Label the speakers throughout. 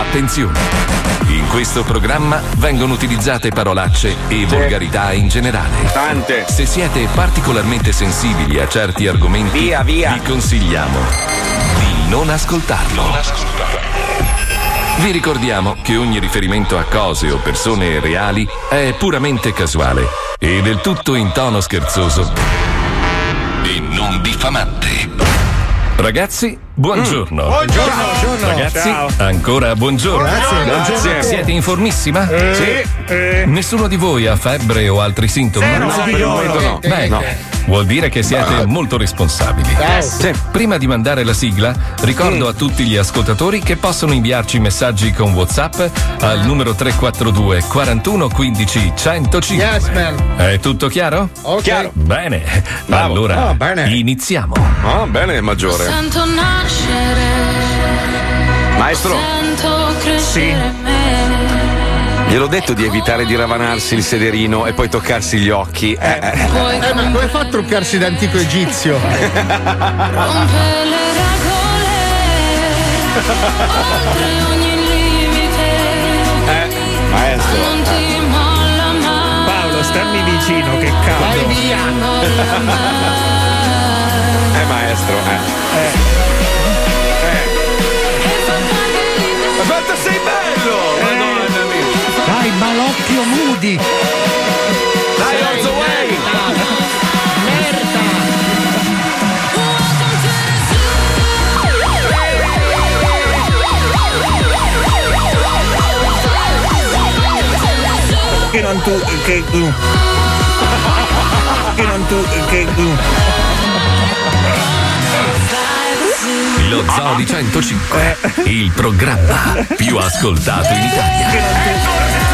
Speaker 1: Attenzione! In questo programma vengono utilizzate parolacce e volgarità in generale.
Speaker 2: Tante.
Speaker 1: Se siete particolarmente sensibili a certi argomenti, vi consigliamo di non ascoltarlo. Vi ricordiamo che ogni riferimento a cose o persone reali è puramente casuale e del tutto in tono scherzoso e non diffamante. Ragazzi, buongiorno.
Speaker 2: Buongiorno.
Speaker 1: Ragazzi,
Speaker 3: ciao.
Speaker 1: ancora buongiorno.
Speaker 2: Grazie.
Speaker 1: Siete informissima?
Speaker 2: Sì.
Speaker 1: Nessuno di voi ha febbre o altri sintomi?
Speaker 2: No, per il momento no.
Speaker 1: Bene. Vuol dire che siete molto responsabili.
Speaker 2: Sì.
Speaker 1: Prima di mandare la sigla, ricordo a tutti gli ascoltatori che possono inviarci messaggi con WhatsApp al numero 342 41 15 105.
Speaker 4: Yes, man.
Speaker 1: È tutto chiaro?
Speaker 4: Ok.
Speaker 2: Chiaro.
Speaker 1: Bene.
Speaker 2: Bravo.
Speaker 1: Allora,
Speaker 4: bene.
Speaker 1: iniziamo.
Speaker 2: Bene, maggiore.
Speaker 5: Sento nascere,
Speaker 2: Maestro,
Speaker 5: sento crescere me.
Speaker 2: gliel'ho detto di evitare di ravanarsi il sederino e poi toccarsi gli occhi.
Speaker 5: Poi
Speaker 4: Ma come fa a truccarsi da antico egizio?
Speaker 5: rompe le regole, oltre ogni limite.
Speaker 2: Maestro.
Speaker 5: Non ti molla mai.
Speaker 3: Paolo, stammi vicino, che caldo.
Speaker 4: Vai via!
Speaker 5: Non molla mai.
Speaker 2: Maestro. Ma quanto sei bello! Madonna mia.
Speaker 4: Dai, malocchio Moody!
Speaker 2: Dai, Orzo Way!
Speaker 4: Merda!
Speaker 3: Che non tu, che non tu, che
Speaker 1: Lo Zoo di 105, il programma più ascoltato in Italia.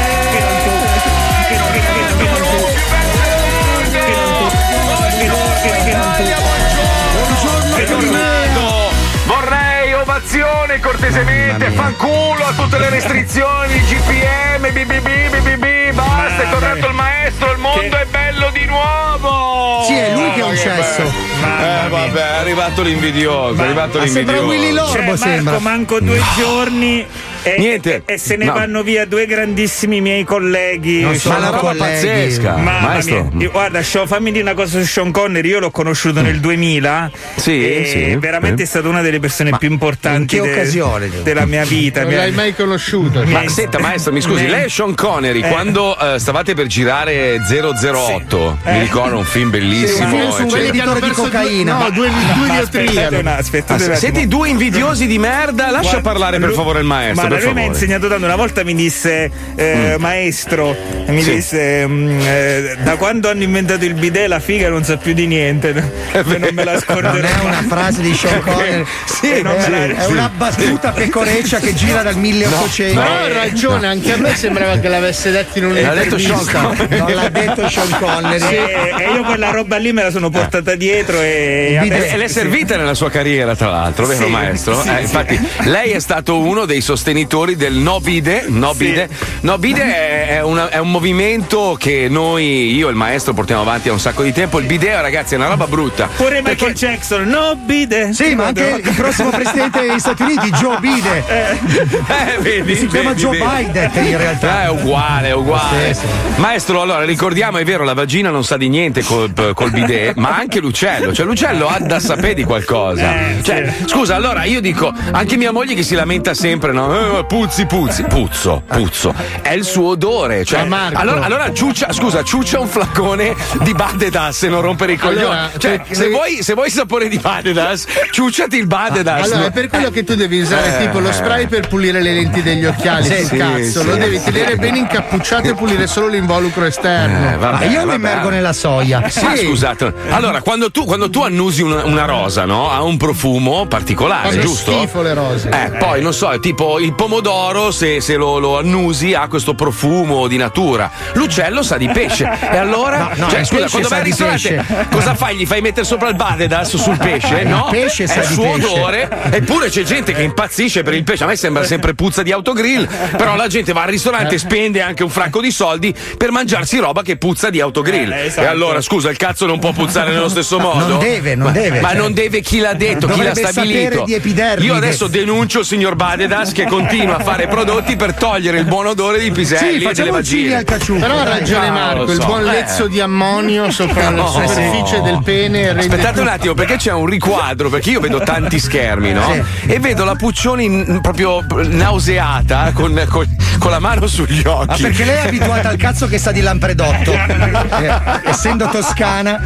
Speaker 2: Vorrei ovazione cortesemente, fanculo a tutte le restrizioni, GPM, BBB, basta, è tornato il maestro, il mondo è bello di nuovo!
Speaker 4: Sì, è lui che è un cesso.
Speaker 2: Vabbè, è arrivato l'invidioso,
Speaker 4: Sembra Willy Lorbo,
Speaker 3: Marco,
Speaker 4: sembra.
Speaker 3: manco 2 giorni e,
Speaker 2: Niente.
Speaker 3: e se ne
Speaker 2: No.
Speaker 3: vanno via 2 grandissimi miei colleghi.
Speaker 4: Non
Speaker 2: Ma
Speaker 4: sono
Speaker 2: una roba
Speaker 4: colleghi.
Speaker 2: pazzesca,
Speaker 3: Mamma
Speaker 2: maestro.
Speaker 3: mia. Guarda, fammi dire una cosa su Sean Connery. Io l'ho conosciuto nel 2000.
Speaker 2: Sì,
Speaker 3: e
Speaker 2: sì,
Speaker 3: veramente
Speaker 2: sì.
Speaker 3: è stata una delle persone più importanti
Speaker 4: in che occasione?
Speaker 3: della mia vita.
Speaker 4: Non l'hai mai conosciuto?
Speaker 2: Ma senta, maestro, mi scusi, lei è Sean Connery quando stavate per girare 008, mi ricordo un film bellissimo.
Speaker 4: Sì, un film su un
Speaker 2: eccetera.
Speaker 4: venditore di cocaina.
Speaker 3: Ma aspettate
Speaker 2: Siete i due invidiosi di merda, lascia parlare per favore il maestro.
Speaker 3: Ma
Speaker 2: per
Speaker 3: lui mi ha
Speaker 2: favore.
Speaker 3: insegnato tanto. Una volta mi disse, maestro, mi
Speaker 2: Sì.
Speaker 3: disse, da quando hanno inventato il bidet la figa non sa più di niente. Non me la scorderò.
Speaker 4: Non è una
Speaker 3: mai.
Speaker 4: frase di Sean Connery.
Speaker 2: Sì,
Speaker 4: È una battuta pecoreccia che gira dal 1800.
Speaker 6: No, ha ragione, anche a me sembrava che l'avesse detto in
Speaker 2: L'ha detto Sean
Speaker 6: un'intervista.
Speaker 2: Connery.
Speaker 4: Non l'ha detto Sean Connery.
Speaker 3: E io quella roba lì me la sono portata dietro e
Speaker 2: E le è servita nella sua carriera, tra l'altro, vero
Speaker 3: Sì,
Speaker 2: maestro?
Speaker 3: sì,
Speaker 2: Infatti, lei è stato uno dei sostenitori del no bide. No bide è un movimento che io e il maestro portiamo avanti da un sacco di tempo. Il bidet, ragazzi, è una roba brutta.
Speaker 3: pure Michael Jackson, no bide.
Speaker 4: Sì, ma anche il prossimo presidente degli Stati Uniti, Joe Biden.
Speaker 2: Vedi,
Speaker 4: Si chiama Joe Biden in realtà.
Speaker 2: È uguale.
Speaker 4: Sì, sì.
Speaker 2: Maestro, allora ricordiamo, è vero, la vagina non sa di niente col bidet, ma anche l'uccello. Cioè, l'uccello ha da sapere di qualcosa. Cioè, scusa, allora io dico, anche mia moglie che si lamenta sempre, no? Puzzi. Puzzo. È il suo odore. Cioè, allora ciuccia un flacone di Badedas se non rompere i coglioni.
Speaker 6: Allora,
Speaker 2: Cioè, se vuoi sapore di Badedas, ciucciati il Badedas.
Speaker 6: Allora, è per quello che tu devi usare tipo lo spray per pulire le lenti degli occhiali.
Speaker 2: Sì,
Speaker 6: Sul cazzo,
Speaker 2: sì,
Speaker 6: lo devi
Speaker 2: sì.
Speaker 6: tenere bene incappucciato e pulire solo l'involucro esterno.
Speaker 2: Vabbè,
Speaker 4: Io lo immergo nella soia.
Speaker 2: Ma scusate, allora quando tu annusi una rosa, no? Ha un profumo particolare,
Speaker 6: Fanno
Speaker 2: giusto?
Speaker 6: schifo le rose.
Speaker 2: Poi non so, tipo il pomodoro, se lo annusi, ha questo profumo di natura. L'uccello sa di pesce. E allora,
Speaker 4: No,
Speaker 2: cioè,
Speaker 4: il
Speaker 2: scusa,
Speaker 4: pesce
Speaker 2: quando
Speaker 4: sa
Speaker 2: vai al
Speaker 4: di
Speaker 2: ristorante,
Speaker 4: pesce.
Speaker 2: cosa fai? Gli fai mettere sopra il Badedas sul pesce? No?
Speaker 4: Il pesce sa
Speaker 2: è il
Speaker 4: di
Speaker 2: suo
Speaker 4: pesce.
Speaker 2: odore. Eppure c'è gente che impazzisce per il pesce. A me sembra sempre puzza di autogrill. Però la gente va al ristorante e spende anche un fracco di soldi per mangiarsi roba che puzza di autogrill.
Speaker 3: Esatto.
Speaker 2: E allora, scusa, il cazzo non può puzzare nello stesso modo?
Speaker 4: Non deve.
Speaker 2: Ma
Speaker 4: Cioè,
Speaker 2: non deve chi l'ha detto, chi l'ha
Speaker 4: dovrebbe
Speaker 2: stabilito.
Speaker 4: sapere di epidermide.
Speaker 2: Io adesso denuncio il signor Badedas che continua a fare prodotti per togliere il buon odore dei piselli e delle vagine.
Speaker 6: Però ha ragione Marco, il buon lezzo di ammonio sopra la superficie del pene.
Speaker 2: Aspettate un attimo, perché c'è un riquadro, perché io vedo tanti schermi, no? Sì. E vedo la Puccioni proprio nauseata con la mano sugli occhi.
Speaker 4: Ma perché lei è abituata al cazzo che sa di Lampredotto, essendo toscana.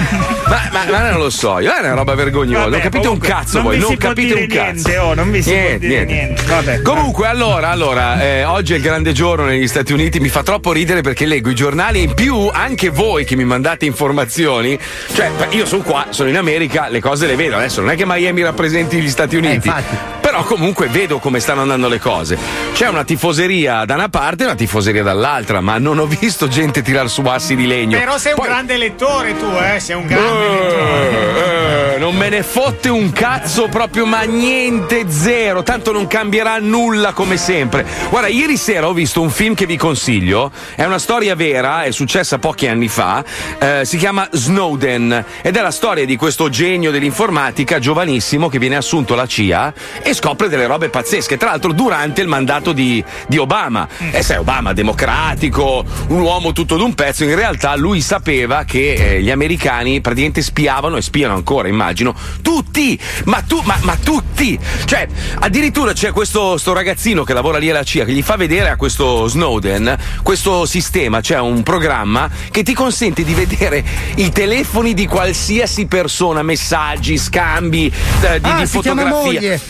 Speaker 2: Ma non lo so, è una roba vergognosa. Non capite un cazzo voi, non capite un cazzo.
Speaker 3: Non vi si può dire niente. Vabbè.
Speaker 2: Comunque, allora, oggi è il grande giorno negli Stati Uniti, mi fa troppo ridere perché leggo i giornali e in più anche voi che mi mandate informazioni, cioè io sono qua, sono in America, le cose le vedo, adesso non è che Miami rappresenti gli Stati Uniti, però comunque vedo come stanno andando le cose. C'è una tifoseria da una parte e una tifoseria dall'altra, ma non ho visto gente tirar su assi di legno.
Speaker 7: Però sei un grande lettore tu, sei un grande lettore.
Speaker 2: Non me ne fotte un cazzo proprio, ma niente, zero, tanto non cambierà nulla come sempre. Guarda, ieri sera ho visto un film che vi consiglio, è una storia vera, è successa pochi anni fa, si chiama Snowden ed è la storia di questo genio dell'informatica giovanissimo che viene assunto alla CIA e scopre delle robe pazzesche, tra l'altro durante il mandato di Obama. E sai, Obama democratico, un uomo tutto d'un pezzo, in realtà lui sapeva che gli americani praticamente spiavano e spiano ancora, immagino, tutti, ma tutti, cioè addirittura c'è sto ragazzino che lavora lì alla CIA che gli fa vedere a questo Snowden questo sistema, c'è un programma che ti consente di vedere i telefoni di qualsiasi persona, messaggi, scambi di fotografie.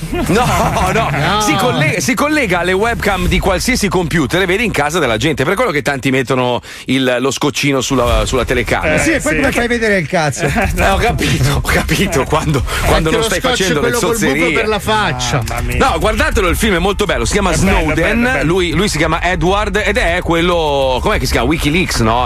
Speaker 2: No. Si collega alle webcam di qualsiasi computer e vede in casa della gente, per quello che tanti mettono lo scoccino sulla telecamera.
Speaker 4: Sì, e poi come fai vedere il cazzo?
Speaker 2: Ho capito quando non stai facendo le zozzerie
Speaker 6: per la faccia.
Speaker 2: No, guardatelo, il film è molto bello, si chiama Snowden, bello. Lui si chiama Edward ed è quello, com'è che si chiama? WikiLeaks, no?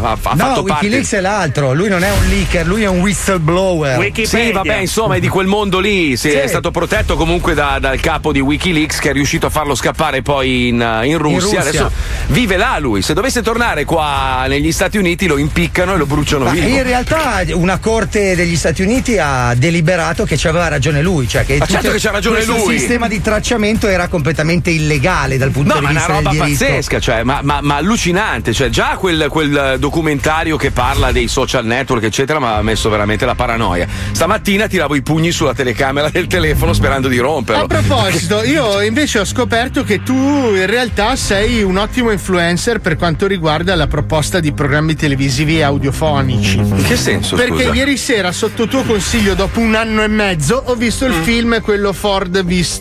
Speaker 4: No, WikiLeaks è l'altro, lui non è un leaker, lui è un whistleblower.
Speaker 2: Wikipedia. Sì, vabbè, insomma, è di quel mondo lì, è stato protetto comunque dal capo di WikiLeaks che è riuscito a farlo scappare poi in Russia. Adesso vive là lui, se dovesse tornare qua negli Stati Uniti lo impiccano e lo bruciano via.
Speaker 4: In realtà una corte degli Stati Uniti ha deliberato che c'aveva ragione lui, cioè che
Speaker 2: certo che c'ha ragione lui.
Speaker 4: Il sistema di tracciamento era completamente illegale dal punto di vista del diritto.
Speaker 2: No, ma è una roba pazzesca, cioè, ma allucinante, cioè già quel documentario che parla dei social network eccetera mi ha messo veramente la paranoia. Stamattina tiravo i pugni sulla telecamera del telefono sperando di romperlo.
Speaker 6: A proposito, io invece ho scoperto che tu in realtà sei un ottimo influencer per quanto riguarda la proposta di programmi televisivi e audiofonici.
Speaker 2: In che senso?
Speaker 6: Perché
Speaker 2: scusa?
Speaker 6: ieri sera, sotto tuo consiglio, dopo un anno e mezzo, ho visto il film, quello Ford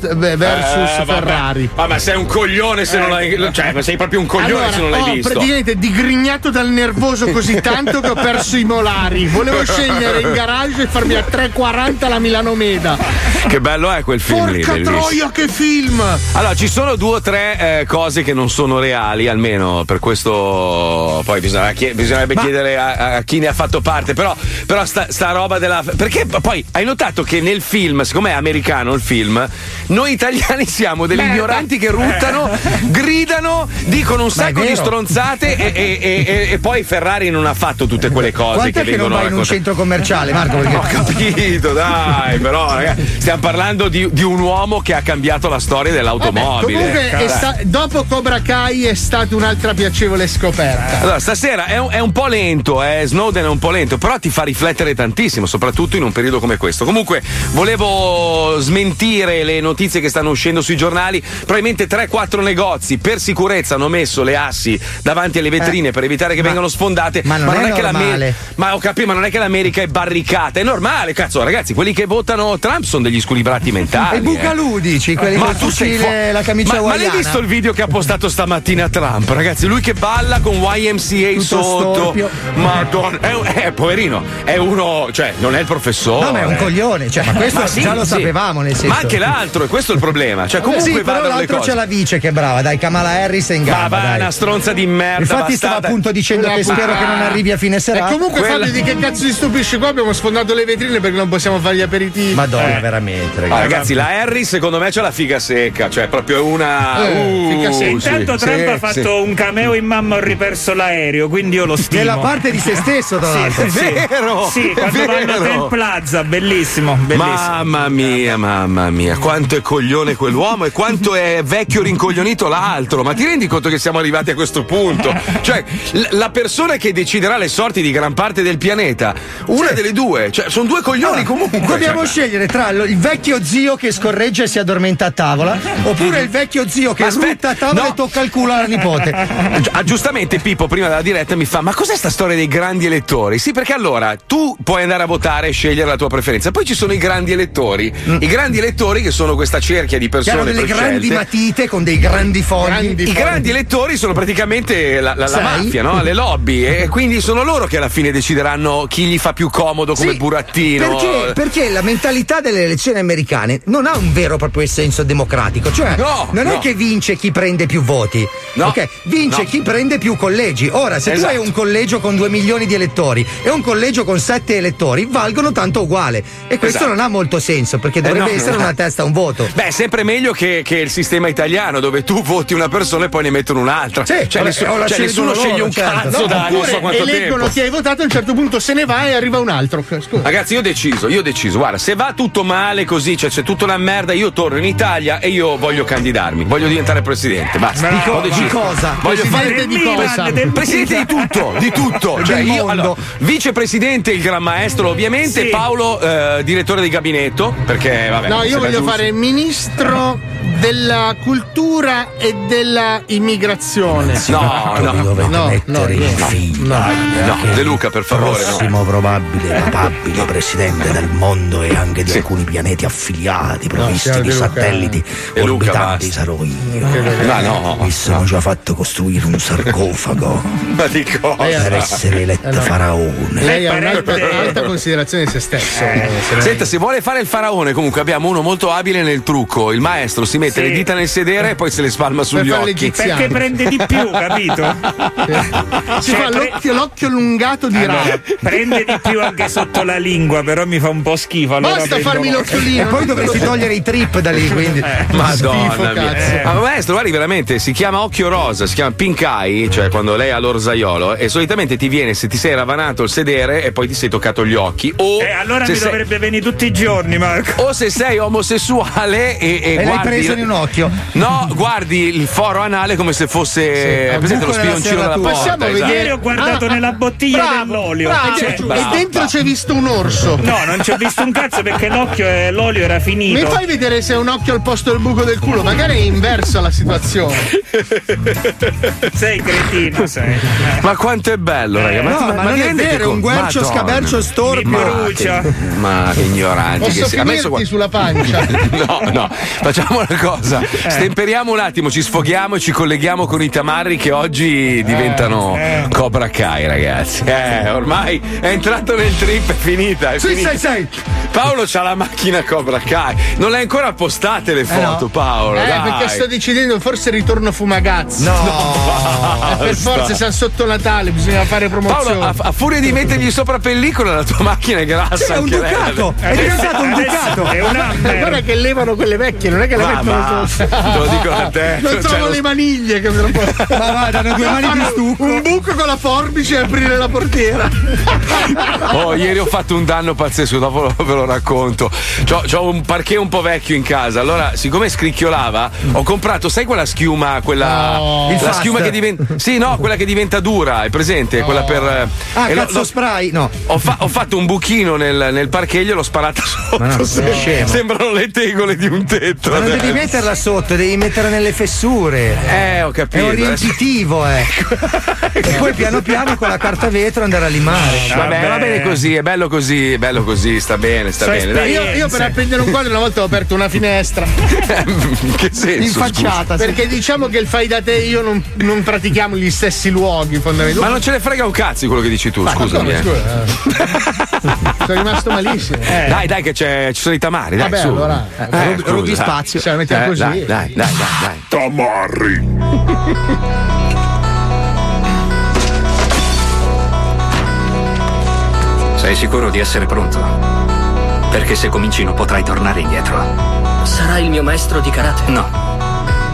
Speaker 6: versus Ferrari.
Speaker 2: Ma sei un coglione se non l'hai. Cioè, ma sei proprio un coglione se non l'hai visto.
Speaker 6: Praticamente digrignato dal nervoso così tanto che ho perso i molari. Volevo scendere in garage e farmi a 3,40 la Milano Meda.
Speaker 2: Che bello è quel film lì.
Speaker 6: Porca troia, che film!
Speaker 2: Allora, ci sono 2 o 3 cose che non sono reali, almeno per questo. Poi bisognerebbe chiedere a chi ne ha fatto parte. Però sta roba della. Perché poi hai notato che nel film, siccome è americano il film, noi italiani siamo degli ignoranti che ruttano, gridano, dicono un sacco di stronzate e poi Ferrari non ha fatto tutte quelle cose.
Speaker 4: Quant'è che non vai in un centro commerciale, Marco? Perché...
Speaker 2: Ho capito, dai, però ragazzi, stiamo parlando di un uomo che ha cambiato la storia dell'automobile.
Speaker 6: Comunque dopo Cobra Kai è stata un'altra piacevole scoperta.
Speaker 2: Allora, stasera è un po' lento, Snowden è un po' lento, però ti fa riflettere tantissimo, soprattutto in un periodo come questo. Comunque volevo smentire le notizie che stanno uscendo sui giornali. Probabilmente 3-4 negozi per sicurezza hanno messo le assi davanti alle vetrine per evitare che vengano sfondate.
Speaker 4: Ma non è normale.
Speaker 2: Ma ho capito, ma non è che l'America è barricata, è normale, cazzo, ragazzi, quelli che votano Trump sono degli squilibrati mentali.
Speaker 4: E Bucalù dici, quelli
Speaker 2: ma
Speaker 4: col fucile, la camicia hawaiana.
Speaker 2: Ma l'hai visto il video che ha postato stamattina Trump? Ragazzi, lui che balla con YMCA
Speaker 4: tutto
Speaker 2: sotto.
Speaker 4: Storpio.
Speaker 2: Madonna, poverino, è uno, cioè, non è il professore.
Speaker 4: No, ma è un coglione, cioè, ma questo già lo sapevamo, nel senso.
Speaker 2: Ma anche l'altro, e questo è il problema. Cioè, comunque
Speaker 4: sì, però l'altro c'è la vice che è brava, dai, Kamala Harris è in gamba.
Speaker 2: Ma va, una stronza di merda.
Speaker 4: Infatti
Speaker 2: bastarda.
Speaker 4: stava appunto dicendo che spero che non arrivi a fine serata.
Speaker 6: E comunque Fabio, di che cazzo ti stupisci? Qua abbiamo sfondato le vetrine perché non possiamo fare gli aperitivi.
Speaker 4: Madonna, veramente, ragazzi.
Speaker 2: Ragazzi, la Harris secondo me c'ha la figa secca, cioè proprio una
Speaker 3: figa secca. Intanto Trump ha fatto un cameo in Mamma ho riperso l'aereo, quindi io lo stimo.
Speaker 4: Nella parte di se stesso, tra l'altro.
Speaker 2: È vero.
Speaker 3: Sì, quando vanno a Temple Lazza, bellissimo.
Speaker 2: Mamma mia, quanto è coglione quell'uomo e quanto è vecchio rincoglionito l'altro. Ma ti rendi conto che siamo arrivati a questo punto? Cioè, la persona che deciderà le sorti di gran parte del pianeta, una delle due, cioè sono due coglioni comunque.
Speaker 4: Dobbiamo scegliere tra il vecchio zio che scorreggia e si addormenta a tavola, oppure il vecchio zio che rutta a tavola e tocca il culo alla nipote.
Speaker 2: Giustamente Pippo prima della diretta mi fa: ma cos'è sta storia dei grandi elettori? Sì, perché allora tu puoi andare a votare e scegliere la tua preferenza, poi ci sono i grandi elettori. I grandi elettori che sono questa cerchia di persone
Speaker 4: che hanno delle grandi matite con dei grandi fogli.
Speaker 2: I grandi elettori sono praticamente la mafia, no? Le lobby, e quindi sono loro che alla fine decideranno chi gli fa più comodo come burattino.
Speaker 4: Perché la mentalità delle elezioni americane non ha un vero e proprio senso democratico, cioè non è che vince chi prende più voti, vince chi prende più collegi. Ora, se tu hai un collegio con 2 milioni di elettori e un collegio con 7 elettori, valgono tanto uguale, e questo non ha molto senso, perché dovrebbe essere una testa un voto.
Speaker 2: Beh, sempre meglio che il sistema italiano, dove tu voti una persona e poi ne mettono un'altra. Nessuno sceglie un cazzo da non so quanto
Speaker 6: eleggono
Speaker 2: tempo.
Speaker 6: chi hai votato, a un certo punto se ne va e arriva un altro. Scusa.
Speaker 2: Ragazzi, io ho deciso, guarda, se va tutto male così, cioè c'è tutta una merda, io torno in Italia e io voglio candidarmi, voglio diventare presidente, basta.
Speaker 4: Ho deciso. Di cosa?
Speaker 2: Voglio fare
Speaker 6: di cosa?
Speaker 2: Presidente di tutto. Cioè io, vicepresidente il gran maestro, ovviamente, Paolo direttore di gabinetto, perché vabbè.
Speaker 6: No, io voglio fare ministro della cultura e della immigrazione.
Speaker 4: Dovete mettere il figlio.
Speaker 2: De Luca, per favore.
Speaker 4: Prossimo probabile papabile presidente del mondo e anche di alcuni pianeti affiliati provvisti di satelliti orbitanti sarò io. Mi sono già fatto costruire un sarcofago
Speaker 2: ma di cosa?
Speaker 4: per essere eletto faraone.
Speaker 6: Lei ha un'alta considerazione di se stesso.
Speaker 2: Senta, se vuole fare il faraone, comunque abbiamo uno molto abile nel trucco. Il maestro si mette le dita nel sedere e poi se le spalma sugli occhi.
Speaker 3: Perché prende di più, capito?
Speaker 6: Si fa l'occhio allungato di rana.
Speaker 3: Prende di più anche sotto la lingua, però mi fa un po' schifo. Allora
Speaker 6: basta farmi l'occhiolino.
Speaker 4: E poi dovresti togliere i trip da lì, quindi.
Speaker 2: Madonna mia. Ma maestro, guardi, veramente si chiama occhio rosa, si chiama pink eye, cioè quando lei ha l'orzaiolo, e solitamente ti viene se ti sei ravanato il sedere e poi ti sei toccato gli occhi. O
Speaker 3: allora mi dovrebbe venire tutti i giorni, Marco.
Speaker 2: O se sei omosessuale e
Speaker 4: l'hai preso in un occhio.
Speaker 2: No, guardi il foro anale come se fosse presente lo spioncino della porta.
Speaker 6: Possiamo vedere.
Speaker 3: Ieri ho guardato nella bottiglia dell'olio.
Speaker 6: E dentro c'è visto un orso.
Speaker 3: No, non c'è visto un cazzo perché l'olio era finito.
Speaker 6: Mi fai vedere se è un occhio al posto del buco del culo? Magari è inversa la situazione.
Speaker 3: Sei cretino, sei.
Speaker 2: Ma quanto è bello, raga.
Speaker 4: Ma non è vero, un guercio scabercio storpio.
Speaker 2: Ma che ignoranti.
Speaker 6: Posso finirti sulla pancia?
Speaker 2: No, facciamo una cosa. Stemperiamo un attimo, ci sfoghiamo e ci colleghiamo con i tamarri che oggi diventano Cobra Kai, ragazzi. Ormai è entrato nel trip, è finita.
Speaker 6: Sì.
Speaker 2: Paolo c'ha la macchina Cobra Kai. Non le hai ancora postate le foto, Paolo? Dai.
Speaker 6: Perché sto decidendo, forse ritorno Fumagazzi.
Speaker 2: No.
Speaker 6: Per forza, siamo sotto Natale, bisogna fare promozione.
Speaker 2: Paolo, a furia di mettergli sopra pellicola, la tua macchina è grassa.
Speaker 4: È un Ducato. È diventato un Ducato.
Speaker 3: È una
Speaker 6: guarda che levano quelle vecchie, non è che le mettono
Speaker 2: te lo dico a te.
Speaker 6: Non trovo le maniglie che me lo possono.
Speaker 4: Ma va, danno 2 mani di stucco.
Speaker 6: Un buco con la forbice e aprire la portiera.
Speaker 2: Ieri ho fatto un danno pazzesco, dopo ve lo racconto. C'ho un parquet un po' vecchio in casa. Allora, siccome scricchiolava, ho comprato, sai quella schiuma, la schiuma che diventa. Sì, no, quella che diventa dura, è presente? Quella per.
Speaker 4: Cazzo spray? No.
Speaker 2: Ho fatto un buchino nel parquet, gliel'ho sparata sotto.
Speaker 4: Ma no, scemo.
Speaker 2: Sembrano le tegole di un tetto.
Speaker 4: Ma non devi metterla sotto, devi metterla nelle fessure.
Speaker 2: Ho capito.
Speaker 4: È orientativo, E poi piano piano con la carta vetro andare a limare.
Speaker 2: Vabbè, va bene così, è bello così, sta bene. Dai.
Speaker 6: Io per appendere un quadro una volta ho aperto una finestra.
Speaker 2: In che senso?
Speaker 4: Infacciata.
Speaker 6: Perché diciamo che il fai da te e io non pratichiamo gli stessi luoghi fondamentalmente.
Speaker 2: Ma non ce ne frega un cazzo di quello che dici tu, scusami.
Speaker 6: Sono rimasto malissimo.
Speaker 2: Dai, che ci sono i tamari, dai.
Speaker 6: Vabbè,
Speaker 2: su.
Speaker 6: allora
Speaker 4: rubi spazio.
Speaker 6: Se la mettiamo così.
Speaker 2: Dai.
Speaker 1: Tamarri.
Speaker 8: Sei sicuro di essere pronto? Perché se cominci non potrai tornare indietro.
Speaker 9: Sarà il mio maestro di karate?
Speaker 8: No.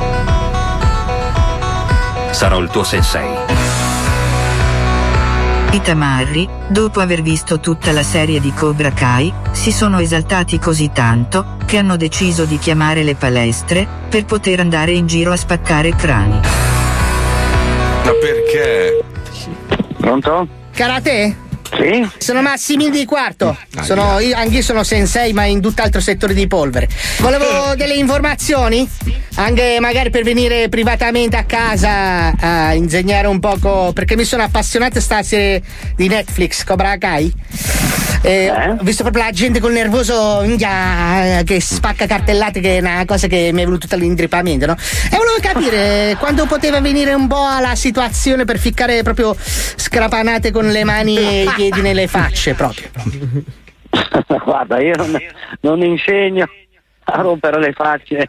Speaker 8: Sarò il tuo sensei.
Speaker 10: I tamarri, dopo aver visto tutta la serie di Cobra Kai, si sono esaltati così tanto che hanno deciso di chiamare le palestre per poter andare in giro a spaccare crani.
Speaker 2: Ma perché?
Speaker 11: Pronto?
Speaker 12: Karate?
Speaker 11: Sì?
Speaker 12: Sono Massimiliano di Quarto. Anch'io sono sensei, ma in tutt'altro settore di polvere. Volevo delle informazioni, anche magari per venire privatamente a casa a insegnare un poco, perché mi sono appassionato a sta serie di Netflix, Cobra Kai. Ho visto proprio la gente col nervoso che spacca cartellate, che è una cosa che mi è venuta tutto all'intripamento, no? E volevo capire quando poteva venire un po' alla situazione per ficcare proprio scrapanate con le mani e i piedi nelle facce proprio.
Speaker 11: Guarda, io non insegno a rompere le facce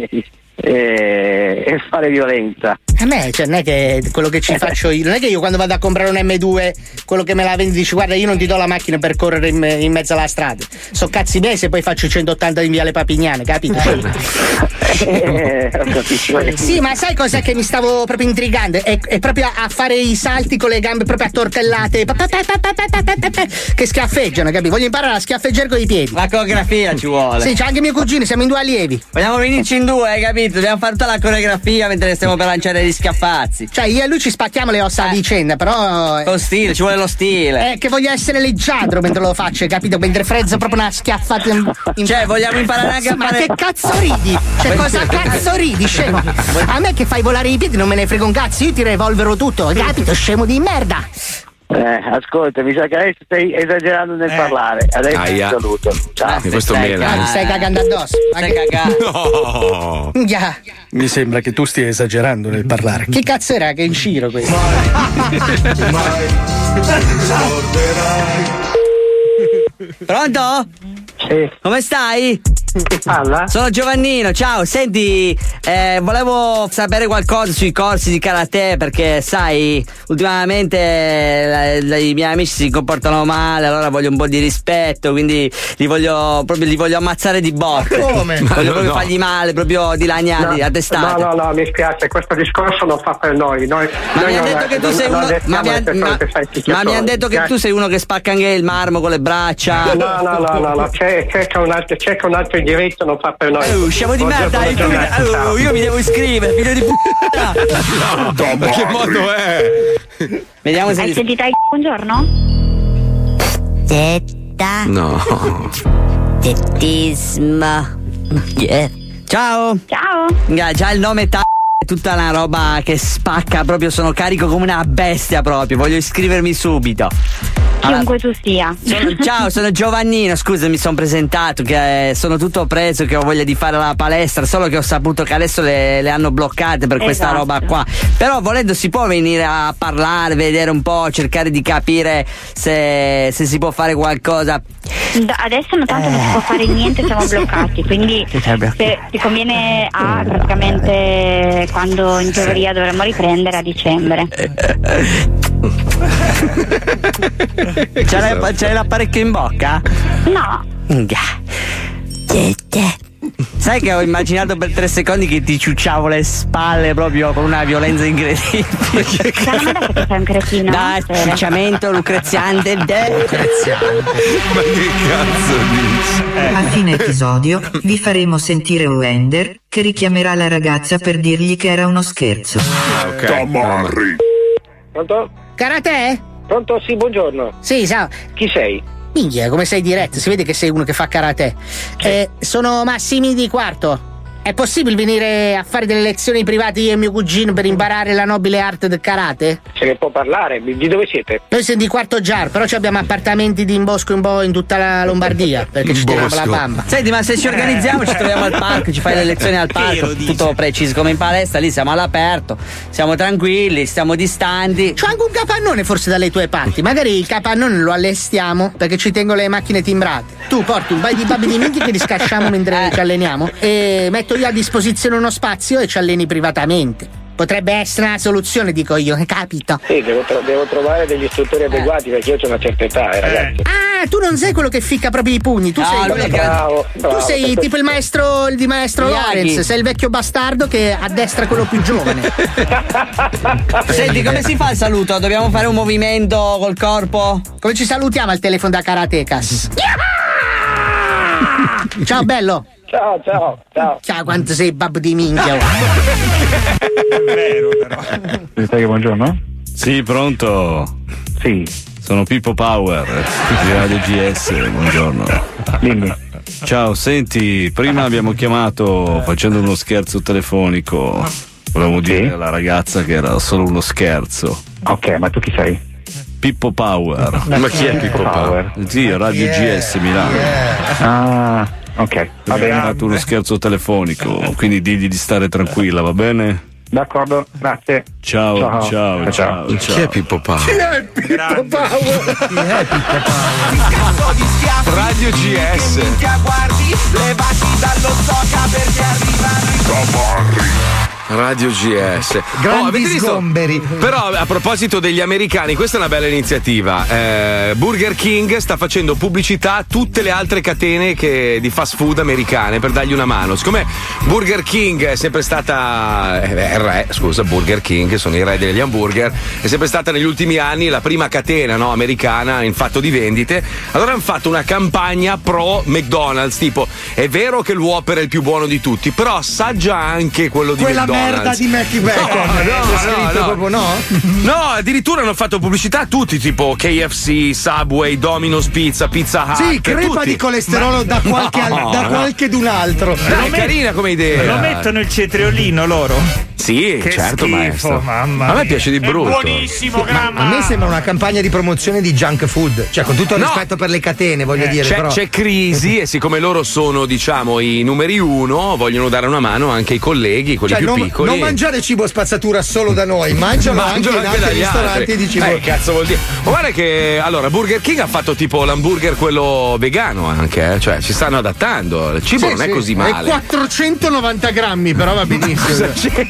Speaker 11: e fare violenza.
Speaker 12: A me, cioè, non è che quello che ci faccio io, non è che io quando vado a comprare un M2, quello che me la vendi dici guarda io non ti do la macchina per correre in mezzo alla strada, so cazzi miei se poi faccio 180 in Viale Papignane, capito? Sì, ma sai cos'è che mi stavo proprio intrigando? È proprio a fare i salti con le gambe proprio a tortellate che schiaffeggiano, capito? Voglio imparare a schiaffeggiare con i piedi.
Speaker 13: La coreografia ci vuole.
Speaker 12: Sì, c'è anche mio cugino, siamo in 2 allievi.
Speaker 13: Vogliamo venirci in 2, hai capito? Dobbiamo fare tutta la coreografia mentre stiamo per lanciare gli schiaffazzi.
Speaker 12: Cioè io e lui ci spacchiamo le ossa a vicenda, però
Speaker 13: lo stile, ci vuole lo stile.
Speaker 12: È che voglio essere leggiadro mentre lo faccio, capito? Mentre frezzo proprio una schiaffata
Speaker 13: cioè vogliamo imparare anche a fare.
Speaker 12: Ma che cazzo ridi? Cioè cosa cazzo ridi, scemo? A me che fai volare i piedi non me ne frega un cazzo, io ti revolvero tutto, capito? Scemo di merda.
Speaker 11: Ascolta, mi sa che adesso stai esagerando nel parlare. Adesso ti saluto. Ciao.
Speaker 2: Questo
Speaker 12: mi stai cagando addosso.
Speaker 13: Stai cagando.
Speaker 2: No.
Speaker 12: Yeah.
Speaker 6: Mi sembra che tu stia esagerando nel parlare.
Speaker 12: Che cazzo era che è in giro questo?
Speaker 13: Pronto?
Speaker 11: Sì.
Speaker 13: Come stai?
Speaker 11: Chi parla?
Speaker 13: Sono Giovannino, ciao, senti, volevo sapere qualcosa sui corsi di karate perché sai, ultimamente i miei amici si comportano male, allora voglio un po' di rispetto, quindi li voglio ammazzare di botte.
Speaker 6: Come?
Speaker 13: Voglio proprio fargli male, proprio di lagnarli a testate.
Speaker 14: No, mi spiace, questo discorso non fa per noi. Ma
Speaker 13: mi hanno detto che tu sei uno. Ma mi hanno detto che tu sei uno che spacca anche il marmo con le braccia.
Speaker 14: No, c'è un altro indirizzo, non fa per noi.
Speaker 13: Scemo di merda, io mi devo iscrivere, figlio di puttana.
Speaker 2: Ma che modo è?
Speaker 13: Vediamo se.
Speaker 15: Hai sentito buongiorno?
Speaker 16: Zetta.
Speaker 2: No.
Speaker 16: Zettismo.
Speaker 13: Yeah. Ciao. Già il nome è tutta una roba che spacca, proprio sono carico come una bestia proprio, voglio iscrivermi subito.
Speaker 15: Chiunque tu sia.
Speaker 13: Ciao, sono Giovannino, scusa, mi sono presentato che sono tutto preso, che ho voglia di fare la palestra, solo che ho saputo che adesso le hanno bloccate per questa roba qua. Però volendo si può venire a parlare, vedere un po', cercare di capire se si può fare qualcosa.
Speaker 15: Adesso tanto non si può fare niente, siamo bloccati, quindi ti conviene praticamente quando in teoria dovremmo riprendere a dicembre.
Speaker 13: C'hai l'apparecchio in bocca?
Speaker 15: No.
Speaker 13: Sai che ho immaginato per 3 secondi che ti ciucciavo le spalle proprio con una violenza incredibile.
Speaker 15: Ma non è che sei un cretino.
Speaker 13: Dai, ciucciamento, lucreziante.
Speaker 2: Ma che cazzo dici?
Speaker 10: A fine episodio vi faremo sentire Wender che richiamerà la ragazza per dirgli che era uno scherzo.
Speaker 2: Ok.
Speaker 14: Tamarri. Pronto?
Speaker 12: Karate?
Speaker 14: Pronto? Sì, buongiorno.
Speaker 12: Sì, ciao.
Speaker 14: Chi sei?
Speaker 12: Minchia, come sei diretto, si vede che sei uno che fa karate. Sono Massimiliano di Quarto. È possibile venire a fare delle lezioni private io e mio cugino per imparare la nobile arte del karate?
Speaker 14: Se ne può parlare, di dove siete?
Speaker 12: Noi siamo di Quarto Giar, però abbiamo appartamenti in bosco un po' in tutta la Lombardia, perché ci tiriamo la bamba.
Speaker 13: Senti, ma se ci organizziamo ci troviamo al parco, ci fai le lezioni al parco, tutto preciso come in palestra, lì siamo all'aperto, siamo tranquilli, stiamo distanti.
Speaker 12: C'ho anche un capannone forse dalle tue parti, magari il capannone lo allestiamo, perché ci tengo le macchine timbrate. Tu porti un paio di babbi di minchia che li scasciamo mentre ci alleniamo e metto io a disposizione uno spazio e ci alleni privatamente. potrebbe essere una soluzione, dico io, capito?
Speaker 14: Sì, devo trovare degli istruttori adeguati perché io ho una certa età, ragazzi.
Speaker 12: Ah, tu non sei quello che ficca proprio i pugni, tu sei quello
Speaker 14: bravo,
Speaker 12: tu sei tipo il maestro
Speaker 13: Miyagi.
Speaker 12: Lorenz, sei il vecchio bastardo che addestra quello più giovane.
Speaker 13: Senti, come si fa il saluto? Dobbiamo fare un movimento col corpo?
Speaker 12: Come ci salutiamo al telefono da Karatecas? Ciao bello.
Speaker 14: Ciao.
Speaker 12: Ciao, quanto sei babbo di minchia.
Speaker 3: È vero, però.
Speaker 16: Buongiorno?
Speaker 17: Sì, pronto?
Speaker 16: Sì.
Speaker 17: Sono Pippo Power di Radio GS, buongiorno.
Speaker 16: Dimmi.
Speaker 17: Ciao, senti, prima abbiamo chiamato facendo uno scherzo telefonico. Volevamo dire alla ragazza che era solo uno scherzo.
Speaker 16: Ok, ma tu chi sei?
Speaker 17: Pippo Power.
Speaker 2: Ma chi è Pippo Power?
Speaker 17: Sì, Radio GS Milano.
Speaker 16: Ah, ok. Va bene.
Speaker 17: Abbiamo fatto uno scherzo telefonico, quindi digli di stare tranquilla, va bene?
Speaker 16: D'accordo, grazie.
Speaker 17: Ciao.
Speaker 2: Chi è Pippo Power?
Speaker 12: Chi è Pippo Power?
Speaker 2: Radio GS.
Speaker 18: Guardi, levati dallo zoca perché arrivano i tamarri.
Speaker 2: Radio GS.
Speaker 4: Grandi
Speaker 2: avete visto?
Speaker 4: sgomberi.
Speaker 2: Però a proposito degli americani, questa è una bella iniziativa. Burger King sta facendo pubblicità a tutte le altre catene di fast food americane per dargli una mano. Siccome Burger King è sempre stata Burger King, sono i re degli hamburger, è sempre stata negli ultimi anni la prima catena, no, americana in fatto di vendite. Allora hanno fatto una campagna pro McDonald's, tipo è vero che l'Whopper è il più buono di tutti, però assaggia anche quello di
Speaker 4: quella
Speaker 2: McDonald's.
Speaker 4: Merda di Mackie Bacon.
Speaker 2: No, addirittura hanno fatto pubblicità a tutti, tipo KFC, Subway, Domino's Pizza, Pizza Hut.
Speaker 4: Sì, crepa
Speaker 2: tutti.
Speaker 4: di colesterolo da qualche d'un altro.
Speaker 2: Dai, è carina come idea.
Speaker 3: Lo mettono il cetriolino loro?
Speaker 2: Sì,
Speaker 3: che
Speaker 2: certo,
Speaker 3: schifo,
Speaker 2: maestro.
Speaker 3: mamma
Speaker 2: a me
Speaker 3: mia.
Speaker 2: piace di brutto.
Speaker 3: È buonissimo,
Speaker 4: A me sembra una campagna di promozione di junk food. Cioè, con tutto il rispetto per le catene, voglio dire.
Speaker 2: C'è crisi e siccome loro sono, diciamo, i numeri uno, vogliono dare una mano anche ai colleghi, quelli più piccoli.
Speaker 4: Non mangiare cibo spazzatura solo da noi, mangialo anche in altri
Speaker 2: dagli
Speaker 4: ristoranti
Speaker 2: altri.
Speaker 4: di cibo.
Speaker 2: Cazzo vuol dire? Ma guarda che allora Burger King ha fatto tipo l'hamburger quello vegano anche, cioè ci stanno adattando. Il cibo non è così male.
Speaker 6: È 490 grammi, però va benissimo.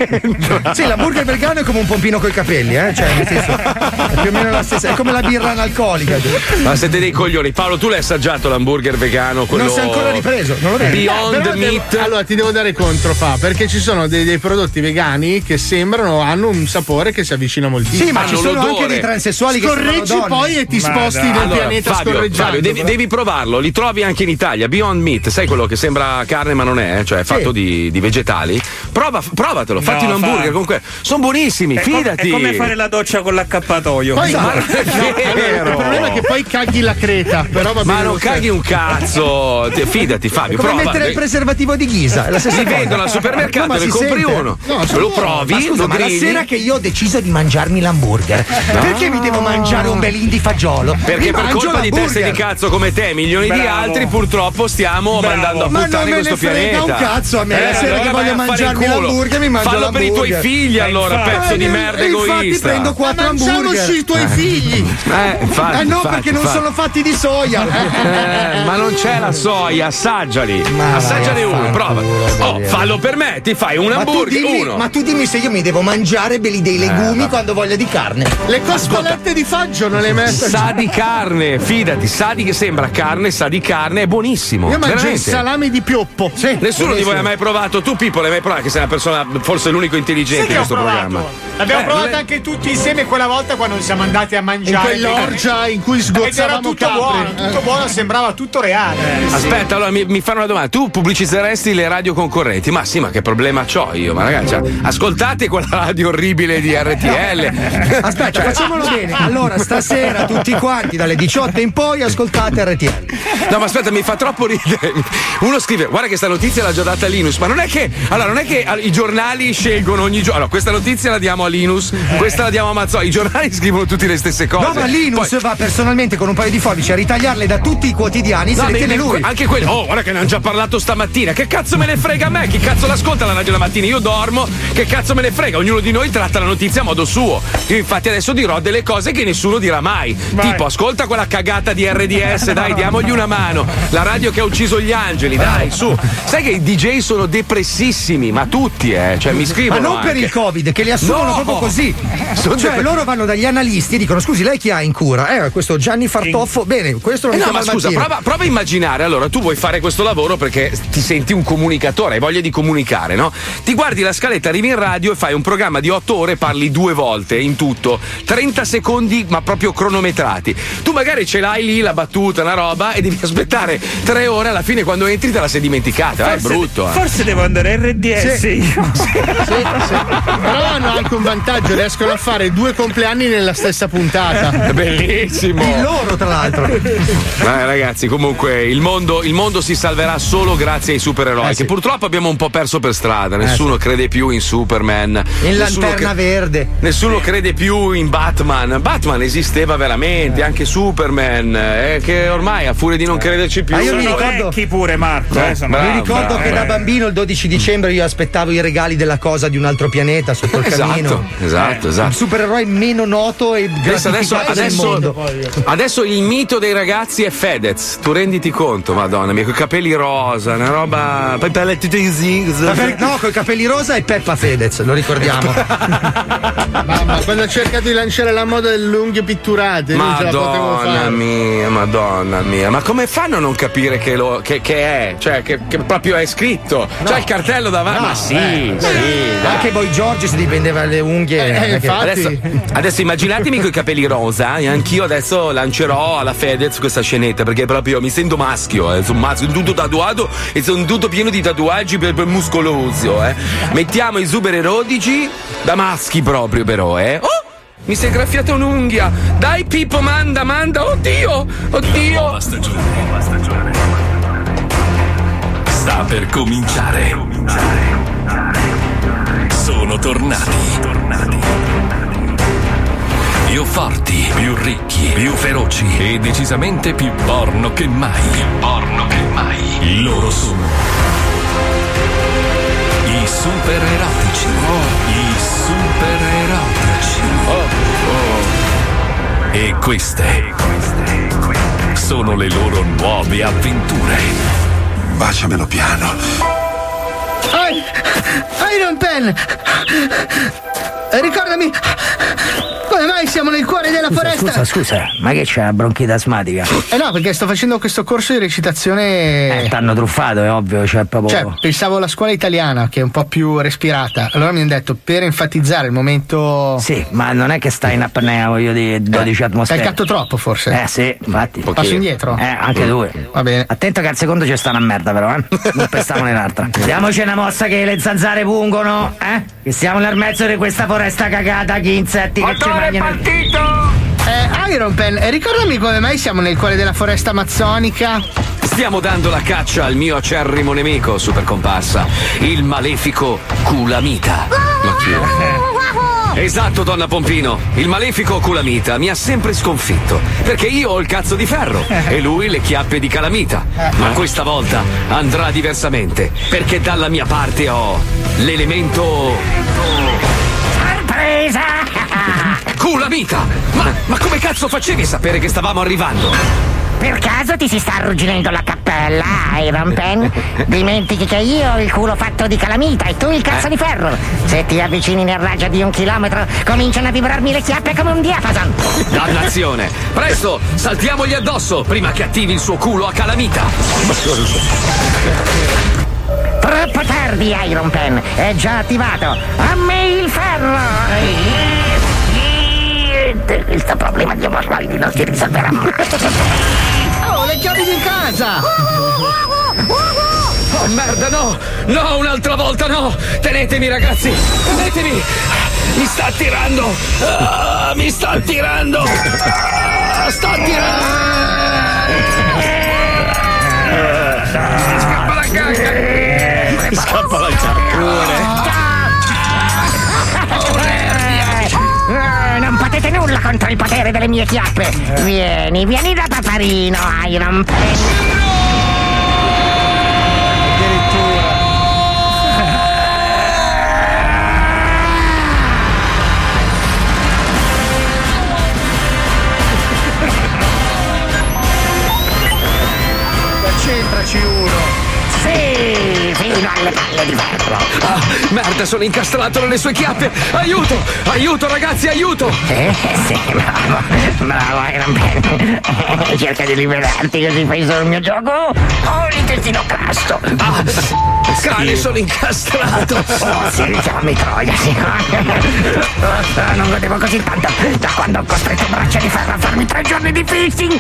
Speaker 4: Sì, l'hamburger vegano è come un pompino coi capelli, cioè nel senso è più o meno la stessa, è come la birra analcolica.
Speaker 2: Ma siete dei coglioni. Paolo, tu l'hai assaggiato l'hamburger vegano? Quello...
Speaker 4: Non si è ancora ripreso, non lo vedo.
Speaker 2: Beyond Meat.
Speaker 6: Allora ti devo dare contro, perché ci sono dei prodotti vegani che hanno un sapore che si avvicina moltissimo.
Speaker 4: Sì, ma ci sono anche dei transessuali che
Speaker 6: scorreggi poi e ti sposti nel pianeta
Speaker 2: Fabio,
Speaker 6: scorreggiando.
Speaker 2: devi provarlo, li trovi anche in Italia. Beyond Meat, sai quello che sembra carne ma non è, cioè è fatto di vegetali. Provatelo, fatti un hamburger, comunque sono buonissimi, fidati.
Speaker 3: È come fare la doccia con l'accappatoio.
Speaker 6: Poi,
Speaker 2: vero.
Speaker 6: Il problema è che poi caghi la creta, però va bene.
Speaker 2: Ma non caghi un cazzo, fidati Fabio.
Speaker 4: Come
Speaker 2: prova.
Speaker 4: mettere il preservativo di Ghisa, è la stessa
Speaker 2: si
Speaker 4: cosa.
Speaker 2: vendono al supermercato, ne compri uno, lo provi,
Speaker 4: ma scusa,
Speaker 2: lo
Speaker 4: ma la
Speaker 2: grilli.
Speaker 4: sera che io ho deciso di mangiarmi l'hamburger, perché mi devo mangiare un belin di fagiolo?
Speaker 2: Perché per colpa di teste di cazzo come te, milioni di altri, purtroppo stiamo mandando a puttane questo pianeta.
Speaker 4: Ma non me ne frega un cazzo a me, la sera che voglio mangiarmi l'hamburger mi mangio
Speaker 2: Fallo
Speaker 4: l'hamburger.
Speaker 2: per i tuoi figli allora, pezzo di merda egoista.
Speaker 4: Infatti prendo 4 hamburger.
Speaker 6: Sono usciti i tuoi figli.
Speaker 4: Perché non sono fatti di soia.
Speaker 2: Ma non c'è la soia, assaggiali. Assaggiane uno, prova. Fallo per me, ti fai un hamburger, uno.
Speaker 4: Ma tu dimmi se io mi devo mangiare dei legumi quando voglio di carne.
Speaker 6: Le cospalette di faggio non le metto.
Speaker 2: Sa di carne, fidati, sa di che sembra carne, sa di carne, è buonissimo.
Speaker 6: Io mangio il
Speaker 2: veramente.
Speaker 6: salame di pioppo.
Speaker 2: Sì, nessuno di voi ha mai provato. Tu, Pippo, l'hai mai provato? Che sei una persona, forse l'unico intelligente di questo programma.
Speaker 7: L'abbiamo provato anche tutti insieme quella volta quando siamo andati a mangiare.
Speaker 6: In quell'orgia in cui sgozzavamo
Speaker 7: tutto buono, tutto buono, sembrava tutto reale.
Speaker 2: Aspetta, allora mi fanno una domanda. Tu pubblicizzeresti le radio concorrenti? Ma sì, ma che problema c'ho io? Ma ragazzi, ascoltate quella radio orribile di RTL.
Speaker 4: Aspetta, facciamolo bene. Allora, stasera tutti quanti dalle 18 in poi ascoltate RTL.
Speaker 2: No, ma aspetta, mi fa troppo ridere. Uno scrive: guarda che sta notizia l'ha già data Linus. Ma non è che i giornali scelgono ogni giorno. Allora, questa notizia la diamo a Linus, questa la diamo a Mazzoli. I giornali scrivono tutte le stesse cose.
Speaker 4: No, ma Linus va personalmente con un paio di forbici a ritagliarle da tutti i quotidiani. Se le tiene lui.
Speaker 2: Anche quello. Oh, guarda che ne hanno già parlato stamattina. Che cazzo me ne frega a me? Chi cazzo l'ascolta la radio la mattina? Io dormo. Che cazzo me ne frega? Ognuno di noi tratta la notizia a modo suo. Io infatti adesso dirò delle cose che nessuno dirà mai. Tipo, ascolta quella cagata di RDS, dai, diamogli una mano. La radio che ha ucciso gli angeli, dai, su. Sai che i DJ sono depressissimi, ma tutti, Cioè, mi scrivono scrivono.
Speaker 4: Ma non per
Speaker 2: anche.
Speaker 4: il Covid, che li assumono proprio così. Cioè, loro vanno dagli analisti e dicono: scusi, lei chi ha in cura? Questo Gianni Fartoffo. Bene, questo lo
Speaker 2: No,
Speaker 4: chiama
Speaker 2: ma
Speaker 4: al
Speaker 2: scusa,
Speaker 4: mattino.
Speaker 2: prova a immaginare. Allora, tu vuoi fare questo lavoro perché ti senti un comunicatore, hai voglia di comunicare, no? Ti guardi la scaletta, arrivi in radio e fai un programma di 8 ore, parli 2 volte in tutto, 30 secondi, ma proprio cronometrati. Tu magari ce l'hai lì la battuta, una roba, e devi aspettare 3 ore, alla fine quando entri te la sei dimenticata. È brutto.
Speaker 3: Forse devo andare a RDS.
Speaker 6: Sì. Però hanno anche un vantaggio, riescono a fare 2 compleanni nella stessa puntata.
Speaker 2: Bellissimo.
Speaker 4: Il loro, tra l'altro.
Speaker 2: Ragazzi, comunque il mondo si salverà solo grazie ai supereroi, che purtroppo abbiamo un po' perso per strada. Nessuno crede più in Superman.
Speaker 4: In Lanterna Verde.
Speaker 2: Nessuno crede più in Batman. Batman esisteva veramente, anche Superman, che ormai a furia di non crederci più.
Speaker 4: Io mi ricordo
Speaker 3: Vecchi pure, Marco.
Speaker 4: Mi ricordo che da bambino il 12 dicembre io aspettavo i regali della cosa di un altro pianeta sotto il camino.
Speaker 2: Esatto.
Speaker 4: Il supereroe meno noto e gratificato del mondo.
Speaker 2: Adesso il mito dei ragazzi è Fedez. Tu renditi conto, madonna mia, con i capelli rosa, una roba. Poi pelletti così.
Speaker 4: No, con i capelli rosa è Peppa Fedez, lo ricordiamo.
Speaker 6: Mamma, quando ha cercato di lanciare la moda delle unghie pitturate, non ce la potevo fare.
Speaker 2: Madonna mia, ma come fanno a non capire che è? Cioè, che proprio è scritto?
Speaker 4: No.
Speaker 2: C'è il cartello davanti. Ma sì.
Speaker 4: Anche Boy George si dipendeva le unghie.
Speaker 2: Adesso immaginatemi con i capelli rosa, e anch'io adesso lancerò alla Fedez questa scenetta, perché proprio mi sento maschio, sono maschio, tutto tatuato e sono tutto pieno di tatuaggi per muscoloso, Mettiamo i super erotici da maschi proprio, però, Oh! Mi sei graffiata un'unghia! Dai Pippo, manda! Oddio!
Speaker 1: Nuova stagione. Sta per cominciare. Sono tornati. Più forti, più ricchi, più feroci e decisamente più porno che mai. Loro sono i super erotici. E queste sono le loro nuove avventure.
Speaker 19: Baciamelo piano.
Speaker 12: Iron Pen! Ricordami, come mai siamo nel cuore della foresta?
Speaker 20: Scusa, ma che c'è la bronchite asmatica?
Speaker 12: No, perché sto facendo questo corso di recitazione.
Speaker 20: T'hanno truffato, è ovvio, proprio.
Speaker 12: Pensavo alla scuola italiana, che è un po' più respirata. Allora mi hanno detto, per enfatizzare il momento.
Speaker 20: Sì, ma non è che stai in apnea, voglio dire, 12 atmosfere.
Speaker 12: Hai catto troppo, forse?
Speaker 20: Sì, infatti.
Speaker 12: Passo indietro?
Speaker 20: Anche due.
Speaker 12: Va bene.
Speaker 20: Attento che al secondo c'è sta una merda, però, Non pestiamo nell'altra. Diamoci una mossa che le zanzare pungono, Che siamo nel mezzo di questa foresta cagata, che insetti che ci mangiano.
Speaker 12: Iron Pen, ricordami come mai siamo nel cuore della foresta amazzonica?
Speaker 2: Stiamo dando la caccia al mio acerrimo nemico, super comparsa, il malefico Culamita. Ma chi è? Esatto, donna Pompino, il malefico Culamita mi ha sempre sconfitto, perché io ho il cazzo di ferro e lui le chiappe di calamita. Ma questa volta andrà diversamente, perché dalla mia parte ho l'elemento
Speaker 20: sorpresa!
Speaker 2: Culamita! Ma come cazzo facevi a sapere che stavamo arrivando?
Speaker 20: Per caso ti si sta arrugginendo la cappella, Iron Pen? Dimentichi che io ho il culo fatto di calamita e tu il cazzo di ferro. Se ti avvicini nel raggio di 1 chilometro, cominciano a vibrarmi le chiappe come un diapason.
Speaker 2: Dannazione! Presto, saltiamogli addosso prima che attivi il suo culo a calamita.
Speaker 20: Troppo tardi, Iron Pen, è già attivato. A me il ferro! Questo problema di omosessuali non si risolverà.
Speaker 12: Oh, le chiavi di casa!
Speaker 2: Oh merda, no! No, un'altra volta no! Tenetemi, ragazzi! Tenetemi! Mi sta attirando! Mi sta attirando! Sta attirando! Scappa la cacca!
Speaker 3: Scappa la cacca!
Speaker 20: Non potete nulla contro il potere delle mie chiappe. Vieni da paparino, Iron Pen.
Speaker 6: Concentraci uno.
Speaker 20: Sì, fino alle palle di ferro.
Speaker 2: Merda, sono incastrato nelle sue chiappe. Aiuto ragazzi, aiuto.
Speaker 20: Sì, bravo Iron Man. Cerca di liberarti così fai solo il mio gioco. Ho l'intestino casto.
Speaker 2: Cane, sono incastrato.
Speaker 20: Sì, chiami Troia, sì. Non godevo così tanto da quando ho costretto Braccia di Ferro a farmi 3 giorni di fisting.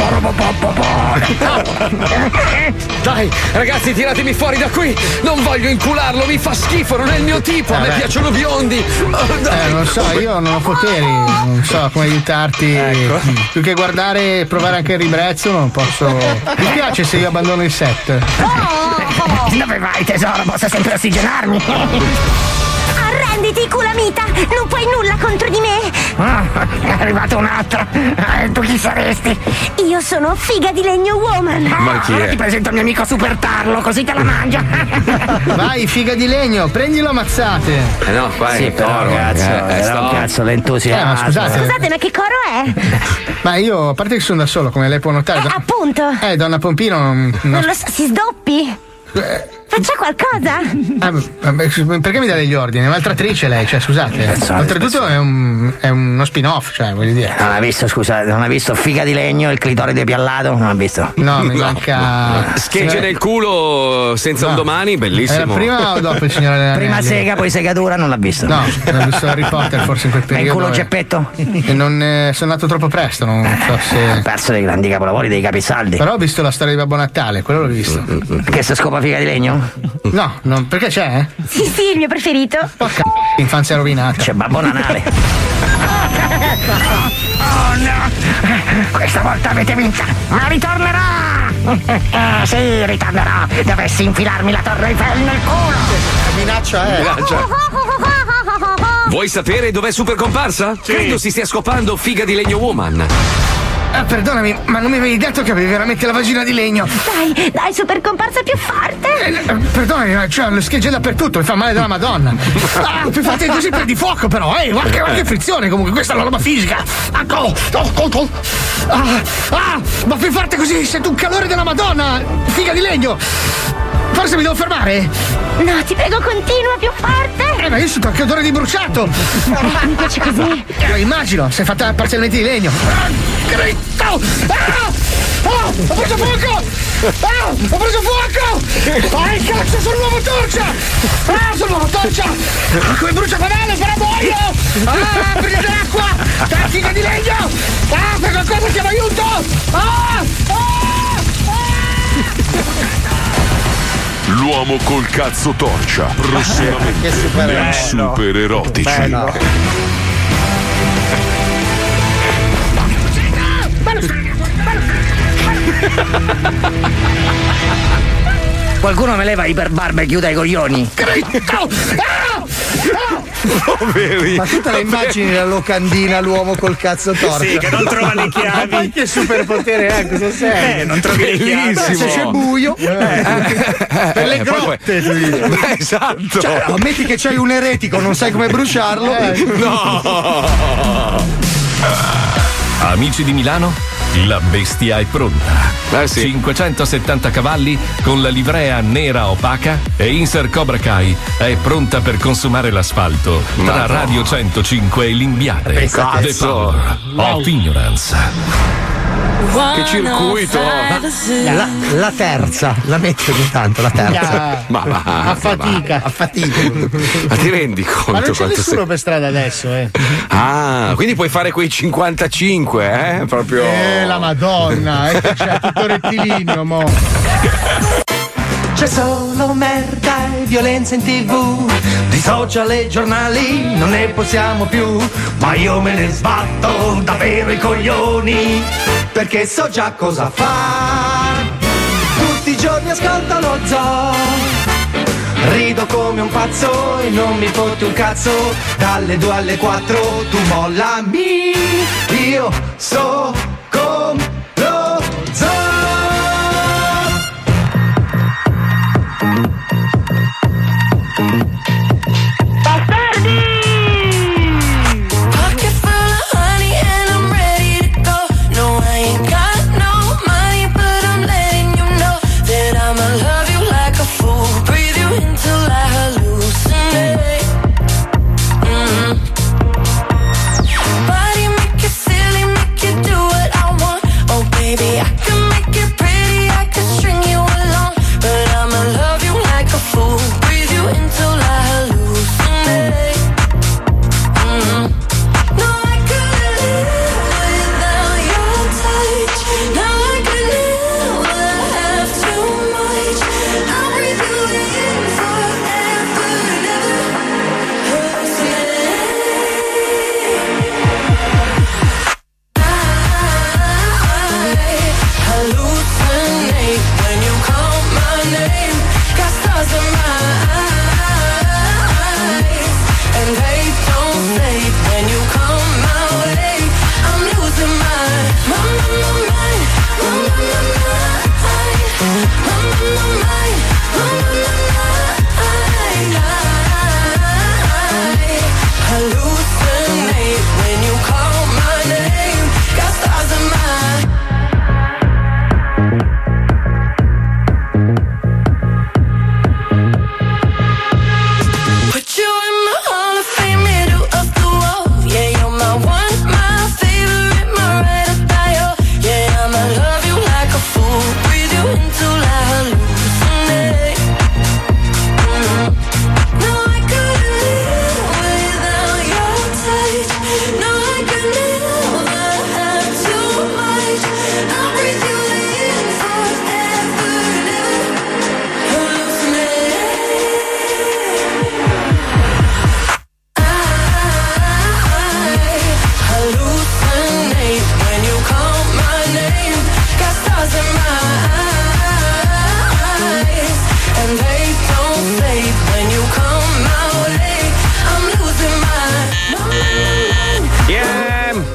Speaker 2: Dai, ragazzi, tiratemi fuori da qui. Non voglio incularlo, mi fa schifo, non è il mio tipo. A me piacciono biondi.
Speaker 6: Non so, io non ho poteri, non so come aiutarti.
Speaker 2: Ecco.
Speaker 6: Più che guardare e provare anche il ribrezzo, non posso. Mi piace se io abbandono il set.
Speaker 20: Dove vai, tesoro? Posso sempre ossigenarmi.
Speaker 21: Arrenditi, culamita! Non puoi nulla contro di me!
Speaker 20: È arrivato un altro. Tu chi saresti?
Speaker 21: Io sono Figa di Legno Woman!
Speaker 2: Ma chi
Speaker 20: Ora
Speaker 2: è?
Speaker 20: ti presento il mio amico Super Tarlo, così te la mangia.
Speaker 6: Vai, Figa di Legno, prendilo ammazzate.
Speaker 2: No, qua
Speaker 20: Sì, però era un cazzo l'entusiasmo.
Speaker 6: Ma scusate.
Speaker 21: Scusate, ma che coro è?
Speaker 6: Ma io, a parte che sono da solo, come lei può notare.
Speaker 21: Appunto!
Speaker 6: Donna Pompino
Speaker 21: Non lo so, si sdoppi! Faccia qualcosa!
Speaker 6: Perché mi dà degli ordini? È un'altratrice lei, cioè scusate. Oltretutto è uno spin-off, cioè voglio dire.
Speaker 20: Non ha visto, scusate, non ha visto Figa di Legno, il clitoride piallato? Non ha visto?
Speaker 6: No, mi manca.
Speaker 2: Schegge nel culo senza un domani, bellissimo.
Speaker 6: Era prima o dopo il Signore degli
Speaker 20: Prima
Speaker 6: Anelli?
Speaker 20: sega, poi segatura, non l'ha visto.
Speaker 6: No, non ho visto Harry Potter forse in quel
Speaker 20: Ma
Speaker 6: periodo.
Speaker 20: il culo Geppetto?
Speaker 6: E non sono nato troppo presto, non so se.
Speaker 20: Ha perso dei grandi capolavori, dei capisaldi.
Speaker 6: Però ho visto la storia di Babbo Natale, quello l'ho visto.
Speaker 20: Che se scopa Figa di Legno?
Speaker 6: No, perché c'è?
Speaker 21: Sì, il mio preferito!
Speaker 6: Porca infanzia rovinata.
Speaker 20: C'è Babbo Natale. Oh no! Questa volta avete vinto! Ma ritornerà! Sì, ritornerà! Dovessi infilarmi la Torre Eiffel nel culo!
Speaker 4: Minaccia è.
Speaker 2: Vuoi sapere dov'è Super Comparsa? Credo si stia scopando Figa di Legno Woman.
Speaker 6: Perdonami, ma non mi avevi detto che avevi veramente la vagina di legno?
Speaker 21: Dai, Super Comparsa più forte!
Speaker 6: Perdonami, cioè lo schegge dappertutto, mi fa male della Madonna. Più fate così per di fuoco però, guarda che frizione comunque, questa è la roba fisica. Ma più forte così, sento un calore della Madonna, Figa di Legno. Forse mi devo fermare?
Speaker 21: No, ti prego, continua più forte!
Speaker 6: Ma io sento anche odore di bruciato!
Speaker 21: Mi piace così!
Speaker 6: Lo immagino, sei fatta parzialmente di legno! Gritto! Ho preso fuoco! Ho preso fuoco! Cazzo, sono l'uomo torcia! Sono l'uomo torcia! Come brucia banale, però muoio! Prendete l'acqua! Figa di legno! Per qualcosa chiamo aiuto!
Speaker 22: L'uomo col cazzo torcia, prossimamente nei super erotici.
Speaker 20: Qualcuno me leva iperbarbecue dai coglioni.
Speaker 2: Poveri.
Speaker 4: Ma tu te la immagini la locandina, l'uomo col cazzo torto?
Speaker 3: Sì, che non trova le chiavi.
Speaker 4: Ma poi che superpotere è? Cosa sei?
Speaker 3: Non trovi le chiavi.
Speaker 4: Se c'è buio. Per le grotte, tu dici.
Speaker 2: Beh, esatto.
Speaker 4: Cioè, ammetti che c'hai un eretico, non sai come bruciarlo.
Speaker 2: No.
Speaker 1: Amici di Milano, la bestia è pronta. 570 cavalli con la livrea nera opaca e Insert Cobra Kai è pronta per consumare l'asfalto tra Radio 105 e l'Imbiate. The Power of Ignorance.
Speaker 2: Che circuito!
Speaker 4: La terza, la metti ogni tanto, la terza.
Speaker 2: Ma
Speaker 6: a fatica.
Speaker 4: A fatica.
Speaker 2: Ma ti rendi conto?
Speaker 6: Ma non c'è
Speaker 2: quanto
Speaker 6: nessuno per strada adesso,
Speaker 2: quindi puoi fare quei 55, proprio.
Speaker 6: La Madonna, c'è tutto rettilineo, mo.
Speaker 18: C'è solo merda e violenza in TV, di social e giornali non ne possiamo più, ma io me ne sbatto davvero i coglioni, perché so già cosa fa. Tutti i giorni ascolto lo zoo, rido come un pazzo e non mi fotte un cazzo, dalle 2 alle 4 tu mollami, io so con lo zoo.
Speaker 5: Pocket full of honey and I'm ready to go. No, I ain't got no money, but I'm letting you know that I'ma love you like a fool. Breathe you in till I hallucinate.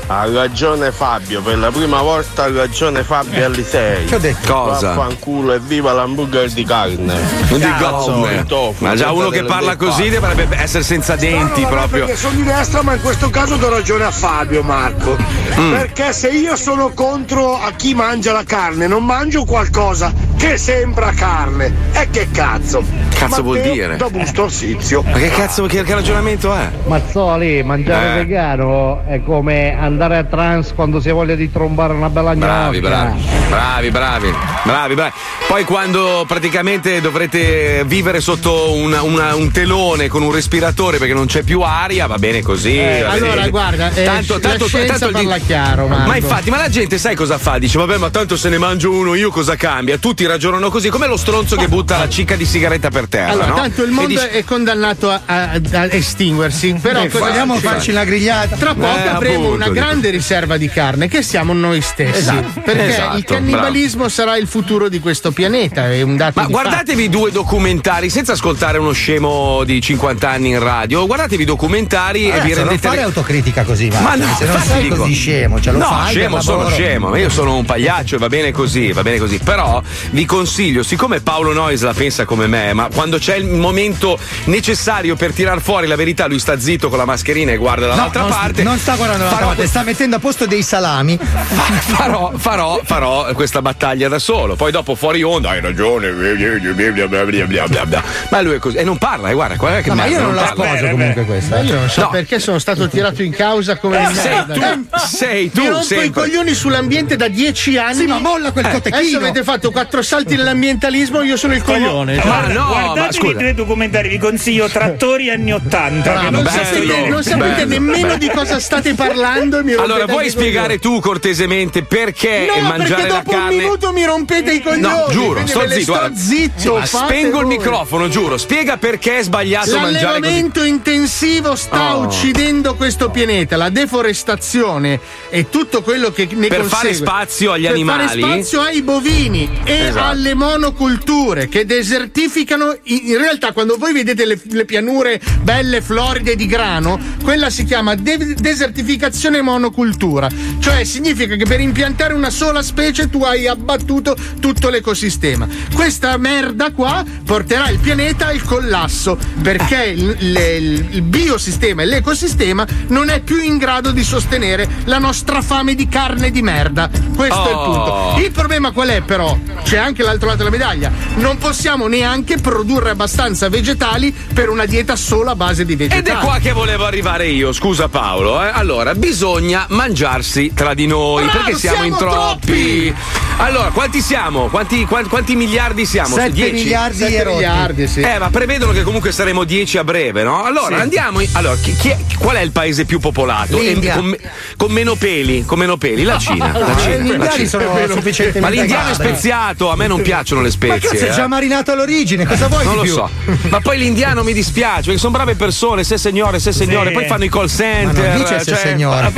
Speaker 8: Ha ragione Fabio, per la prima volta ha ragione Fabio alle 6.
Speaker 2: Che ho detto? Cosa?
Speaker 8: Vaffanculo e viva l'hamburger di carne.
Speaker 2: Ma già uno che parla così dovrebbe essere senza denti proprio.
Speaker 9: Perché sono di destra, ma in questo caso do ragione a Fabio, Marco. Perché se io sono contro a chi mangia la carne, non mangio qualcosa che sembra carne. E che cazzo?
Speaker 2: Cazzo vuol dire?
Speaker 9: Da busto orsizio.
Speaker 2: Ma che cazzo, che ragionamento è?
Speaker 23: Mazzoli, mangiare vegano è come andare a trans quando si ha voglia di trombare una bella gnocca.
Speaker 2: Bravi. Poi quando praticamente dovrete vivere sotto un telone con un respiratore perché non c'è più aria, va bene così.
Speaker 6: Allora guarda, tanto parla chiaro, Marco.
Speaker 2: Ma infatti, ma la gente sai cosa fa? Dice vabbè, ma tanto se ne mangio uno io cosa cambia? Tutti ragionano così, come lo stronzo che butta la cicca di sigaretta per terra.
Speaker 6: Allora,
Speaker 2: no?
Speaker 6: tanto il mondo è condannato a estinguersi. Però
Speaker 4: vogliamo farci la grigliata.
Speaker 6: Tra poco avremo una grande riserva di carne che siamo noi stessi.
Speaker 2: Esatto.
Speaker 6: Perché il cannibalismo sarà il futuro di questo pianeta. È un dato.
Speaker 2: Ma guardatevi due documentari senza ascoltare uno scemo di 50 anni in radio. Guardatevi documentari e vi rendete.
Speaker 4: Non fare autocritica così,
Speaker 2: ma no,
Speaker 4: se non sei così scemo, ce lo fai.
Speaker 2: Scemo, sono scemo. Io sono un pagliaccio e va bene così. Però vi consiglio, siccome Paolo Noyes la pensa come me, ma quando c'è il momento necessario per tirar fuori la verità, lui sta zitto con la mascherina e guarda dall'altra parte.
Speaker 4: Non sta guardando dall'altra parte, sta mettendo a posto dei salami.
Speaker 2: Farò questa battaglia da solo. Poi dopo fuori onda, hai ragione. Ma lui è così. E non parla, guarda che
Speaker 4: ma io non la sposo comunque questa.
Speaker 6: Io non so perché sono stato tirato in causa come
Speaker 2: sei tu.
Speaker 6: Mi rompo i coglioni sull'ambiente da 10 anni.
Speaker 4: Sì, ma molla quel cotechino.
Speaker 6: Adesso avete fatto 4 salti nell'ambientalismo, io sono il coglione.
Speaker 3: Ma no, guardatevi i 3 documentari, vi consiglio Trattori anni 80.
Speaker 6: Non sapete nemmeno di cosa state parlando.
Speaker 2: Allora, vuoi spiegare tu cortesemente perché mangiare la carne?
Speaker 6: Dopo un minuto mi rompete i coglioni.
Speaker 2: No, giuro, sto zitto. Spengo il
Speaker 6: voi.
Speaker 2: microfono, giuro. Spiega perché è sbagliato mangiare così.
Speaker 6: L'allevamento intensivo sta uccidendo questo pianeta. La deforestazione e tutto quello che ne
Speaker 2: per
Speaker 6: consegue.
Speaker 2: Fare spazio agli animali.
Speaker 6: Per fare spazio ai bovini e alle monoculture che desertificano. In realtà, quando voi vedete le pianure belle, floride di grano, quella si chiama desertificazione monocultura. Cioè significa che per impiantare una sola specie tu hai abbattuto tutto l'ecosistema. Questa merda qua porterà il pianeta al collasso perché il biosistema e l'ecosistema non è più in grado di sostenere la nostra fame di carne di merda. Questo è il punto. Il problema qual è però? C'è anche l'altro lato della medaglia. Non possiamo neanche produrre abbastanza vegetali per una dieta solo a base di vegetali.
Speaker 2: Ed è qua che volevo arrivare io, scusa Paolo. Allora, bisogna mangiarsi tra di noi perché siamo in troppi. Allora, quanti siamo? Quanti miliardi siamo?
Speaker 4: 7
Speaker 2: 10?
Speaker 4: miliardi
Speaker 6: 7 miliardi, sì.
Speaker 2: Ma prevedono che comunque saremo 10 a breve, no? Allora, andiamo. Allora, qual è il paese più popolato? Con meno peli? La Cina.
Speaker 4: Gli indiani sono sufficientemente.
Speaker 2: Ma l'indiano è speziato, a me non piacciono le spezie.
Speaker 4: Ma cazzo, è già marinato all'origine, cosa vuoi
Speaker 2: non
Speaker 4: di più?
Speaker 2: lo so. Ma poi l'indiano mi dispiace, perché sono brave persone, se signore, poi fanno i call center.
Speaker 4: Ma non dice se signore.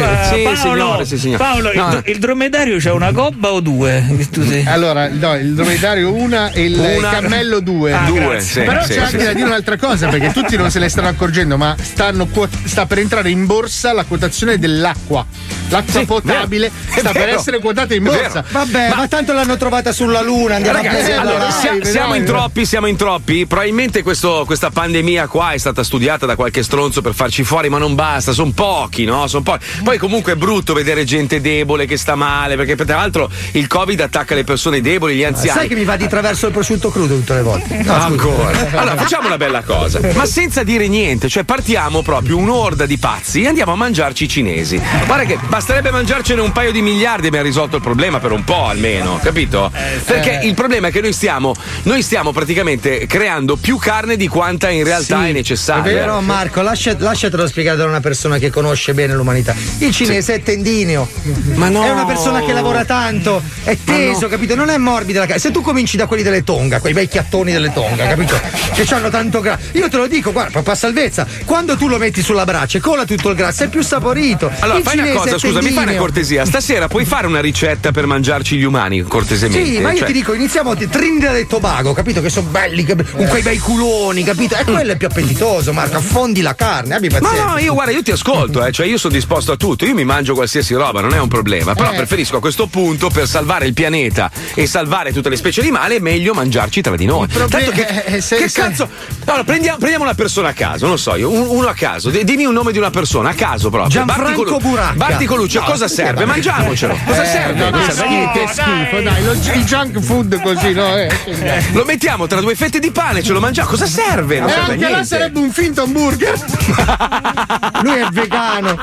Speaker 3: Paolo, il dromedario c'ha una gobba o 2?
Speaker 6: Allora, no, il dromedario una e il cammello 2. Però c'è anche da dire un'altra cosa, perché tutti non se ne stanno accorgendo, ma sta per entrare in borsa la quotazione dell'acqua. L'acqua potabile sta per essere quotata in borsa.
Speaker 4: Vabbè, ma tanto l'hanno trovata sulla Luna.
Speaker 2: Ragazzi, allora, siamo in troppi. Probabilmente questa pandemia qua è stata studiata da qualche stronzo per farci fuori, ma non basta, sono pochi, no? Sono pochi. Poi comunque è brutto vedere gente debole che sta male, perché tra l'altro il Covid attacca le persone deboli, gli anziani.
Speaker 4: Sai che mi va di traverso il prosciutto crudo tutte le volte. No,
Speaker 2: ancora. Allora, facciamo una bella cosa, ma senza dire niente, cioè partiamo proprio un'orda di pazzi e andiamo a mangiarci i cinesi. Guarda che basterebbe mangiarcene un paio di miliardi e abbiamo risolto il problema per un po' almeno, capito? Perché il problema è che noi stiamo praticamente creando più carne di quanta in realtà è necessaria.
Speaker 4: Però Marco, lasciatelo spiegare da una persona che conosce bene l'umanità. Il cinese è tendineo,
Speaker 2: ma no,
Speaker 4: è una persona che lavora tanto, è teso, capito? Non è morbida la carne. Se tu cominci da quelli delle Tonga, quei bei chiattoni delle Tonga, capito? Che hanno tanto grasso. Io te lo dico, guarda, proprio a salvezza, quando tu lo metti sulla brace, cola tutto il grasso, è più saporito.
Speaker 2: Allora,
Speaker 4: il
Speaker 2: fai una cosa, scusa, mi fai una cortesia. Stasera puoi fare una ricetta per mangiarci gli umani, cortesemente?
Speaker 4: Sì, ma io ti dico, iniziamo a Trinidad e Tobago, capito? Che sono belli, con quei bei culoni, capito? E quello è più appetitoso, Marco, affondi la carne, abbi pazienza.
Speaker 2: Ma no, io ti ascolto, cioè io sono disposto a tutto, io mi mangio qualsiasi roba, non è un problema, però preferisco a questo punto, per salvare il pianeta e salvare tutte le specie animali, è meglio mangiarci tra di noi. Tanto che cazzo? Allora, prendiamo una persona a caso, non so io, uno a caso, dimmi un nome di una persona a caso proprio.
Speaker 4: Gianfranco Buracca.
Speaker 2: Barti Colucci, a cosa serve? Mangiamocelo. Cosa serve?
Speaker 6: Non serve niente, che schifo, dai, il junk food così, no?
Speaker 2: Lo mettiamo tra due fette di pane, ce lo mangiamo, cosa serve? Non serve
Speaker 6: anche
Speaker 2: niente.
Speaker 6: là sarebbe un finto hamburger.
Speaker 4: Lui è vegano.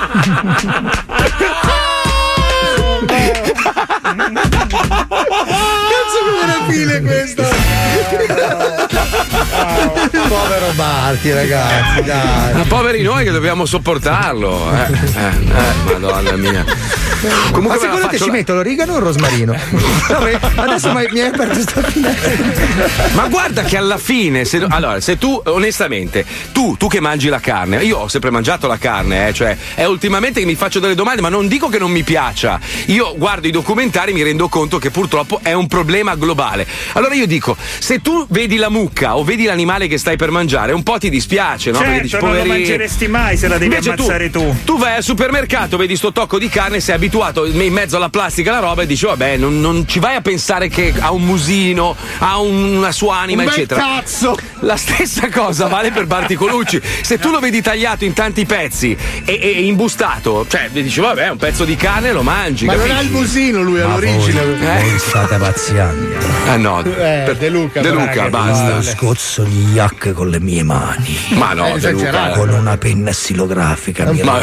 Speaker 6: Cazzo come file questo.
Speaker 4: Povero Barti, ragazzi, dai.
Speaker 2: Ma poveri noi che dobbiamo sopportarlo. Madonna mia. Comunque,
Speaker 4: ma secondo te ci metto l'origano o il rosmarino? Adesso mi hai aperto sta finestra.
Speaker 2: Ma guarda che alla fine, se tu, onestamente, tu che mangi la carne, io ho sempre mangiato la carne, cioè è ultimamente che mi faccio delle domande, ma non dico che non mi piaccia. Io guardo i documentari e mi rendo conto che purtroppo è un problema globale. Allora io dico, se tu vedi la mucca o vedi l'animale che stai per mangiare, un po' ti dispiace, no?
Speaker 3: Certo,
Speaker 2: dici,
Speaker 3: non lo mangeresti mai se la devi
Speaker 2: invece
Speaker 3: ammazzare tu.
Speaker 2: Tu vai al supermercato, vedi sto tocco di carne, sei abituato in mezzo alla plastica la roba e dici vabbè, non ci vai a pensare che ha un musino, ha una sua anima, eccetera.
Speaker 6: Cazzo!
Speaker 2: La stessa cosa vale per Barti Colucci. Se tu lo vedi tagliato in tanti pezzi e imbustato, cioè dici vabbè, è un pezzo di carne, lo mangi.
Speaker 6: Ma
Speaker 2: capisci?
Speaker 6: non ha il musino lui all'origine.
Speaker 4: Voi state pazziando.
Speaker 2: No,
Speaker 6: De Luca,
Speaker 2: basta.
Speaker 4: Scozzo gli yak con le mie mani.
Speaker 2: Ma no, De Luca.
Speaker 4: Con una penna stilografica.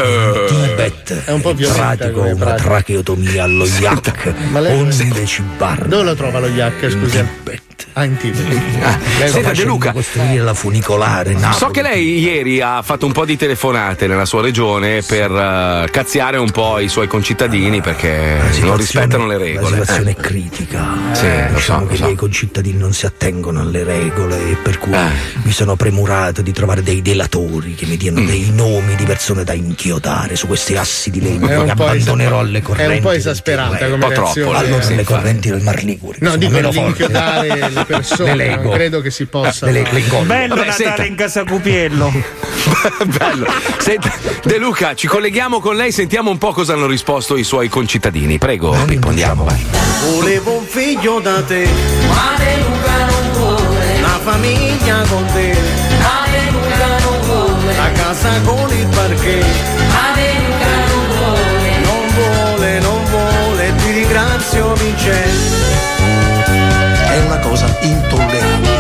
Speaker 4: Tibet.
Speaker 6: È un po' violenta.
Speaker 4: Pratico una tracheotomia allo yak. Onde ci barba.
Speaker 6: Dove lo trova lo yak, scusa? In Tibet.
Speaker 2: Senta De Luca,
Speaker 4: costruire la funicolare.
Speaker 2: so che lei ieri ha fatto un po' di telefonate nella sua regione per cazziare un po' i suoi concittadini perché non rispettano le regole.
Speaker 4: La situazione è critica.
Speaker 2: Sì,
Speaker 4: diciamo che i miei concittadini non si attengono alle regole e per cui mi sono premurato di trovare dei delatori che mi diano dei nomi di persone da inchiodare su questi assi di legno che abbandonerò alle correnti.
Speaker 6: È un po' esasperata come reazione.
Speaker 4: Allora le correnti del Mar Ligure.
Speaker 6: No, dico di inchiodare le persone, non credo che si possa.
Speaker 3: Bello Natale in casa Cupiello.
Speaker 2: Bello. Senta, De Luca, ci colleghiamo con lei, sentiamo un po' cosa hanno risposto i suoi concittadini. Prego, Pippo, andiamo, vai.
Speaker 18: Volevo un figlio da te, ma De Luca non vuole. Una famiglia con te, ma De Luca non vuole. La casa con il parquet, ma De Luca non vuole. Non vuole, ti ringrazio Vincenzo.
Speaker 19: È una cosa intollerabile.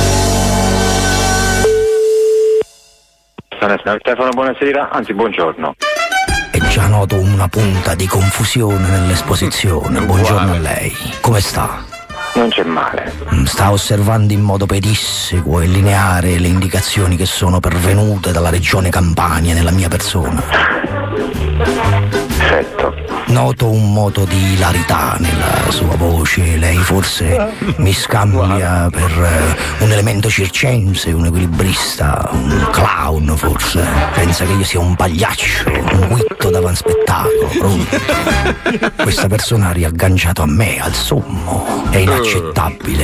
Speaker 16: Stefano, buonasera, anzi buongiorno.
Speaker 4: E già noto una punta di confusione nell'esposizione. Buongiorno a lei. Come sta?
Speaker 16: Non c'è male.
Speaker 4: Sta osservando in modo pedissequo e lineare le indicazioni che sono pervenute dalla regione Campania nella mia persona.
Speaker 16: Perfetto.
Speaker 4: Noto un moto di ilarità nella sua voce. Lei forse mi scambia per un elemento circense, un equilibrista, un clown forse. Pensa che io sia un pagliaccio, un guitto d'avanzpettacolo. Questa persona ha riagganciato a me, al sommo. È inaccettabile.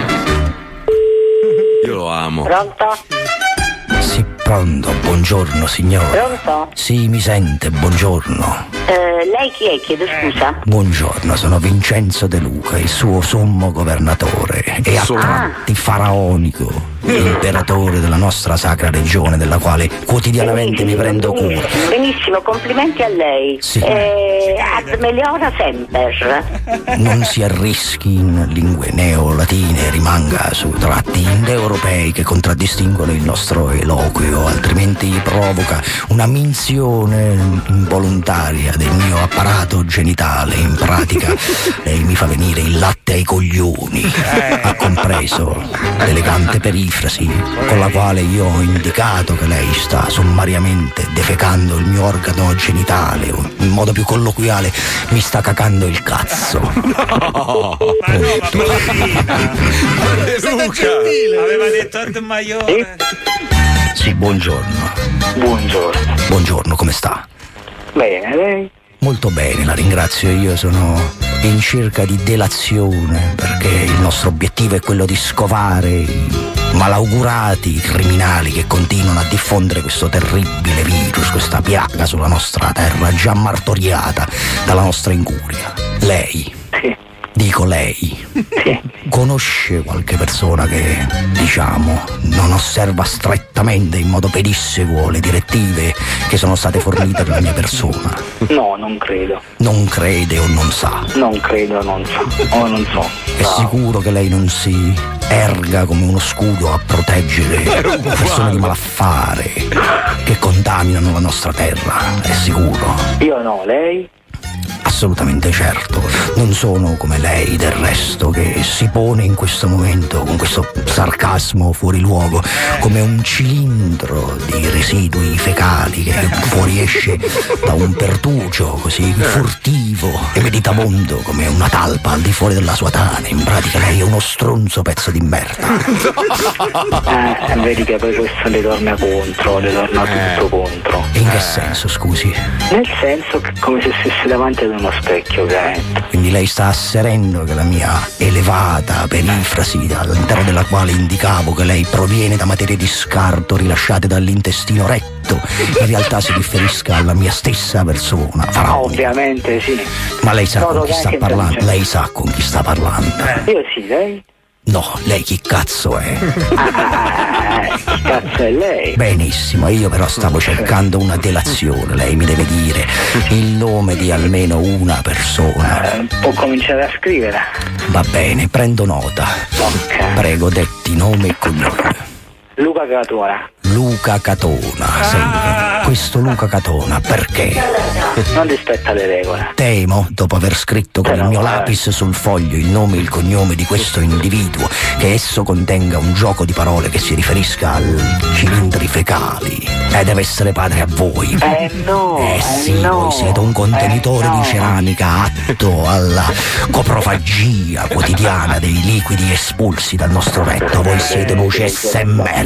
Speaker 2: Io lo amo.
Speaker 10: Pronto?
Speaker 4: Sì, pronto, buongiorno signore.
Speaker 10: Pronto?
Speaker 4: Sì, mi sente, buongiorno.
Speaker 10: Lei chi è? Chiedo scusa.
Speaker 4: Buongiorno, sono Vincenzo De Luca, il suo sommo governatore e a tratti faraonico, l'imperatore della nostra sacra regione, della quale quotidianamente mi prendo cura.
Speaker 10: Benissimo, complimenti a lei.
Speaker 4: Sì.
Speaker 10: Ad meliora semper.
Speaker 4: Non si arrischi in lingue neolatine, rimanga su tratti indoeuropei che contraddistinguono il nostro eloquio, altrimenti provoca una minzione involontaria del mio apparato genitale. In pratica lei mi fa venire il latte ai coglioni. Ha compreso l'elegante perifrasi con la quale io ho indicato che lei sta sommariamente defecando il mio organo genitale, o in modo più colloquiale mi sta cacando il cazzo.
Speaker 3: No, aveva detto ad maiore.
Speaker 4: Sì, buongiorno.
Speaker 16: Buongiorno.
Speaker 4: Buongiorno, come sta?
Speaker 16: Bene, lei?
Speaker 4: Molto bene, la ringrazio. Io sono
Speaker 11: in cerca di delazione, perché il nostro obiettivo è quello di scovare i malaugurati, i criminali che continuano a diffondere questo terribile virus, questa piaga sulla nostra terra già martoriata dalla nostra incuria. Lei, dico lei, conosce qualche persona che, diciamo, non osserva strettamente in modo pedissequo le direttive che sono state fornite per la mia persona?
Speaker 16: No, non credo.
Speaker 11: Non crede o non sa?
Speaker 16: Non credo, non so. O non so.
Speaker 11: È sicuro che lei non si erga come uno scudo a proteggere persone di malaffare che contaminano la nostra terra? È sicuro?
Speaker 16: Io no, lei?
Speaker 11: Assolutamente certo, non sono come lei del resto, che si pone in questo momento con questo sarcasmo fuori luogo come un cilindro di residui fecali che fuoriesce da un pertugio così furtivo e meditabondo come una talpa al di fuori della sua tana. In pratica lei è uno stronzo pezzo di merda.
Speaker 16: Vedi che poi questo le torna contro, le torna tutto contro.
Speaker 11: In che senso, scusi?
Speaker 16: Nel senso che come se stesse davanti ad uno specchio, ovviamente.
Speaker 11: Quindi lei sta asserendo che la mia elevata perifrasi, all'interno della quale indicavo che lei proviene da materie di scarto rilasciate dall'intestino retto, in realtà si riferisca alla mia stessa persona.
Speaker 16: Ovviamente sì.
Speaker 11: Ma lei sa con chi sta parlando? Lei sa con chi sta parlando?
Speaker 16: Io sì, lei?
Speaker 11: No, lei chi cazzo è?
Speaker 16: Chi cazzo è lei?
Speaker 11: Benissimo, io però stavo cercando una delazione. Lei mi deve dire il nome di almeno una persona.
Speaker 16: Può cominciare a scrivere.
Speaker 11: Va bene, prendo nota. Prego, detti nome e cognome.
Speaker 16: Luca Catona.
Speaker 11: Luca Catona, senti, questo Luca Catona perché?
Speaker 16: Non rispetta le regole.
Speaker 11: Temo, dopo aver scritto con il mio lapis sul foglio il nome e il cognome di questo individuo, che esso contenga un gioco di parole che si riferisca al cilindri fecali. Deve essere padre a voi.
Speaker 16: No.
Speaker 11: Sì, voi siete un contenitore di ceramica atto alla coprofagia quotidiana dei liquidi espulsi dal nostro retto. Voi siete ucesse e merda.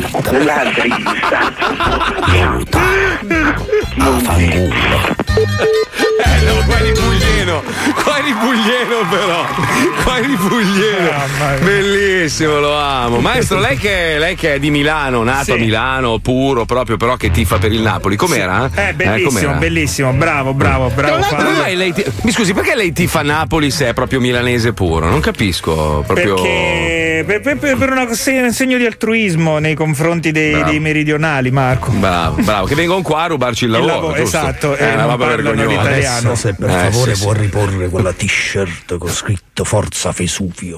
Speaker 11: Luta. Fanculo.
Speaker 2: No, qua di Puglieno però. Qua di Puglieno. Bellissimo, lo amo. Maestro, lei che è di Milano, nato a Milano, puro proprio, però che tifa per il Napoli. Com'era?
Speaker 3: Bellissimo,
Speaker 2: com'era?
Speaker 3: Bellissimo, bravo
Speaker 2: Mi scusi, perché lei tifa Napoli se è proprio milanese puro? Non capisco proprio.
Speaker 3: Perché per un segno di altruismo nei confronti dei meridionali, Marco.
Speaker 2: Bravo, che vengono qua a rubarci il lavoro.
Speaker 3: Esatto,
Speaker 2: è una roba vergognosa.
Speaker 11: Adesso, se per favore può riporre quella t-shirt con scritto Forza Vesuvio.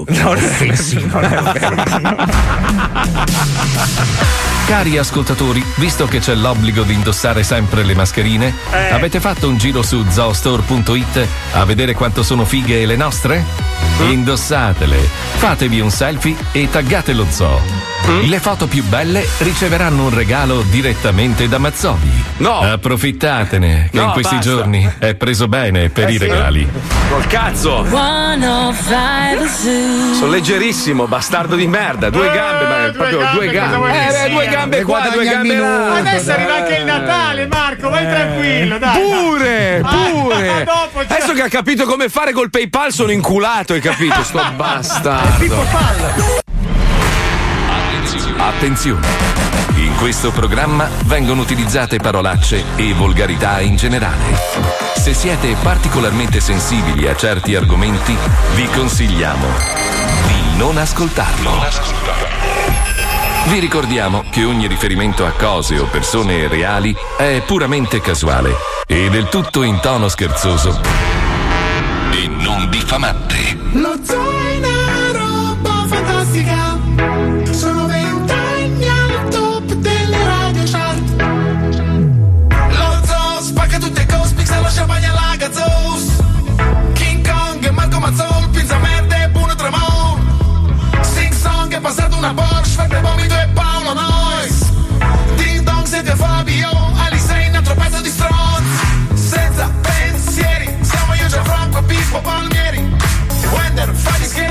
Speaker 1: Cari ascoltatori, visto che c'è l'obbligo di indossare sempre le mascherine, avete fatto un giro su zoostore.it a vedere quanto sono fighe le nostre? Indossatele, fatevi un selfie e taggate lo zoo. Le foto più belle riceveranno un regalo direttamente da Mazzovi.
Speaker 2: No!
Speaker 1: Approfittatene, che in questi giorni è preso bene per i regali.
Speaker 2: Col cazzo! Sono leggerissimo, bastardo di merda. Due gambe, proprio due gambe. Due gambe qua, due gambe là.
Speaker 7: Adesso arriva anche il Natale, Marco, vai tranquillo, dai.
Speaker 2: Pure!
Speaker 7: Dopo,
Speaker 2: adesso che ha capito come fare col PayPal sono inculato, hai capito? Sto bastardo.
Speaker 1: Attenzione! In questo programma vengono utilizzate parolacce e volgarità in generale. Se siete particolarmente sensibili a certi argomenti, vi consigliamo di non ascoltarlo. Vi ricordiamo che ogni riferimento a cose o persone reali è puramente casuale e del tutto in tono scherzoso e non diffamante.
Speaker 5: Lo zoo è una roba fantastica. Sono 20 anni al top delle radio chart. Lo zoo spacca tutte Cospix e lo champagne alla Gazzos. King Kong e Marco Mazzol, pizza merda e Bruno Tremont. Sing Song è passato una Porsche, Fabio Vomito e Paolo Noyes. Ding Dong siete Fabio, Alice un altro pezzo di stronz. Senza pensieri, siamo io, Gianfranco, Pippo Palmieri. Wender, fai gli scherzi.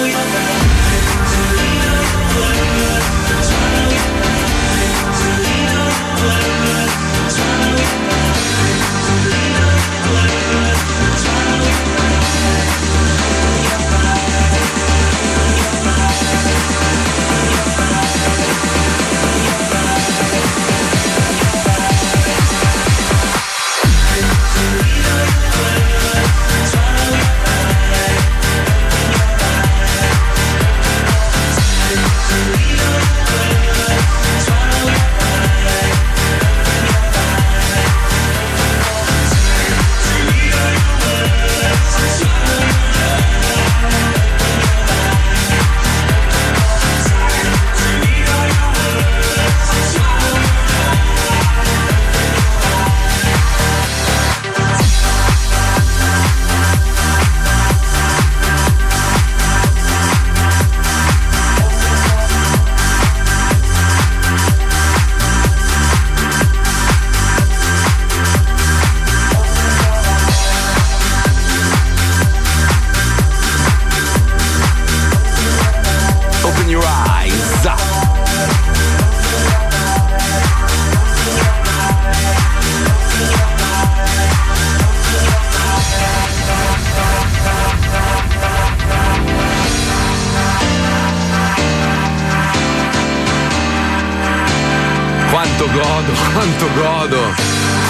Speaker 2: Quanto godo!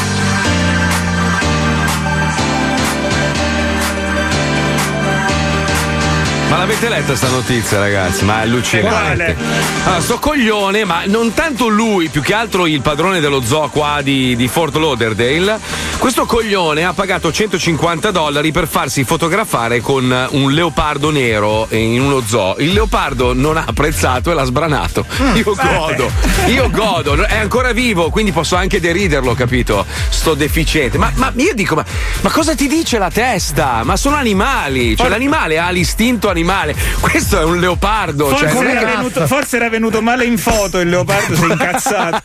Speaker 2: Ma l'avete letta sta notizia, ragazzi? Ma è allucinante. Allora, sto coglione, ma non tanto lui, più che altro il padrone dello zoo qua di Fort Lauderdale. Questo coglione ha pagato $150 per farsi fotografare con un leopardo nero in uno zoo. Il leopardo non ha apprezzato e l'ha sbranato. Io godo, è ancora vivo, quindi posso anche deriderlo, capito? Sto deficiente. Ma io dico, ma cosa ti dice la testa? Ma sono animali, cioè l'animale ha l'istinto animale. Questo è un leopardo.
Speaker 3: Forse era venuto male in foto, il leopardo si è incazzato.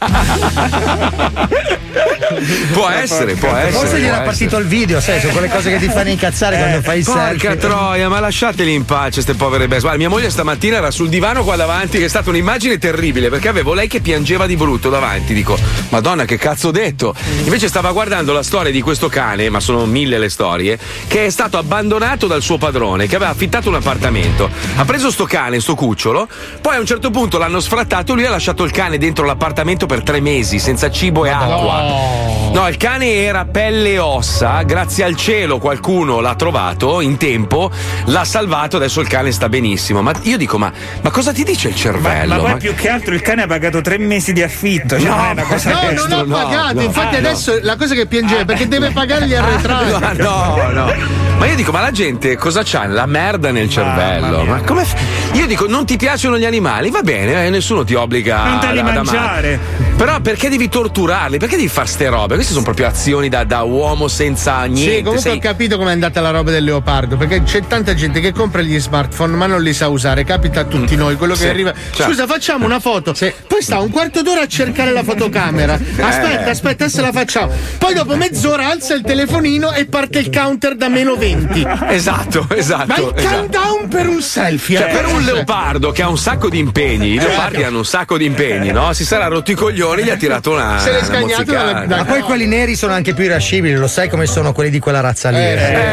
Speaker 2: Può essere.
Speaker 4: Forse gli era partito il video, sai, sono quelle cose che ti fanno incazzare quando fai il selfie.
Speaker 2: Porca troia, ma lasciateli in pace, ste povere bestie. Guarda, mia moglie stamattina era sul divano qua davanti, che è stata un'immagine terribile, perché avevo lei che piangeva di brutto davanti. Dico, Madonna, che cazzo ho detto? Invece stava guardando la storia di questo cane, ma sono 1000 le storie, che è stato abbandonato dal suo padrone, che aveva affittato un appartamento. Ha preso sto cane, sto cucciolo, poi a un certo punto l'hanno sfrattato e lui ha lasciato il cane dentro l'appartamento per 3 mesi, senza cibo e acqua. No, il cane era pelle e ossa, grazie al cielo qualcuno l'ha trovato in tempo, l'ha salvato, adesso il cane sta benissimo. Ma io dico, ma cosa ti dice il cervello?
Speaker 3: Ma poi più che altro il cane ha pagato 3 mesi di affitto, cioè non è una cosa
Speaker 6: non ha pagato, infatti adesso la cosa che piangeva è perché deve pagare gli arretrati.
Speaker 2: No. Ma io dico, ma la gente cosa c'ha? La merda nel cervello. Ma come io dico, non ti piacciono gli animali? Va bene, nessuno ti obbliga
Speaker 3: ad mangiare.
Speaker 2: Però perché devi torturarli? Perché devi fare ste robe? Queste sono proprio azioni da uomo senza niente.
Speaker 6: Sì, comunque ho capito com'è andata la roba del leopardo, perché c'è tanta gente che compra gli smartphone ma non li sa usare, capita a tutti noi, quello che arriva. Scusa, facciamo una foto. Poi sta un quarto d'ora a cercare la fotocamera. Aspetta, se la facciamo. Poi dopo mezz'ora alza il telefonino e parte il counter da -20.
Speaker 2: Esatto.
Speaker 6: Ma il countdown per un selfie.
Speaker 2: Cioè, per un leopardo che ha un sacco di impegni, i leopardi hanno un sacco di impegni, no? Si sarà rotto i coglioni e gli ha tirato una.
Speaker 6: Se l'è scagnato
Speaker 4: ma poi quelli neri sono anche più irascibili, lo sai come sono quelli di quella razza lì.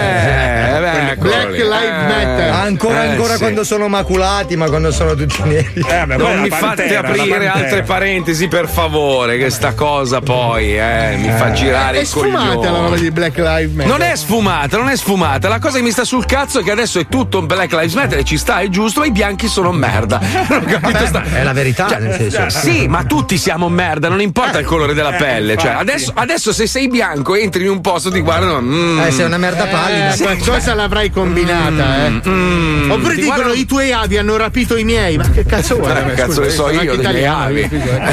Speaker 6: Black Lives Matter.
Speaker 4: Ancora quando sono maculati, ma quando sono tutti neri.
Speaker 2: Non mi fate aprire altre parentesi, per favore, che sta cosa poi mi fa girare il coglione.
Speaker 6: È sfumata la roba di Black Lives Matter.
Speaker 2: Non è sfumata. La cosa che mi sta sul cazzo è che adesso è tutto Black Lives Matter e ci sta, è giusto, ma i bianchi sono merda. Non ho capito.
Speaker 4: È la verità, nel senso.
Speaker 2: Sì, ma tutti siamo merda, non importa il colore della pelle. Cioè, adesso se sei bianco entri in un posto ti guardano.
Speaker 4: Sei una merda pallida.
Speaker 6: Qualcosa l'avrai combinata, Oppure dicono i tuoi avi hanno rapito i miei. Ma che cazzo vuoi?
Speaker 2: Che cazzo ne so io dei miei avi?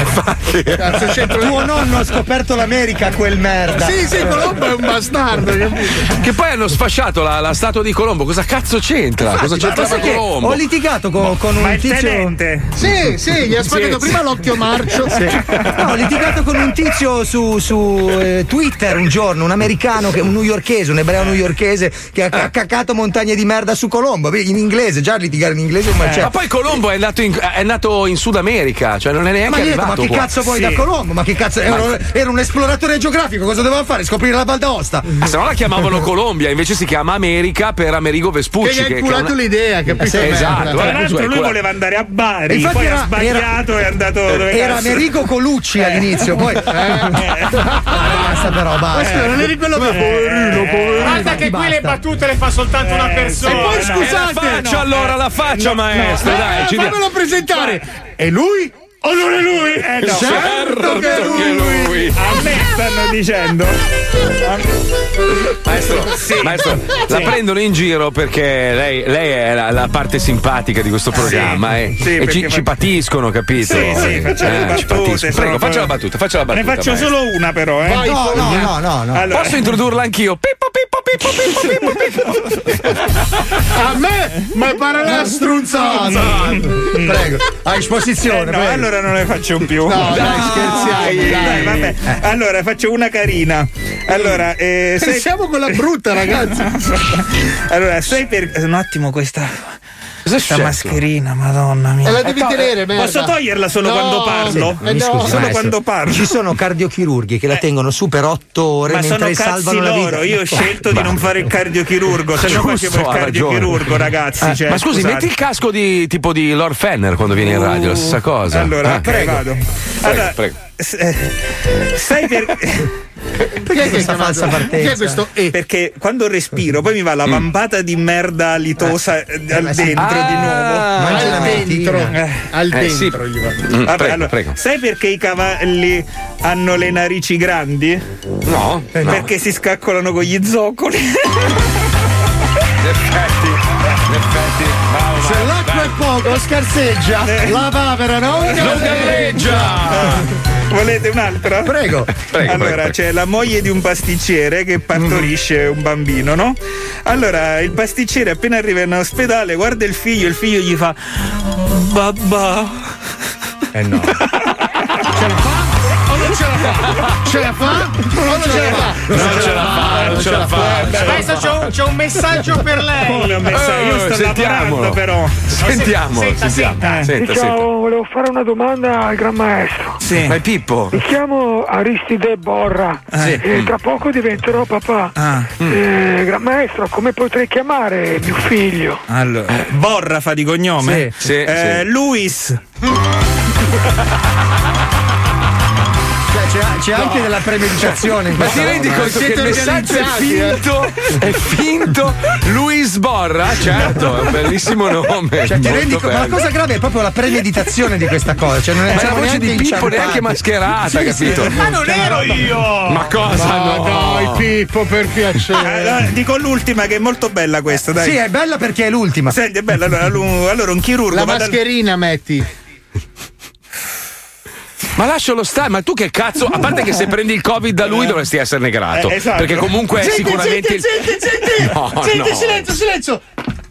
Speaker 4: Tuo nonno ha scoperto l'America, quel merda.
Speaker 6: Sì, Colombo è un bastardo.
Speaker 2: Che poi hanno sfasciato la statua di Colombo. Cosa cazzo c'entra? Cosa c'entrava Colombo?
Speaker 4: Ho litigato con un tizio.
Speaker 6: Sì, gli ha spaccato prima l'occhio marcio.
Speaker 4: No, ho litigato con un tizio su Twitter un giorno, un americano, un newyorkese, un ebreo newyorkese che ha caccato montagne di merda su Colombo. In inglese, già litigare in inglese è un macello.
Speaker 2: Ma poi Colombo è nato in Sud America, cioè non è neanche arrivato.
Speaker 4: Ma che
Speaker 2: qua.
Speaker 4: cazzo vuoi da Colombo? Ma che cazzo? Era un esploratore geografico, cosa doveva fare? Scoprire la Val d'Aosta?
Speaker 2: Se no la chiamavano Colombia, invece si chiama America per Amerigo Vespucci.
Speaker 6: Che gli ha inculato l'idea, capito?
Speaker 2: Esatto.
Speaker 3: Tra l'altro lui voleva andare a Bari, poi ha sbagliato e è andato dove
Speaker 4: era Amerigo Colucci all'inizio, poi basta però, basta.
Speaker 6: Non eri quello che poverino.
Speaker 7: Guarda che qui le battute le fa soltanto una persona.
Speaker 6: E poi scusate,
Speaker 2: la faccia, maestro, dai,
Speaker 6: fammelo presentare. E lui? O non è lui?
Speaker 3: No.
Speaker 6: Certo che è lui.
Speaker 3: A me stanno dicendo.
Speaker 2: Maestro, la prendono in giro perché lei è la parte simpatica di questo programma e ci patiscono, capito?
Speaker 3: Sì, facciamo le battute.
Speaker 2: Prego, faccia la battuta.
Speaker 3: Ne faccio solo una però,
Speaker 4: No.
Speaker 2: Allora. Posso introdurla anch'io? Pippo.
Speaker 6: A me mi pare una strunzata.
Speaker 4: Prego, a esposizione.
Speaker 3: No, allora non le faccio più.
Speaker 6: No, dai, scherziamo.
Speaker 3: Dai, vabbè. Allora, faccio una carina. Allora,
Speaker 6: siamo con la brutta, ragazzi.
Speaker 3: Allora, sai per un attimo questa mascherina, madonna mia.
Speaker 6: E la devi tenere, merda.
Speaker 3: Posso toglierla solo quando parlo?
Speaker 4: Mi scusi,
Speaker 3: solo quando parlo.
Speaker 4: Ci sono cardiochirurghi che la tengono su per 8 ore
Speaker 3: ma
Speaker 4: mentre
Speaker 3: sono
Speaker 4: salvano la vita.
Speaker 3: Io ho scelto di non fare il cardiochirurgo, se no facevo il cardiochirurgo, ragazzi.
Speaker 2: Ma scusi, metti il casco tipo di Lord Fenner quando viene in radio, la stessa cosa.
Speaker 3: Allora,
Speaker 2: prego.
Speaker 3: vado.
Speaker 2: Prego.
Speaker 3: Sai
Speaker 4: perché questa falsa partenza?
Speaker 6: Perché questo
Speaker 3: Perché quando respiro poi mi va la vampata di merda litosa al dentro di nuovo.
Speaker 6: Al dentro gli va.
Speaker 3: Vabbè, prego. Sai perché i cavalli hanno le narici grandi?
Speaker 2: No.
Speaker 3: Perché si scaccolano con gli zoccoli.
Speaker 2: In effetti,
Speaker 6: se l'acqua è poco scarseggia, la papera non
Speaker 3: galleggia. Volete un'altra?
Speaker 4: Prego.
Speaker 3: Allora, c'è la moglie di un pasticcere che partorisce un bambino, no? Allora, il pasticcere appena arriva in ospedale guarda il figlio gli fa babà.
Speaker 4: No.
Speaker 6: Ce la fa? O non ce la fa? Ce la fa? O non ce la fa?
Speaker 2: Non ce la fa.
Speaker 7: Adesso c'è un messaggio per lei.
Speaker 3: Io sto lavorando però.
Speaker 2: Sentiamo.
Speaker 13: Ciao, volevo fare una domanda al Gran Maestro.
Speaker 2: Sì. Ma è Pippo?
Speaker 13: Mi chiamo Aristide Borra e tra poco diventerò papà. Gran Maestro, come potrei chiamare mio figlio?
Speaker 3: Allora, Borra fa di cognome?
Speaker 2: Sì.
Speaker 3: Luis.
Speaker 4: C'è anche della premeditazione.
Speaker 2: Ma ti rendi conto che il messaggio è finto? Luis Borra, certo, è un bellissimo nome.
Speaker 4: Cioè, ti rendi conto? Ma la cosa grave è proprio la premeditazione di questa cosa. Cioè, non è
Speaker 2: la voce di Pippo neanche mascherata, capito?
Speaker 7: Ma non ero io!
Speaker 2: Ma cosa? No,
Speaker 6: dai, Pippo, per piacere.
Speaker 3: Dico l'ultima che è molto bella questa, dai.
Speaker 4: Sì, è bella perché è l'ultima.
Speaker 3: Senti, è bella. Allora un chirurgo.
Speaker 6: La mascherina metti.
Speaker 2: Ma lascialo stare, ma tu che cazzo? A parte che se prendi il Covid da lui dovresti esserne grato.
Speaker 3: Esatto.
Speaker 2: Perché comunque è sicuramente.
Speaker 6: Senti!
Speaker 2: No.
Speaker 6: Silenzio!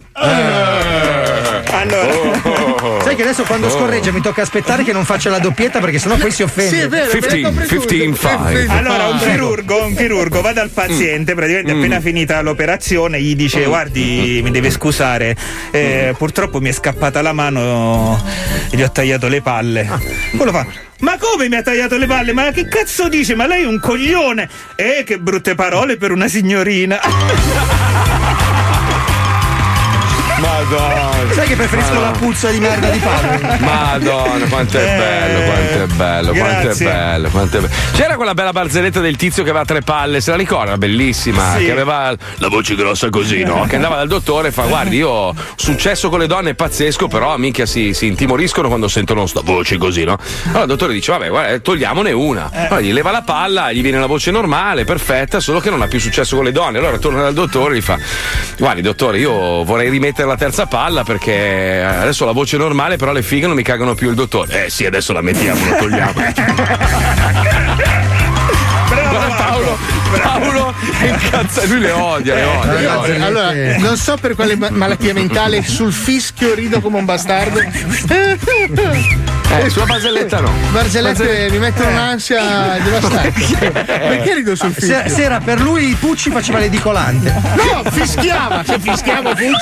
Speaker 3: Allora,
Speaker 4: sai che adesso quando scorreggia mi tocca aspettare che non faccia la doppietta perché sennò poi si offende.
Speaker 6: Sì, è vero.
Speaker 2: 15-5.
Speaker 3: Allora un chirurgo va dal paziente, praticamente appena finita l'operazione gli dice guardi, mi deve scusare, purtroppo mi è scappata la mano e gli ho tagliato le palle. Quello fa: ma come mi ha tagliato le palle? Ma che cazzo dice? Ma lei è un coglione! Che brutte parole per una signorina.
Speaker 2: Madonna.
Speaker 4: Sai che preferisco la puzza di merda di Paolo?
Speaker 2: Madonna, quanto è bello. C'era quella bella barzelletta del tizio che aveva 3 palle, se la ricorda? Bellissima,
Speaker 3: sì.
Speaker 2: Che aveva la voce grossa così, no? Che andava dal dottore e fa: guardi, io ho successo con le donne pazzesco, però minchia si intimoriscono quando sentono sta voce così, no? Allora il dottore dice: vabbè, guarda, togliamone una. Allora gli leva la palla, gli viene la voce normale, perfetta, solo che non ha più successo con le donne. Allora torna dal dottore e gli fa: guardi dottore, io vorrei rimettere la terza palla perché adesso ho la voce normale, però le fighe non mi cagano più. Il dottore: sì, adesso la mettiamo, la togliamo. Paolo incazza, lui le odia.
Speaker 6: Allora, non so per quale malattia mentale sul fischio rido come un bastardo.
Speaker 2: Sulla barzelletta no.
Speaker 6: Barzellette mi mettono un'ansia devastante. Perché rido sul film?
Speaker 4: Se era per lui Pucci faceva l'edicolante.
Speaker 6: No, fischiava. Se fischiava Pucci.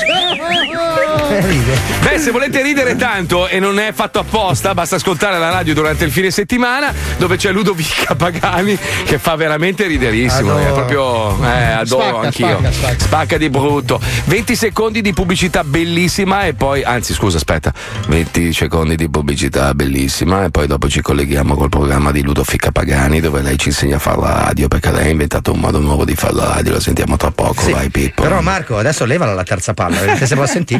Speaker 2: Beh, se volete ridere tanto e non è fatto apposta, basta ascoltare la radio durante il fine settimana, dove c'è Ludovica Pagani che fa veramente riderissimo. È proprio adoro anch'io. Spacca di brutto. 20 secondi di pubblicità bellissima e poi, anzi scusa, aspetta, 20 secondi di pubblicità bellissima e poi dopo ci colleghiamo col programma di Ludovica Pagani, dove lei ci insegna a fare la radio, perché lei ha inventato un modo nuovo di fare la radio. Lo sentiamo tra poco.
Speaker 4: Sì,
Speaker 2: vai Pippo.
Speaker 4: Però Marco, adesso levala la terza palla, vedete se può sentire.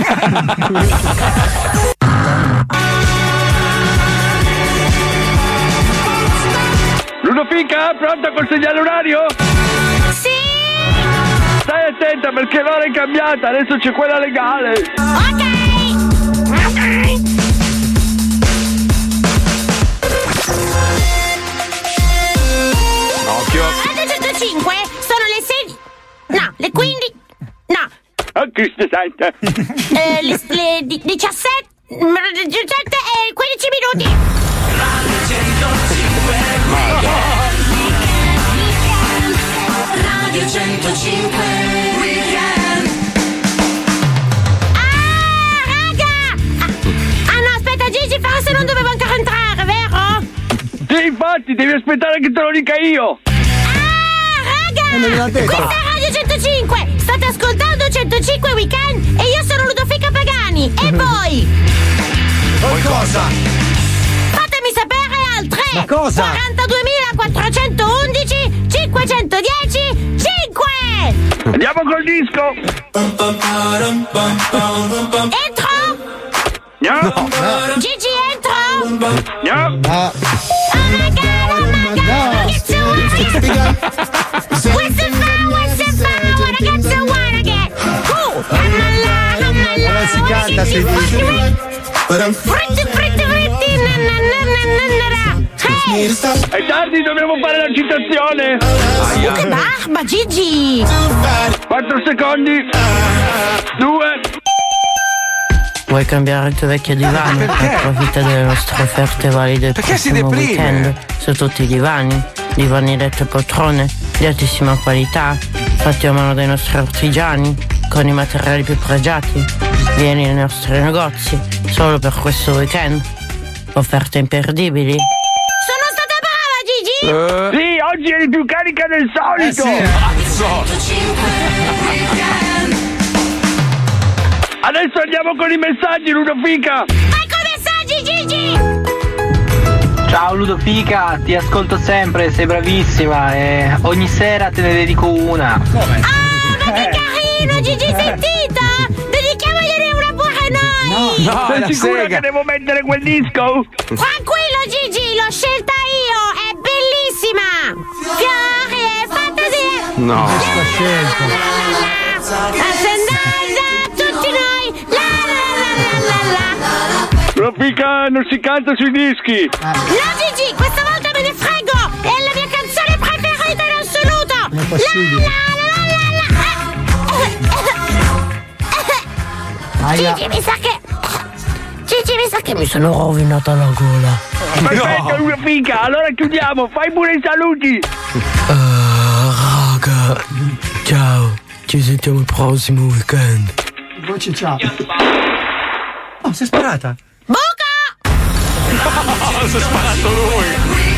Speaker 14: Ludovica, pronta col segnale orario?
Speaker 21: Sì!
Speaker 14: Stai attenta perché l'ora è cambiata, adesso c'è quella legale.
Speaker 21: Ok!
Speaker 2: Occhio.
Speaker 21: Radio 105 sono le 6. No, le 15. No.
Speaker 14: Oh Cristo Santa.
Speaker 21: Le 17 e 15 minuti.
Speaker 5: Radio 105. Radio 105.
Speaker 21: No, aspetta, Gigi, forse non dovevo ancora entrare, vero?
Speaker 14: Sì, infatti, devi aspettare che te lo dica io.
Speaker 21: Raga, questa è Radio 105. State ascoltando 105 Weekend e io sono Ludovica Pagani. E voi?
Speaker 4: Voi cosa?
Speaker 21: Fatemi sapere al 3
Speaker 4: Ma cosa?
Speaker 21: 42.411 510 5.
Speaker 14: Andiamo col disco.
Speaker 21: Entro.
Speaker 14: No.
Speaker 21: Gigi, entro.
Speaker 14: No.
Speaker 21: Oh my god, get to it. What's the fun, wanna get to wanna get. I'm alive,
Speaker 4: si canta, si dice.
Speaker 21: Fritti, hey!
Speaker 14: È tardi, dobbiamo fare la citazione.
Speaker 21: Che barba, Gigi.
Speaker 14: 4 secondi. 2.
Speaker 15: Vuoi cambiare il tuo vecchio divano? Approfitta delle nostre offerte valide per il prossimo weekend su tutti i divani, divani letto e poltrone di altissima qualità, fatti a mano dai nostri artigiani, con i materiali più pregiati. Vieni nei nostri negozi solo per questo weekend. Offerte imperdibili.
Speaker 21: Sono stata brava, Gigi?
Speaker 14: Sì, oggi eri più carica del solito. Adesso andiamo con i messaggi, Ludovica.
Speaker 21: Vai con i messaggi, Gigi.
Speaker 17: Ciao Ludovica, ti ascolto sempre, sei bravissima e ogni sera te ne dedico una.
Speaker 21: Come? Ma che carino, Gigi, sentita? Dedichiamogliene una pure noi.
Speaker 14: No, sei sicura che devo mettere quel disco?
Speaker 21: Tranquillo, Gigi, l'ho scelta io, è bellissima. Fiori e fantasie.
Speaker 2: No.
Speaker 4: Sta scelta.
Speaker 21: Tutti noi. La la la la la la.
Speaker 14: Ludovica, non si canta sui dischi.
Speaker 21: No, Gigi, questa volta me ne frego. È la mia canzone preferita in assoluto.
Speaker 4: Non è possibile.
Speaker 21: Gigi, mi sa che mi sono rovinata la gola.
Speaker 14: Perfetto, Ludovica, allora chiudiamo, fai pure i saluti.
Speaker 15: Raga, ciao, ci sentiamo il prossimo weekend.
Speaker 4: Voce ciao. Oh, si è sparata.
Speaker 21: Buca!
Speaker 2: No, si è sparato lui.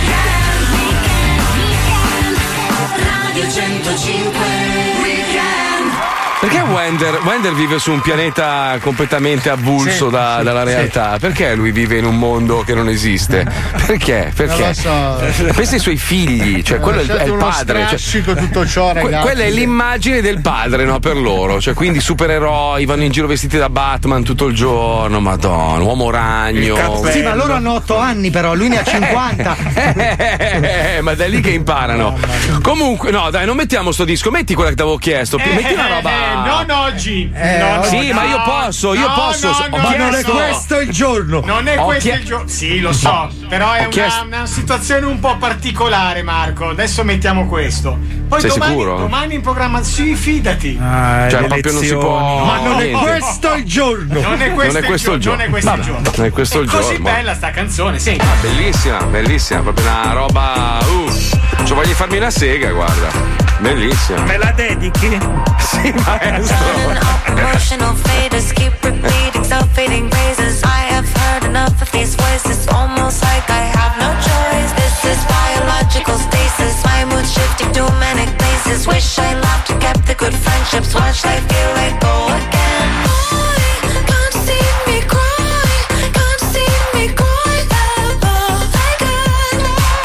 Speaker 5: Radio 105
Speaker 2: Perché Wender vive su un pianeta completamente avulso dalla realtà? Perché lui vive in un mondo che non esiste? Perché?
Speaker 6: Non lo so.
Speaker 2: Pensa ai suoi figli, cioè quello è il padre.
Speaker 6: Cioè, tutto ciò, ragazzi.
Speaker 2: Quella è l'immagine del padre, no? Per loro. Cioè, quindi supereroi, vanno in giro vestiti da Batman tutto il giorno, madonna, uomo ragno.
Speaker 4: Sì, ma loro hanno 8 anni però, lui ne ha 50.
Speaker 2: Ma da lì che imparano. Comunque, no, dai, non mettiamo sto disco, metti quella che ti avevo chiesto. Metti una roba.
Speaker 7: non oggi.
Speaker 2: Sì, ma io posso.
Speaker 4: Ma non è questo il giorno.
Speaker 7: Non è questo il giorno. Sì, lo so, però è una situazione un po' particolare, Marco. Adesso mettiamo questo. Poi
Speaker 2: Sei sicuro?
Speaker 7: domani in programma, sì, fidati.
Speaker 2: Cioè, proprio non si può.
Speaker 4: Ma non è questo il giorno.
Speaker 7: Non è questo il giorno.
Speaker 2: Non è questo il giorno.
Speaker 7: Così bella sta canzone, senti.
Speaker 2: Bellissima, proprio una roba. Cioè, voglio farmi una sega, guarda. Bellissima.
Speaker 3: Me la dedichi?
Speaker 2: Sì, maestro.
Speaker 21: Emotional faders keep repeating self-fading phrases. I have heard enough of these voices. Almost like I have no choice. This is biological stasis. My mood shifting to manic places. Wish I laughed and kept the good friendships. Watch life feel like go again. Can't see me cry. Can't see me cry ever again.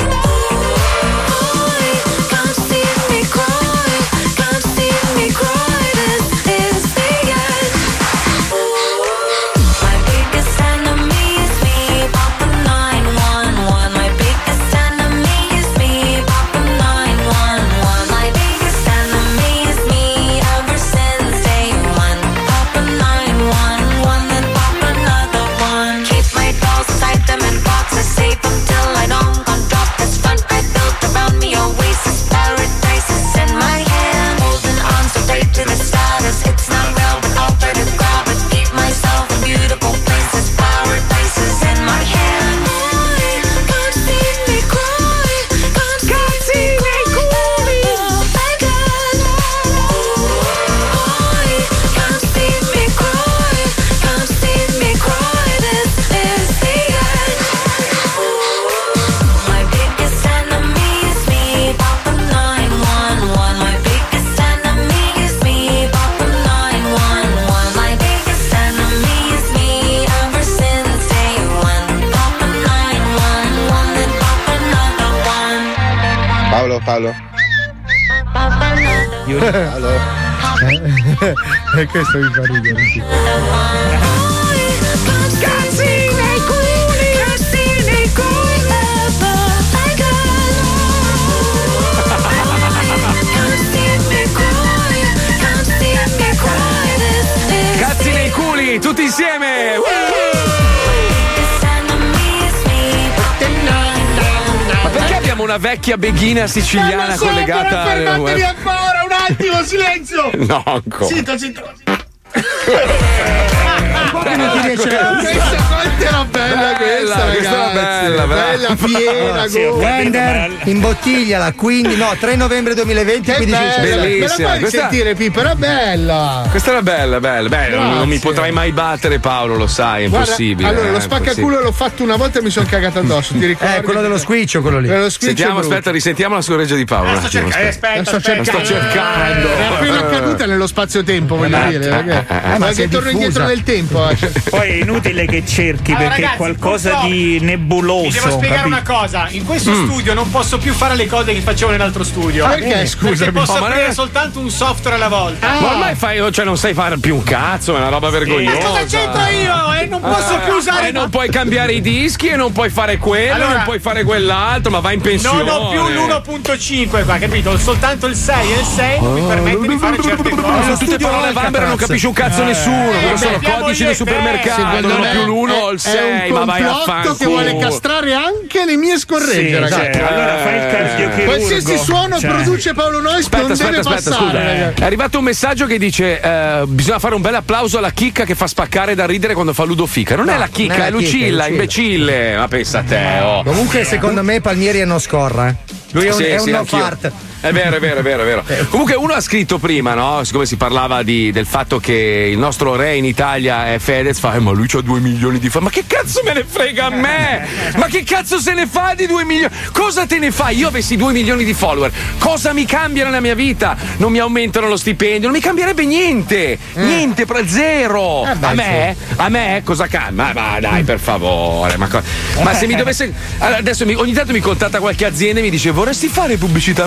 Speaker 21: Can't see me cry. Can't see me cry. This is the end. My biggest enemy is me. Papa 911. My biggest enemy is me. Papa 911. My biggest enemy is me. Ever since day one. Papa 911. Then pop another one. Keep my dolls inside them in boxes. Save them till I don't come drop this front I built around me. Oasis, paradise is in my hand. Holding on so tight to the status. It's not real, but I'll try to grab it. Keep myself in beautiful places. Paradise is in my hand. Can't see me cry. Can't see me cry again. Can't see me cry. Can't see me cry. This is the end. My biggest enemy is me. Papa 911. My biggest enemy is me. Papa 911. My biggest enemy is me. Ever since day one. Papa 911. Then pop another one.
Speaker 8: Paolo.
Speaker 21: Papa another.
Speaker 23: E questo mi fa ridere. Sì.
Speaker 21: Cazzi nei culi, cazzi nei culi ever again. Can't see me cry, can't see me cry. This is
Speaker 2: Cazzi nei culi, tutti insieme. Ma perché abbiamo una vecchia beghina siciliana collegata
Speaker 9: Fermatevi
Speaker 2: web?
Speaker 9: ancora, un attimo, silenzio!
Speaker 2: No, ancora.
Speaker 9: Zitto.
Speaker 23: Questa quanto era bella questa, ragazzi. Bella piena,
Speaker 4: Wender, imbottigliala 3 novembre 2020,
Speaker 23: Che
Speaker 4: 15
Speaker 23: bella,
Speaker 2: Bellissima.
Speaker 23: me la fai
Speaker 2: Questa-
Speaker 23: sentire, Pippo, era bella.
Speaker 2: Questa era bella. Beh, non mi potrai mai battere, Paolo, lo sai, è impossibile.
Speaker 23: Allora, lo
Speaker 2: è
Speaker 23: spaccaculo l'ho fatto una volta e mi sono cagato addosso, ti ricordi?
Speaker 4: quello dello squiccio, quello lì.
Speaker 23: Quello squiccio
Speaker 2: Sentiamo,
Speaker 23: brutto.
Speaker 2: aspetta, risentiamo la scorreggia di Paolo. un attimo, aspetta.
Speaker 23: Sto cercando. È appena caduta nello spazio-tempo, voglio dire. Ma che torno indietro nel tempo.
Speaker 3: Poi è inutile che cerchi perché
Speaker 7: ragazzi,
Speaker 3: è qualcosa
Speaker 7: purtroppo
Speaker 3: di nebuloso.
Speaker 7: Vi devo spiegare
Speaker 3: capito?
Speaker 7: una cosa: in questo studio non posso più fare le cose che facevo nell'altro studio.
Speaker 23: Perché, scusami?
Speaker 7: Perché posso
Speaker 2: Oh, ma
Speaker 7: aprire
Speaker 2: non è-
Speaker 7: soltanto un software alla volta.
Speaker 2: Ma ormai non sai fare più un cazzo, è una roba
Speaker 7: Ma
Speaker 2: vergognosa.
Speaker 7: cosa c'entro io? E non posso più usare.
Speaker 2: E non puoi cambiare i dischi e non puoi fare quello,
Speaker 7: Allora-
Speaker 2: non puoi fare quell'altro, ma vai in pensione.
Speaker 7: Non ho più l'1.5 qua, capito? Ho soltanto il 6 e il 6 non mi permette di fare certe
Speaker 2: Sono
Speaker 7: cose.
Speaker 2: tutte parole bambere, non capisce un cazzo nessuno. Quello sono
Speaker 7: abbiamo
Speaker 2: codici
Speaker 7: gli
Speaker 2: del supermercato.
Speaker 23: Secondo
Speaker 2: Non ho
Speaker 23: me
Speaker 2: più l'1 o il 6,
Speaker 23: è
Speaker 2: ma
Speaker 23: un
Speaker 2: vai a
Speaker 23: complotto che
Speaker 2: fanculo.
Speaker 23: vuole castrare anche le mie scorregge,
Speaker 3: Sì,
Speaker 23: ragazzi.
Speaker 3: cioè, allora fai il cardiochirurgo.
Speaker 23: Qualsiasi suono
Speaker 3: Cioè.
Speaker 23: produce Paolo Nois non deve passare,
Speaker 2: scusa.
Speaker 23: ragazzi.
Speaker 2: È arrivato un messaggio che dice: bisogna fare un bel applauso alla chicca che fa spaccare da ridere quando fa Ludofica. Non è la chicca,
Speaker 4: non è
Speaker 2: è
Speaker 4: la chicca,
Speaker 2: Lucilla,
Speaker 4: è Lucilla.
Speaker 2: imbecille. Ma pensa a te, oh.
Speaker 4: Comunque, secondo me, Palmieri non scorra. Lui è un,
Speaker 2: Sì,
Speaker 4: è un
Speaker 2: sì,
Speaker 4: no
Speaker 2: anch'io.
Speaker 4: fart.
Speaker 2: È vero. Comunque uno ha scritto prima, no? Siccome si parlava del fatto che il nostro re in Italia è Fedez, fa ma lui c'ha 2 milioni di follower. Ma che cazzo me ne frega a me? Ma che cazzo se ne fa di 2 milioni? Cosa te ne fai? Io avessi 2 milioni di follower, cosa mi cambia nella mia vita? Non mi aumentano lo stipendio, non mi cambierebbe niente. Niente, zero. A me cosa cambia? Ma dai, per favore. Ma se mi dovesse. Allora, adesso ogni tanto mi contatta qualche azienda e mi dice: vorresti fare pubblicità al nostro prodotto?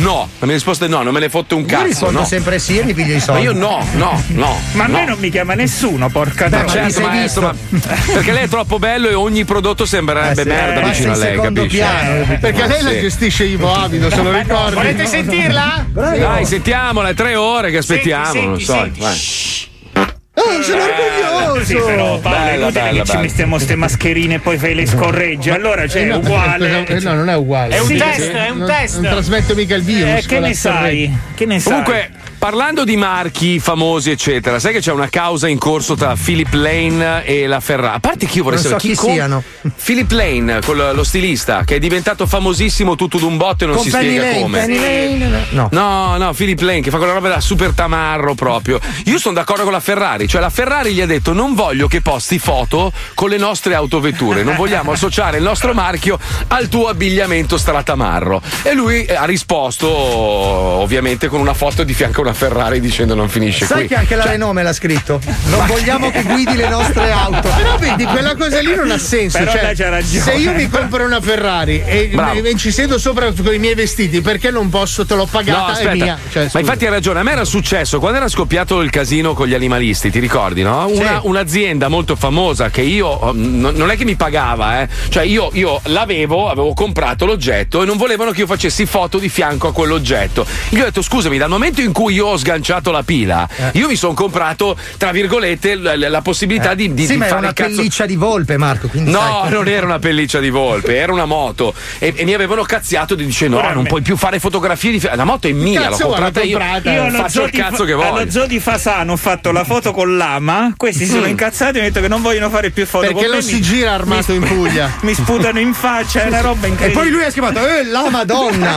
Speaker 2: no. La mia risposta è no, non me ne fotte un
Speaker 4: Io
Speaker 2: cazzo.
Speaker 4: rispondo
Speaker 2: No.
Speaker 4: sempre sì e mi piglio i
Speaker 2: Ma
Speaker 4: soldi.
Speaker 2: io no.
Speaker 3: Ma a me non mi chiama nessuno, porca
Speaker 2: Beh,
Speaker 3: troia.
Speaker 2: certo, maestro, ma perché lei è troppo bello e ogni prodotto sembrerebbe merda vicino a lei, capisci?
Speaker 6: Perché lei la gestisce Ivo Avido, se lo ricordi.
Speaker 7: Volete sentirla?
Speaker 2: Dai, sentiamola, è 3 ore che aspettiamo, non so.
Speaker 6: Oh, sono orgoglioso!
Speaker 3: Sì, però Paolo, è inutile che ci mettiamo ste mascherine e poi fai le scorregge. Allora c'è
Speaker 6: no,
Speaker 3: uguale.
Speaker 6: No, non è uguale.
Speaker 7: È un
Speaker 6: Sì,
Speaker 7: test,
Speaker 6: sì.
Speaker 7: è un
Speaker 6: Non-
Speaker 7: test.
Speaker 6: Non trasmetto mica il virus.
Speaker 3: Che ne sai? Che ne sai?
Speaker 2: Comunque, parlando di marchi famosi, eccetera, sai che c'è una causa in corso tra Philip Lane e la Ferrari? A parte che io vorrei
Speaker 4: Non so
Speaker 2: sapere
Speaker 4: chi siano.
Speaker 2: Philip Lane, lo stilista, che è diventato famosissimo tutto d'un botto e non
Speaker 4: Con
Speaker 2: si
Speaker 4: Penny
Speaker 2: spiega
Speaker 4: Lane,
Speaker 2: come.
Speaker 4: Penny Lane, no.
Speaker 2: No, Philip Lane che fa quella roba da super tamarro proprio. Io sono d'accordo con la Ferrari, cioè la Ferrari gli ha detto non voglio che posti foto con le nostre autovetture, non vogliamo associare il nostro marchio al tuo abbigliamento stratamarro. E lui ha risposto ovviamente con una foto di fianco a una Ferrari dicendo non finisce
Speaker 4: Sai
Speaker 2: qui.
Speaker 4: che anche la Renault me l'ha scritto? Non vogliamo che guidi le nostre auto.
Speaker 6: Però vedi, quella cosa lì non ha senso.
Speaker 3: Però
Speaker 6: Cioè,
Speaker 3: lei c'ha ragione.
Speaker 6: se io mi compro una Ferrari
Speaker 2: Bravo.
Speaker 6: e ci siedo sopra con i miei vestiti, perché non posso? Te l'ho
Speaker 2: No,
Speaker 6: pagata, è
Speaker 2: aspetta.
Speaker 6: mia. Cioè,
Speaker 2: ma
Speaker 6: scusa.
Speaker 2: infatti hai ragione, a me era successo quando era scoppiato il casino con gli animalisti, ti ricordi, no? Un'azienda molto famosa che io non è che mi pagava, cioè io avevo comprato l'oggetto e non volevano che io facessi foto di fianco a quell'oggetto. Io ho detto scusami, dal momento in cui io ho sganciato la pila, io mi sono comprato, tra virgolette, la possibilità di
Speaker 4: Sì, ma era
Speaker 2: fare
Speaker 4: una
Speaker 2: il cazzo.
Speaker 4: pelliccia di volpe, Marco. Quindi
Speaker 2: No,
Speaker 4: sai.
Speaker 2: non era una pelliccia di volpe, era una moto. E mi avevano cazziato di dire: no, non puoi più fare fotografie di la moto è mia, l'ho
Speaker 3: Cazzo,
Speaker 2: comprata io.
Speaker 3: Io allo
Speaker 2: Faccio
Speaker 3: zoo
Speaker 2: il
Speaker 3: di
Speaker 2: cazzo che voglio.
Speaker 3: Allo zoo di Fasano ho fatto la foto con l'ama. Questi si sono incazzati e mi hanno detto che non vogliono fare più foto
Speaker 6: Perché
Speaker 3: con me.
Speaker 6: non si gira armato in Puglia.
Speaker 3: Mi sputano in faccia, è una roba
Speaker 4: E
Speaker 3: incredibile.
Speaker 4: poi lui ha schiamato, la Madonna!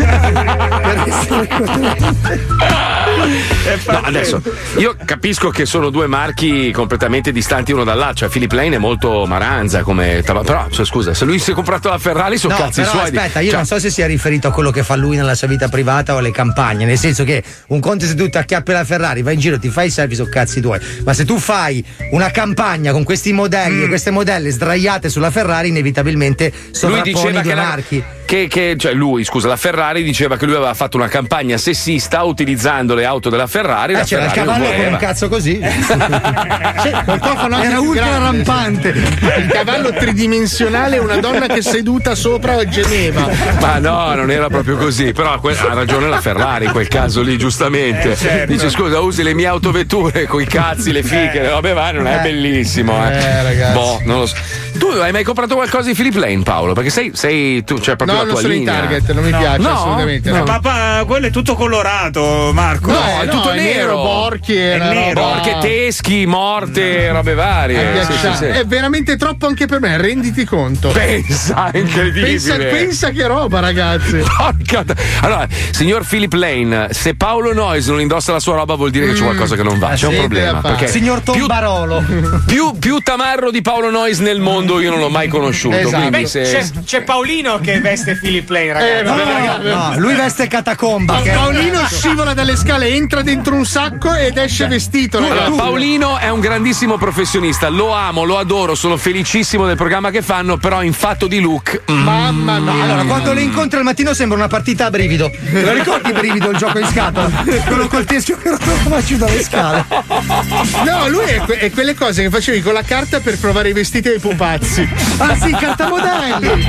Speaker 2: No, adesso io capisco che sono due marchi completamente distanti uno dall'altro. Cioè, Philip Lane è molto maranza come. Però, cioè, scusa, se lui si è comprato la Ferrari, sono
Speaker 4: No,
Speaker 2: cazzi
Speaker 4: però
Speaker 2: suoi.
Speaker 4: aspetta, io
Speaker 2: cioè,
Speaker 4: non so se sia riferito a quello che fa lui nella sua vita privata o alle campagne, nel senso che un conto se tu ti acchiappi la Ferrari, vai in giro, ti fai i selfie, sono cazzi tuoi, ma se tu fai una campagna con questi modelli e queste modelle sdraiate sulla Ferrari, inevitabilmente
Speaker 2: lui
Speaker 4: sovrapponi
Speaker 2: diceva
Speaker 4: due
Speaker 2: che
Speaker 4: marchi.
Speaker 2: cioè lui, scusa, la Ferrari diceva che lui aveva fatto una campagna sessista utilizzando le auto della Ferrari. La
Speaker 4: C'era il
Speaker 2: Ferrari non
Speaker 4: cavallo con
Speaker 2: voleva.
Speaker 4: un cazzo così.
Speaker 6: Col cofano anche
Speaker 4: Era
Speaker 6: più
Speaker 4: ultra
Speaker 6: grande.
Speaker 4: rampante.
Speaker 6: Il cavallo tridimensionale e una donna che seduta sopra gemeva.
Speaker 2: Ma no, non era proprio così. Però ha ragione la Ferrari in quel caso lì, giustamente.
Speaker 3: Certo.
Speaker 2: Dice: scusa, usi le mie autovetture coi cazzi, le fiche. Vabbè, va, non è bellissimo.
Speaker 6: ragazzi.
Speaker 2: Boh, non lo so. Tu hai mai comprato qualcosa di Philip Lane, Paolo? Perché sei tu, cioè proprio
Speaker 6: No,
Speaker 2: la
Speaker 6: non
Speaker 2: tua
Speaker 6: sono in
Speaker 2: linea.
Speaker 6: Target, non mi piace
Speaker 2: No?
Speaker 6: assolutamente.
Speaker 2: No.
Speaker 3: Ma quello è tutto colorato, Marco.
Speaker 2: No, è tutto nero.
Speaker 6: Borchi
Speaker 3: È nero.
Speaker 2: Porche, teschi, morte, robe varie. Sì, sì, sì.
Speaker 6: È veramente troppo anche per me, renditi conto.
Speaker 2: Pensa, è incredibile.
Speaker 6: Pensa che roba, ragazzi.
Speaker 2: Porca. Allora, signor Philip Lane, se Paolo Noyes non indossa la sua roba vuol dire che c'è qualcosa che non va. C'è un problema. Perché
Speaker 4: Signor Tombarolo.
Speaker 2: più tamarro di Paolo Noyes nel mondo io non l'ho mai conosciuto.
Speaker 6: Esatto.
Speaker 2: Quindi
Speaker 7: Beh, c'è Paolino che veste Philip Lane, ragazzi.
Speaker 4: No, lui veste catacomba. che-
Speaker 6: Paolino scivola dalle scale, entra dentro un sacco ed esce vestito.
Speaker 2: Allora,
Speaker 6: ragazzi.
Speaker 2: Paolino è un grandissimo professionista, lo amo, lo adoro, sono felicissimo del programma che fanno, però in fatto di look.
Speaker 6: Mamma mia.
Speaker 4: Allora, quando le incontri al mattino sembra una partita a brivido. Lo ricordi brivido, il gioco in scatola? Quello col teschio che rotolava giù dalle scale.
Speaker 6: No, lui è quelle cose che facevi con la carta per provare i vestiti dei pupazzi.
Speaker 4: Ah sì, cartamodelli.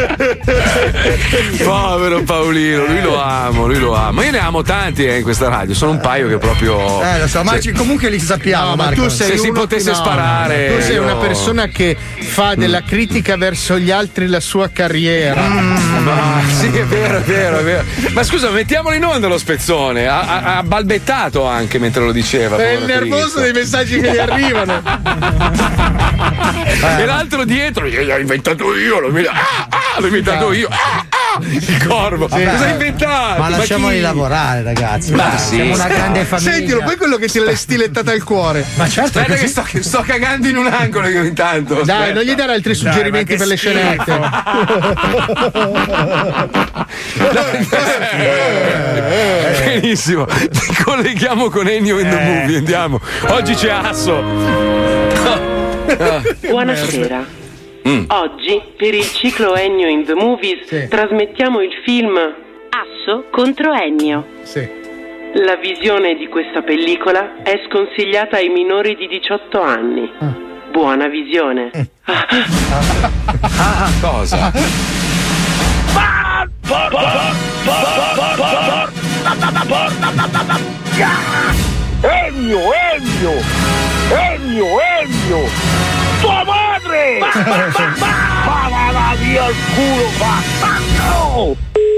Speaker 2: Povero Paolino, lui lo amo. Io ne amo tanti in questa radio, sono un paio che proprio.
Speaker 4: Lo so, ma comunque li sappiamo,
Speaker 6: No, ma
Speaker 4: Marco.
Speaker 6: tu sei
Speaker 2: Se si
Speaker 6: uno
Speaker 2: potesse
Speaker 6: no,
Speaker 2: sparare,
Speaker 6: tu sei
Speaker 2: io-
Speaker 6: una persona che fa della critica verso gli altri la sua carriera.
Speaker 2: Sì, è vero. Ma scusa, mettiamolo in onda lo spezzone. Ha balbettato anche mentre lo diceva.
Speaker 6: È il
Speaker 2: povero
Speaker 6: nervoso
Speaker 2: Cristo.
Speaker 6: dei messaggi che gli arrivano.
Speaker 2: E l'altro dietro, l'ho inventato io, l'ho inventato io. Il corvo.
Speaker 4: Vabbè.
Speaker 2: Cosa hai inventato?
Speaker 4: Ma lasciamoli
Speaker 2: chi?
Speaker 4: lavorare, ragazzi.
Speaker 2: Ma
Speaker 4: Siamo
Speaker 2: sì.
Speaker 4: una grande famiglia.
Speaker 6: Sentilo, poi quello che ti l'ha stilettata al cuore.
Speaker 4: Ma certo,
Speaker 2: Aspetta
Speaker 4: così-
Speaker 2: che sto cagando in un angolo io intanto.
Speaker 6: Dai,
Speaker 2: aspetta.
Speaker 6: non gli dare altri suggerimenti per le scenette.
Speaker 2: Benissimo, ti colleghiamo con Ennio in the Movie, andiamo. Oggi c'è Asso.
Speaker 12: Buonasera. Oggi per il ciclo Ennio in the Movies trasmettiamo il film Asso. Rosso contro Ennio.
Speaker 23: Sì.
Speaker 12: La visione di questa pellicola è sconsigliata ai minori di 18 anni. Buona visione.
Speaker 2: Cosa?
Speaker 9: Ennio! Tua madre! Va via il culo, bastardo!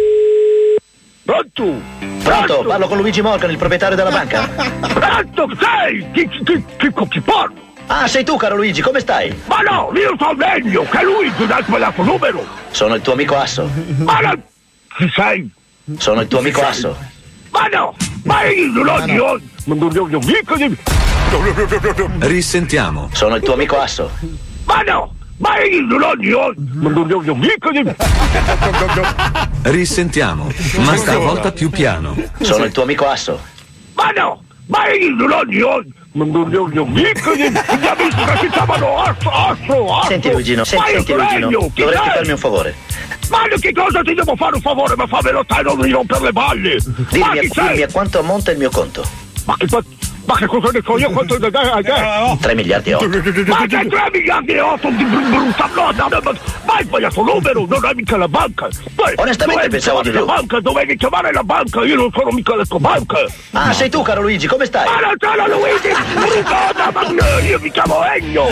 Speaker 11: Pronto? Parlo con Luigi Morgan, il proprietario della banca?
Speaker 9: Pronto, sei? Chi parlo?
Speaker 11: Ah, sei tu, caro Luigi, come stai?
Speaker 9: Ma no, io sono Ennio, che Luigi dà sbagliato numero!
Speaker 11: Sono il tuo amico Asso.
Speaker 9: Ma no, chi sei?
Speaker 11: Sono il tuo amico Asso.
Speaker 9: Ma no, ma io non ho mica di...
Speaker 11: Risentiamo. Sono il tuo amico Asso.
Speaker 9: Ma no, ma io non ho mica di...
Speaker 11: Risentiamo, ma stavolta più piano. Sono il tuo amico Asso.
Speaker 9: Ma no, ma io non ho mica di... Gli amici che si chiamano Asso.
Speaker 11: Senti Luigino, dovresti farmi un favore.
Speaker 9: Ma che cosa ti devo fare un favore? Ma fammelo stare, non mi rompere le balle!
Speaker 11: Dimmi a quanto ammonta il mio conto.
Speaker 9: Ma che cosa ne so io? Quanto ne dai a te?
Speaker 11: 3 miliardi e 8.
Speaker 9: Ma che 3 miliardi e 8 di brutta nota! Ma hai sbagliato numero, non hai mica la banca!
Speaker 11: Onestamente pensavo di più.
Speaker 9: Dovevi chiamare la banca, io non sono mica la tua banca!
Speaker 11: Ah, sei tu, caro Luigi, come stai?
Speaker 9: Ma non sono Luigi! Io mi chiamo Ennio,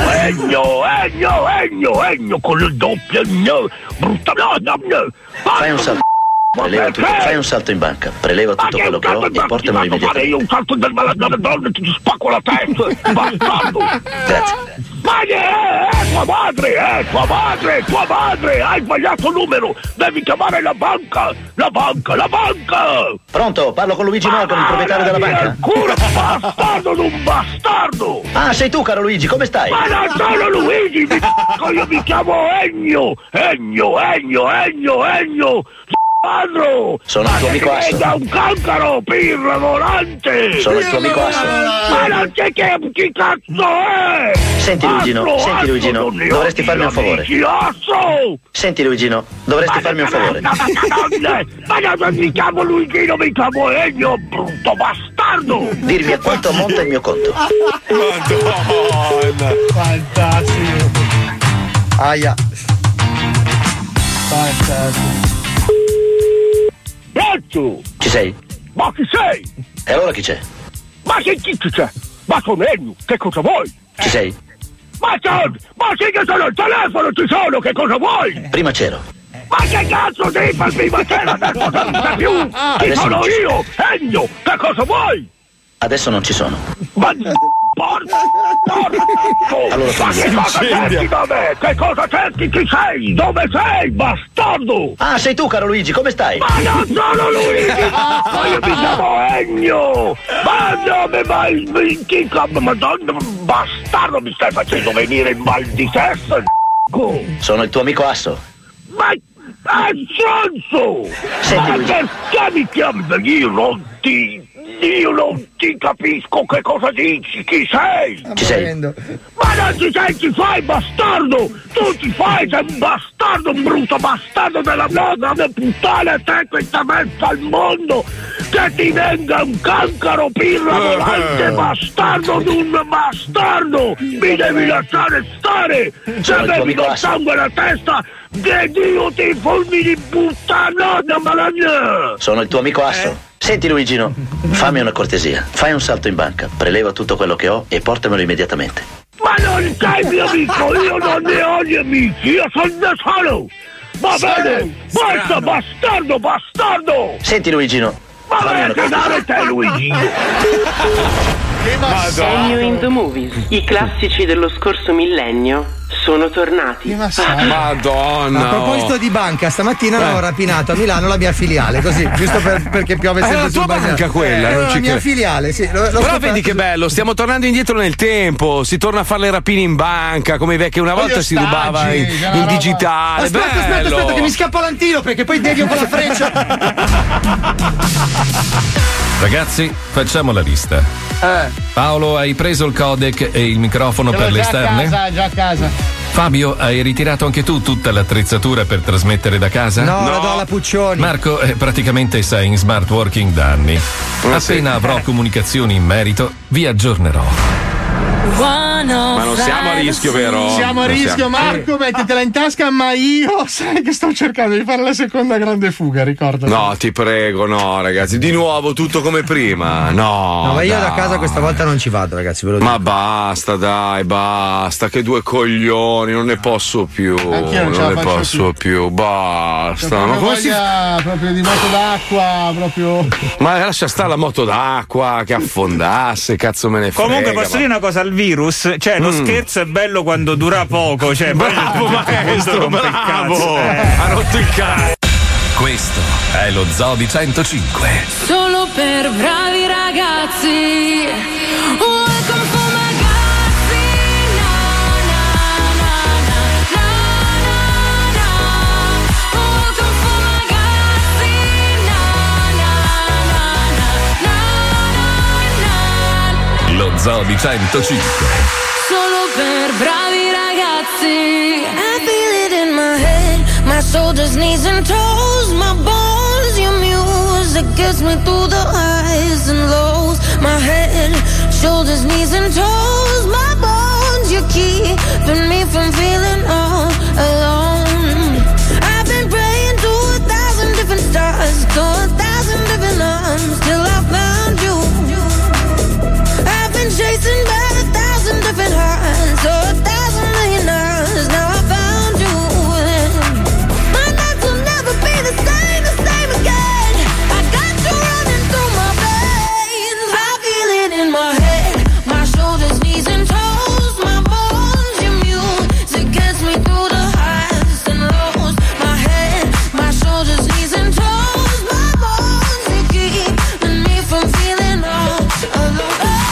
Speaker 9: con il doppio Ennio! Brutta nota!
Speaker 11: Fai un salto. Fai un salto in banca, preleva tutto quello che ho e portamelo immediatamente.
Speaker 9: Io un salto della donna ti spacco la testa, bastardo!
Speaker 11: Grazie.
Speaker 9: Ma tua madre, hai sbagliato numero, devi chiamare la banca!
Speaker 11: Pronto, parlo con Luigi Morgan, il proprietario della banca?
Speaker 9: Bastardo, non bastardo!
Speaker 11: Ah, sei tu, caro Luigi, come stai?
Speaker 9: Ma non sono Luigi, io mi chiamo Ennio! Padro!
Speaker 11: Sono il tuo amico Asso.
Speaker 9: Da un cancro, pirla volante!
Speaker 11: Sono il tuo amico Asso.
Speaker 9: Ma non c'è chi cazzo è!
Speaker 11: Senti Luigino, dovresti farmi un favore. Senti Luigino, dovresti farmi un favore.
Speaker 9: Ma non mi chiamo Luigino, mi chiamo Ennio, brutto bastardo!
Speaker 11: Dirmi a quanto ammonta il mio conto.
Speaker 2: Madonna!
Speaker 23: Fantastico!
Speaker 4: Aia!
Speaker 23: Fantastico!
Speaker 9: Pronto?
Speaker 11: Ci sei?
Speaker 9: Ma chi sei?
Speaker 11: E allora chi c'è?
Speaker 9: Ma chi c'è? Ma sono Ennio, che cosa vuoi?
Speaker 11: Ci sei?
Speaker 9: Ma sì che sono al telefono, ci sono, che cosa vuoi?
Speaker 11: Prima c'ero.
Speaker 9: Ma che cazzo devi far prima c'era, adesso non c'è più! Chi sono io? Ennio, che cosa vuoi?
Speaker 11: Adesso non ci sono.
Speaker 9: Ma porco!
Speaker 11: Allora,
Speaker 9: ma che cosa cerchi da me? Che cosa cerchi? Chi sei? Dove sei, bastardo?
Speaker 11: Ah, sei tu, caro Luigi, come stai?
Speaker 9: Ma non sono Luigi! Ma io mi chiamo Ennio! Ma dove vai? Madonna, bastardo, mi stai facendo venire il mal di testa!
Speaker 11: Sono il tuo amico Asso.
Speaker 9: Ma stronzo!
Speaker 11: Senti,
Speaker 9: ma
Speaker 11: Luigi.
Speaker 9: perché mi chiami? Io non ti capisco che cosa dici, chi sei?
Speaker 11: Ci sei?
Speaker 9: Ma non ci sei, chi fai, bastardo? Tu ci fai, sei un bastardo, un brutto bastardo della madre puttana, te questa mezza al mondo, che ti venga un cancro, pirla volante, bastardo d'un bastardo! Mi devi lasciare stare! Se avevi lo sangue alla testa, che Dio ti fulmini puttanata, malagna!
Speaker 11: Sono il tuo amico Asso. Senti Luigino, fammi una cortesia. Fai un salto in banca, preleva tutto quello che ho e portamelo immediatamente.
Speaker 9: Ma non sei mio amico, io non ne ho gli amici, io sono da solo! Va bene, basta, bastardo!
Speaker 11: Senti Luigino,
Speaker 9: ma vai a dare te Luigino!
Speaker 12: Ennio in the Movies, i classici dello scorso millennio sono tornati.
Speaker 2: Madonna!
Speaker 4: A proposito di banca, stamattina hanno rapinato a Milano la mia filiale, così, giusto perché piove sempre
Speaker 2: la tua
Speaker 4: sul bagno.
Speaker 2: banca quella, non
Speaker 4: la
Speaker 2: ci
Speaker 4: mia
Speaker 2: credo.
Speaker 4: filiale, sì.
Speaker 2: Però vedi che bello, stiamo tornando indietro nel tempo, si torna a fare le rapine in banca, come vecchie una volta si rubava in digitale.
Speaker 4: Aspetta, che mi scappa l'antino perché poi devio con la freccia.
Speaker 1: Ragazzi, facciamo la lista. Paolo, hai preso il codec e il microfono per le esterne?
Speaker 23: Già a casa.
Speaker 1: Fabio, hai ritirato anche tu tutta l'attrezzatura per trasmettere da casa?
Speaker 4: No, la do alla Puccioni.
Speaker 1: Marco, praticamente sei in smart working da anni. Appena avrò comunicazioni in merito, vi aggiornerò.
Speaker 2: Ma non siamo a rischio, vero?
Speaker 6: Siamo a rischio, Marco, mettetela in tasca, ma io sai che sto cercando di fare la seconda grande fuga, ricorda.
Speaker 2: No, ti prego, no, ragazzi, di nuovo tutto come prima. No,
Speaker 4: ma io
Speaker 2: dai.
Speaker 4: da casa questa volta non ci vado, ragazzi, ve lo dico.
Speaker 2: Ma basta, dai, basta, che due coglioni, non ne posso più.
Speaker 6: Anch'io
Speaker 2: Non ne posso più, basta. Ma come si
Speaker 6: Voglia proprio di moto d'acqua, proprio.
Speaker 2: Ma lascia stare la moto d'acqua che affondasse, cazzo me ne frega.
Speaker 3: Comunque posso dire una cosa al virus, cioè lo scherzo è bello quando dura poco, cioè
Speaker 2: bravo maestro, bravo, ha rotto il cazzo.
Speaker 1: Questo è lo Zoo di 105.
Speaker 21: Solo per bravi ragazzi. Welcome for my ragazzi. Na na na na na na na. Welcome for my ragazzi. Na na na na na na.
Speaker 1: Lo Zoo di 105.
Speaker 21: Solo per bravi ragazzi. I feel it in my head, my shoulders, knees and toes, my bones. Your music gets me through the highs and lows. My head, shoulders, knees and toes, my bones. You're keeping me from feeling all alone. I've been praying to 1,000 different stars, to 1,000 different arms, till I found you. I've been chasing by 1,000 different hearts, so 1,000 million hours. Now I found you. My nights will never be the same again. I got you running through my veins. I feel it in my head, my shoulders, knees and toes, my bones. Your music gets me through the highs and lows. My head, my shoulders, knees and toes, my bones. You keeping me from feeling all alone.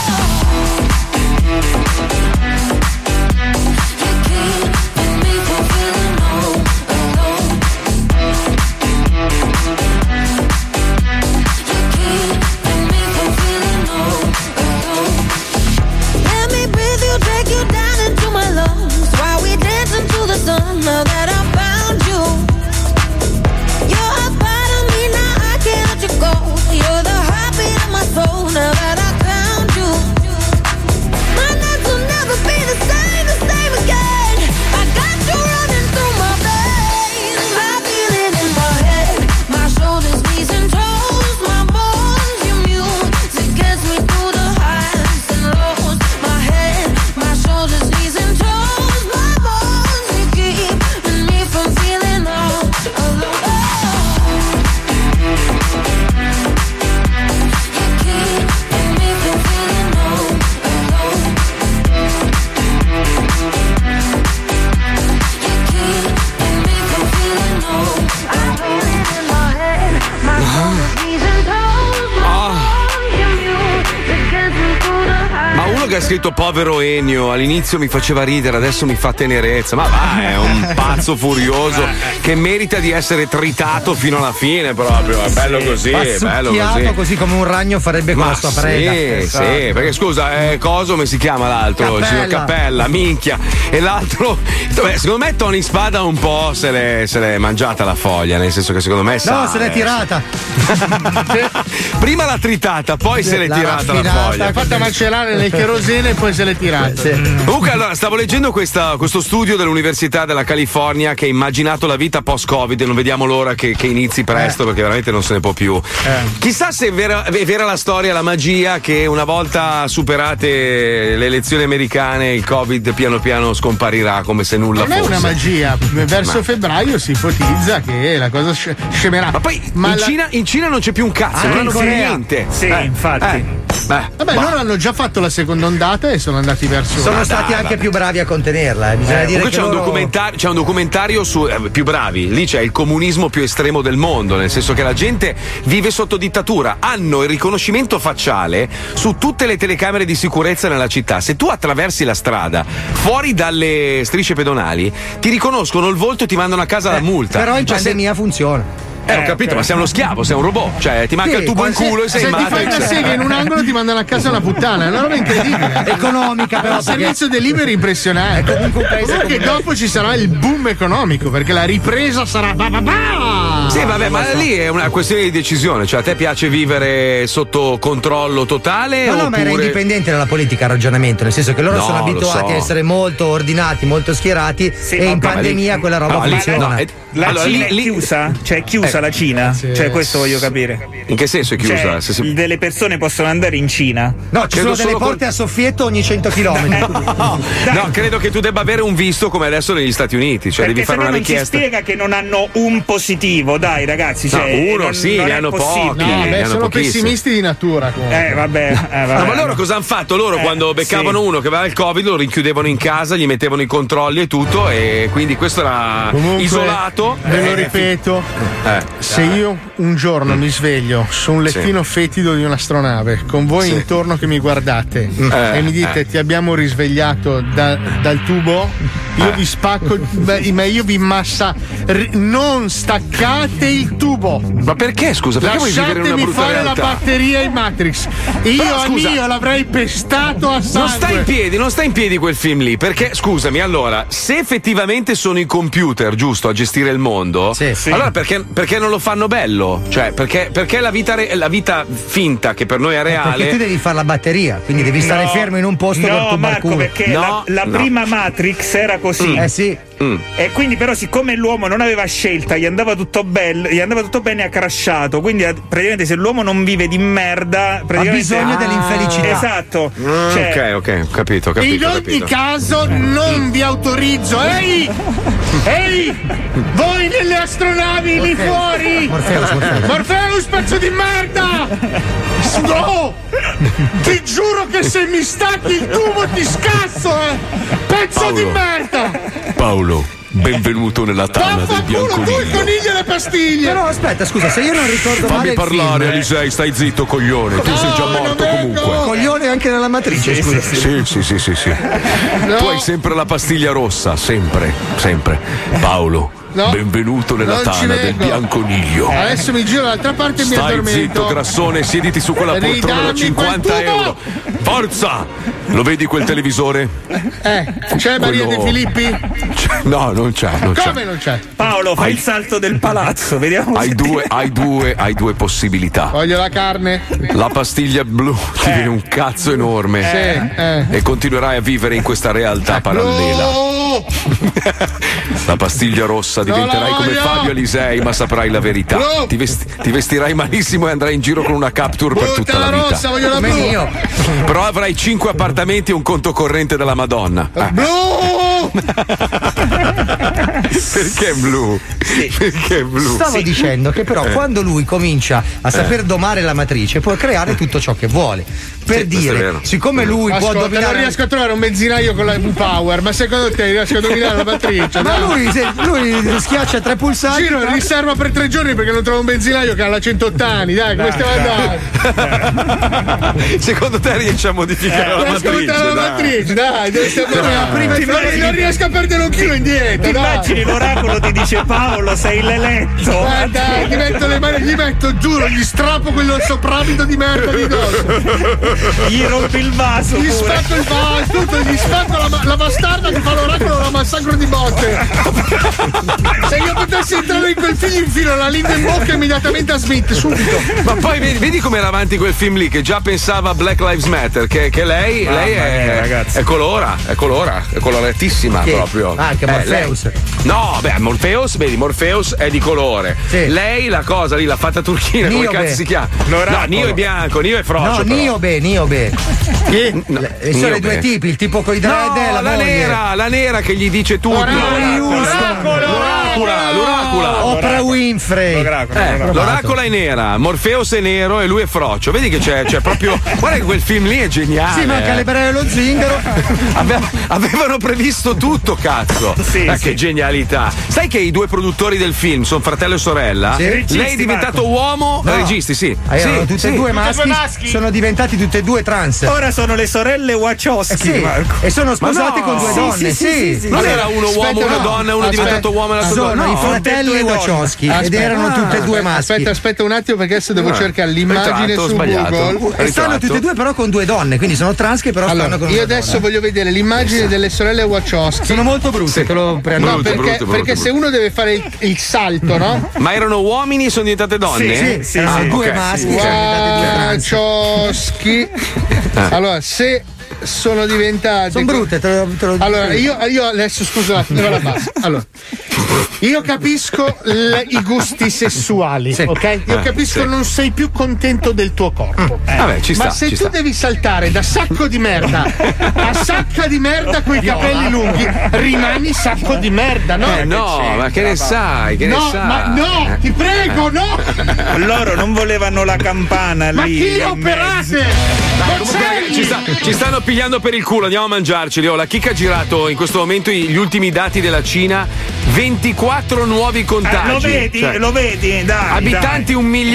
Speaker 21: Let me breathe you, take you down into my lungs while we dance into the sun. Now that I found you, you're a part of me. Now I can't let you go. You're the heartbeat of my soul. Now that I found you, my nights will never be the same again. I got you running through my veins. I feel it in my head, my shoulders, knees and toes, my bones. Your music gets me through the highs and lows. My head, my shoulders, knees and toes, my bones. You keeping me from feeling all alone.
Speaker 2: Ma uno che ha scritto povero Ennio all'inizio mi faceva ridere, adesso mi fa tenerezza. Ma va, è un pazzo furioso che merita di essere tritato fino alla fine proprio. È bello così, è bello
Speaker 4: così come un ragno farebbe con la sua preda.
Speaker 2: Sì, perché scusa, coso come si chiama l'altro? Il signor Cappella, minchia. E l'altro, secondo me Tony Spada un po' se l'è mangiata la foglia, nel senso che secondo me
Speaker 4: No, se l'è tirata.
Speaker 2: Prima l'ha tritata, poi se l'è tirata la foglia.
Speaker 6: L'ha fatta macerare nel cherosene e poi se l'è tirata.
Speaker 2: Comunque, allora, stavo leggendo questo studio dell'Università della California che ha immaginato la vita post-Covid e non vediamo l'ora che inizi presto perché veramente non se ne può più. Chissà se è vera la storia, la magia che una volta superate le elezioni americane il Covid piano piano scomparirà come se nulla fosse.
Speaker 6: Non è una magia, verso febbraio si ipotizza che la cosa scemerà.
Speaker 2: Ma poi in Cina non c'è più un cazzo, non hanno più niente.
Speaker 3: Sì, infatti.
Speaker 6: Vabbè, loro hanno già fatto la seconda ondata e sono andati verso.
Speaker 4: Sono stati anche più bravi a contenerla. Bisogna dire che
Speaker 2: c'è un documentario su più bravi. Lì c'è il comunismo più estremo del mondo, nel senso che la gente vive sotto dittatura. Hanno il riconoscimento facciale su tutte le telecamere di sicurezza nella città. Se tu attraversi la strada fuori dalle strisce pedonali, ti riconoscono il volto e ti mandano a casa la multa.
Speaker 4: Però in pandemia funziona.
Speaker 2: Ho capito, ma sei uno schiavo, sei un robot. Cioè, ti manca il tubo in culo e sei in
Speaker 6: Se ti fai
Speaker 2: Matrix.
Speaker 6: una sega in un angolo ti mandano a casa una puttana, è una roba incredibile.
Speaker 4: Economica, però.
Speaker 6: Un servizio delivery impressionante.
Speaker 4: È comunque un paese
Speaker 6: Guarda che
Speaker 4: comunque-
Speaker 6: dopo ci sarà il boom economico, perché la ripresa sarà.
Speaker 2: Sì, vabbè, ma lì è una questione di decisione. Cioè, a te piace vivere sotto controllo totale?
Speaker 4: No, ma era
Speaker 2: oppure...
Speaker 4: indipendente nella politica il ragionamento, nel senso che loro
Speaker 2: No,
Speaker 4: sono
Speaker 2: lo
Speaker 4: abituati
Speaker 2: so.
Speaker 4: a essere molto ordinati, molto schierati e in
Speaker 2: vabbè, ma
Speaker 4: pandemia
Speaker 2: lì-
Speaker 4: quella roba
Speaker 2: no, lì-
Speaker 4: funziona.
Speaker 2: no,
Speaker 3: La
Speaker 2: allora,
Speaker 3: Cina
Speaker 2: lì-
Speaker 3: è chiusa? Cioè è chiusa la Cina? Cioè questo voglio capire.
Speaker 2: In che senso è chiusa?
Speaker 3: Cioè, delle persone possono andare in Cina?
Speaker 4: No, ci sono delle porte a soffietto ogni 100 km.
Speaker 2: No, credo che tu debba avere un visto come adesso negli Stati Uniti. Cioè,
Speaker 3: Perché
Speaker 2: devi fare
Speaker 3: se no
Speaker 2: una
Speaker 3: non ci
Speaker 2: richiesta.
Speaker 3: spiega che non hanno un positivo, dai ragazzi. Cioè,
Speaker 2: No, uno
Speaker 3: non,
Speaker 2: sì,
Speaker 3: non
Speaker 2: ne
Speaker 3: è
Speaker 2: hanno
Speaker 3: possibile.
Speaker 2: pochi.
Speaker 6: No,
Speaker 2: ne
Speaker 6: beh,
Speaker 2: hanno
Speaker 6: sono
Speaker 2: pochissimi.
Speaker 6: pessimisti di natura comunque.
Speaker 3: Vabbè.
Speaker 2: No, ma loro cosa hanno fatto? Loro quando beccavano
Speaker 3: sì.
Speaker 2: uno che aveva il Covid lo rinchiudevano in casa, gli mettevano i controlli e tutto, e quindi questo era
Speaker 6: Comunque,
Speaker 2: isolato.
Speaker 6: Ve lo ripeto, se io un giorno mi sveglio su un lettino fetido di un'astronave con voi intorno che mi guardate e mi dite ti abbiamo risvegliato dal tubo, io vi spacco, ma io vi non staccate il tubo.
Speaker 2: Ma perché, scusa? Perché vuoi vivere in una
Speaker 6: Lasciatemi
Speaker 2: brutta
Speaker 6: fare
Speaker 2: realtà?
Speaker 6: la batteria in Matrix. Io
Speaker 2: Però,
Speaker 6: a
Speaker 2: scusa,
Speaker 6: Neo l'avrei pestato a sangue.
Speaker 2: non sta in piedi quel film lì, perché scusami, allora, se effettivamente sono i computer, giusto, a gestire il mondo, allora perché non lo fanno bello? Cioè, perché la vita finta che per noi è reale.
Speaker 4: Perché tu devi fare la batteria, quindi devi stare fermo in un posto per
Speaker 3: No,
Speaker 4: tubar
Speaker 3: Marco,
Speaker 4: culo.
Speaker 3: perché la prima Matrix era così.
Speaker 4: Sì.
Speaker 3: E quindi però siccome l'uomo non aveva scelta, gli andava tutto bene, ha crashato. Quindi praticamente se l'uomo non vive di merda, praticamente
Speaker 4: ha bisogno dell'infelicità.
Speaker 3: Esatto. Cioè,
Speaker 2: Ok, ho capito.
Speaker 6: In ogni caso non vi autorizzo. Ehi, voi nelle astronavi lì fuori. Morpheus, pezzo di merda. No, ti giuro che se mi stacchi il tubo ti scazzo, pezzo di merda.
Speaker 1: Paolo, benvenuto nella tana del
Speaker 6: Tu il
Speaker 1: bianconiglio.
Speaker 6: coniglio e le pastiglie.
Speaker 4: Però aspetta, scusa, se io non ricordo male
Speaker 1: Fammi
Speaker 4: il
Speaker 1: parlare,
Speaker 4: film,
Speaker 1: Alisei, stai zitto, coglione. Tu sei già morto comunque.
Speaker 4: coglione anche nella matrice, scusa.
Speaker 1: Sì. Tu hai sempre la pastiglia rossa, sempre. Paolo,
Speaker 6: No,
Speaker 1: benvenuto nella
Speaker 6: non ci
Speaker 1: tana del
Speaker 6: vengo.
Speaker 1: bianconiglio.
Speaker 6: Adesso mi giro dall'altra parte e mi
Speaker 1: Stai
Speaker 6: addormento.
Speaker 1: zitto, grassone, siediti su quella poltrona da
Speaker 6: Ridammi
Speaker 1: 50
Speaker 6: quel tubo.
Speaker 1: euro. Forza! Lo vedi quel televisore?
Speaker 6: C'è Maria De
Speaker 1: Quello-
Speaker 6: Filippi?
Speaker 1: No, non c'è.
Speaker 6: Come non c'è?
Speaker 3: Paolo, fai il salto del palazzo, vediamo.
Speaker 1: Hai due possibilità.
Speaker 6: Voglio la carne.
Speaker 1: La pastiglia blu ti viene un cazzo enorme e continuerai a vivere in questa realtà parallela.
Speaker 6: No!
Speaker 1: La pastiglia rossa diventerai
Speaker 6: la
Speaker 1: come
Speaker 6: voglio!
Speaker 1: Fabio Alisei, ma saprai la verità.
Speaker 6: No!
Speaker 1: Ti vestirai malissimo e andrai in giro con una capture per tutta la vita.
Speaker 6: rossa, voglio la blu.
Speaker 1: Però avrai 5 appartamenti e un conto corrente della Madonna.
Speaker 6: Blu!
Speaker 1: Perché blu? Perché blu?
Speaker 4: Stavo dicendo che però quando lui comincia a saper domare la matrice può creare tutto ciò che vuole. Per
Speaker 1: questo è
Speaker 4: dire,
Speaker 1: vero.
Speaker 4: siccome lui può
Speaker 6: Ascolta, non
Speaker 4: dominare.
Speaker 6: riesco a trovare un benzinaio con la V-Power, ma secondo te riesco a dominare la matrice?
Speaker 4: Ma
Speaker 6: No.
Speaker 4: lui schiaccia 3 pulsanti.
Speaker 6: Giro in riserva per 3 giorni perché non trovo un benzinaio che ha la 108 anni. Dai, come stiamo andando?
Speaker 2: Secondo te riesci a modificare la
Speaker 6: Riesco a
Speaker 2: matrice?
Speaker 6: mettere la
Speaker 2: dai?
Speaker 6: matrice, dai, dove stiamo
Speaker 3: Prima
Speaker 6: andando? Non riesco a perdere un chilo indietro.
Speaker 3: Ti
Speaker 6: dai.
Speaker 3: immagini l'oracolo ti dice Paolo, sei l'eletto.
Speaker 6: Dai, gli metto le mani, gli metto, giuro, gli strappo quello sopravvito di merda di dosso.
Speaker 3: Gli rompi il vaso.
Speaker 6: Gli
Speaker 3: pure.
Speaker 6: spacco il vaso, tutto, gli spacco la bastarda che fa l'oracolo, la massacro di botte. Se io potessi entrare in quel film, infilo la lingua in bocca immediatamente a Smith, subito.
Speaker 2: Ma poi vedi come era avanti quel film lì che già pensava a Black Lives Matter, che lei è coloratissima
Speaker 4: Chi?
Speaker 2: proprio.
Speaker 4: Ah, anche Morpheus.
Speaker 2: No, beh, Morpheus è di colore.
Speaker 4: Sì.
Speaker 2: Lei la cosa lì, la fatta turchina, come
Speaker 4: Niobe.
Speaker 2: cazzo si chiama?
Speaker 3: L'oracolo.
Speaker 2: No, Nio è bianco, Nio è frocio.
Speaker 4: No,
Speaker 2: però.
Speaker 4: Niobe.
Speaker 6: Chi?
Speaker 4: E sono i due tipi, il tipo coi dread e
Speaker 2: No,
Speaker 4: la moglie.
Speaker 2: la nera che gli dice tutto. L'oracula.
Speaker 4: Oprah Winfrey.
Speaker 2: L'oracola è nera, Morpheus è nero e lui è frocio. Vedi che c'è proprio. Guarda che quel film lì è geniale.
Speaker 4: Sì, manca le breve lo zingaro.
Speaker 2: Avevano previsto tutto, cazzo. Che genialità. Sai che i due produttori del film sono fratello e sorella?
Speaker 4: Sì.
Speaker 3: Registi,
Speaker 2: Lei è diventato
Speaker 3: Marco.
Speaker 2: uomo.
Speaker 4: No.
Speaker 2: Registi, sì.
Speaker 4: Erano tutti e due
Speaker 7: Tutti e due
Speaker 4: maschi,
Speaker 7: maschi.
Speaker 4: sono diventati tutti e due trans.
Speaker 3: Ora sono le sorelle Wachowski,
Speaker 4: Sì,
Speaker 3: Marco.
Speaker 4: e sono
Speaker 2: Ma
Speaker 4: sposati
Speaker 2: no.
Speaker 4: con due
Speaker 2: Sì,
Speaker 4: donne.
Speaker 3: sì.
Speaker 2: Non era uno uomo, una donna, uno è diventato uomo e l'altro
Speaker 4: Sono
Speaker 2: donna.
Speaker 4: i
Speaker 2: No.
Speaker 4: fratelli sorelle Wachowski ed erano tutte e due maschi.
Speaker 6: Aspetta un attimo, perché adesso devo cercare l'immagine su Google.
Speaker 4: E stanno tutte e due però con due donne, quindi sono trans che però stanno con
Speaker 6: io adesso voglio vedere l'immagine delle sorelle Wachowski.
Speaker 4: Sono molto brutte, te lo prendo.
Speaker 6: Perché se uno deve fare il salto, no?
Speaker 2: Ma erano uomini e sono diventate donne?
Speaker 4: Sì. Due maschi.
Speaker 6: Wachowski. Allora, se sono diventate.
Speaker 4: Sono brutte, te lo
Speaker 6: allora, io adesso scusate, la base. Allora, io capisco i gusti sessuali, ok? Io capisco non sei più contento del tuo corpo.
Speaker 2: Vabbè, ci sta.
Speaker 6: Ma se tu devi saltare da sacco di merda a sacca di merda coi capelli lunghi, rimani sacco di merda, no?
Speaker 2: No, ma che ne sai?
Speaker 6: No, ti prego, no!
Speaker 3: Loro non volevano la campana lì.
Speaker 6: Ma chi li ha operate?
Speaker 2: Ci stanno pigliando per il culo, andiamo a mangiarceli. La Chicca ha girato in questo momento gli ultimi dati della Cina, 24 nuovi contagi.
Speaker 3: Lo vedi? Dai.
Speaker 2: Abitanti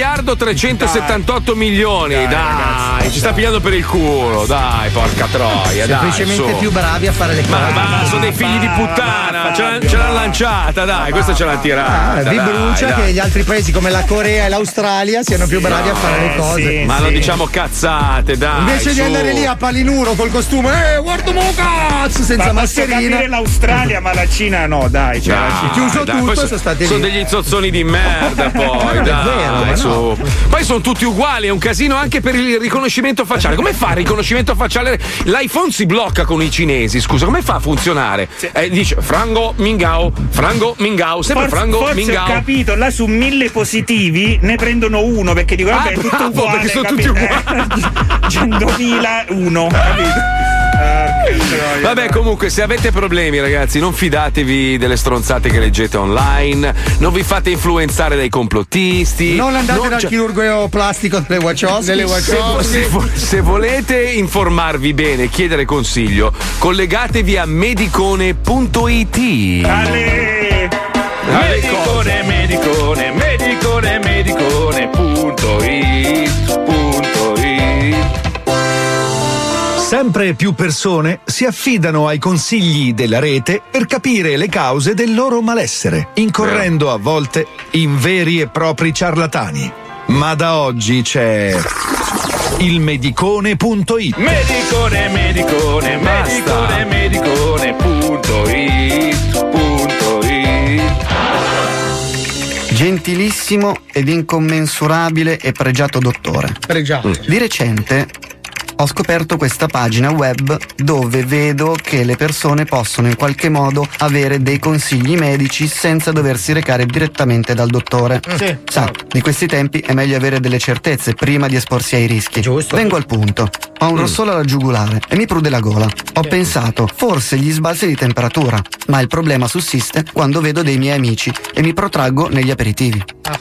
Speaker 2: 1.378.000.000.000. Dai, ci sta pigliando per il culo. Dai, porca troia.
Speaker 4: Semplicemente più bravi a fare le cose.
Speaker 2: Ma sono dei figli di puttana. Ce l'hanno lanciata, dai, questa ce l'ha tirata.
Speaker 4: Vi brucia che gli altri paesi come la Corea e l'Australia siano più bravi a fare le cose.
Speaker 2: Ma non diciamo cazzate, dai.
Speaker 4: Invece di andare lì a Palinuro col costume, guarda mo cazzo, senza mascherina.
Speaker 3: Capire l'Australia, ma la Cina no, dai.
Speaker 4: Chiuso tutto, sono stati lì.
Speaker 2: Sono degli zozzoni di merda, poi. Poi sono tutti uguali, è un casino anche per il riconoscimento facciale. Come fa il riconoscimento facciale? L'iPhone si blocca con i cinesi, scusa, come fa a funzionare? Dice Frango Mingao, sempre Frango Mingao.
Speaker 3: Ho capito, là su 1000 positivi ne prendono uno perché dicono vabbè, è tutto uguale.
Speaker 2: Perché sono tutti uguali.
Speaker 3: 100.001, capito?
Speaker 2: Vabbè, comunque, se avete problemi, ragazzi, non fidatevi delle stronzate che leggete online, non vi fate influenzare dai complottisti.
Speaker 4: Non andate dal chirurgo plastico delle Wachowski.
Speaker 2: Se volete informarvi bene e chiedere consiglio, collegatevi a medicone.it.
Speaker 18: Medicone.it. Sempre più persone si affidano ai consigli della rete per capire le cause del loro malessere, incorrendo a volte in veri e propri ciarlatani. Ma da oggi c'è il medicone.it. Medicone.it.
Speaker 20: Gentilissimo ed incommensurabile e pregiato dottore. Di recente ho scoperto questa pagina web dove vedo che le persone possono in qualche modo avere dei consigli medici senza doversi recare direttamente dal dottore. Sa, di questi tempi è meglio avere delle certezze prima di esporsi ai rischi. Vengo al punto. Ho un rossolo alla giugulare e mi prude la gola. Ho pensato, forse gli sbalzi di temperatura, ma il problema sussiste quando vedo dei miei amici e mi protraggo negli aperitivi.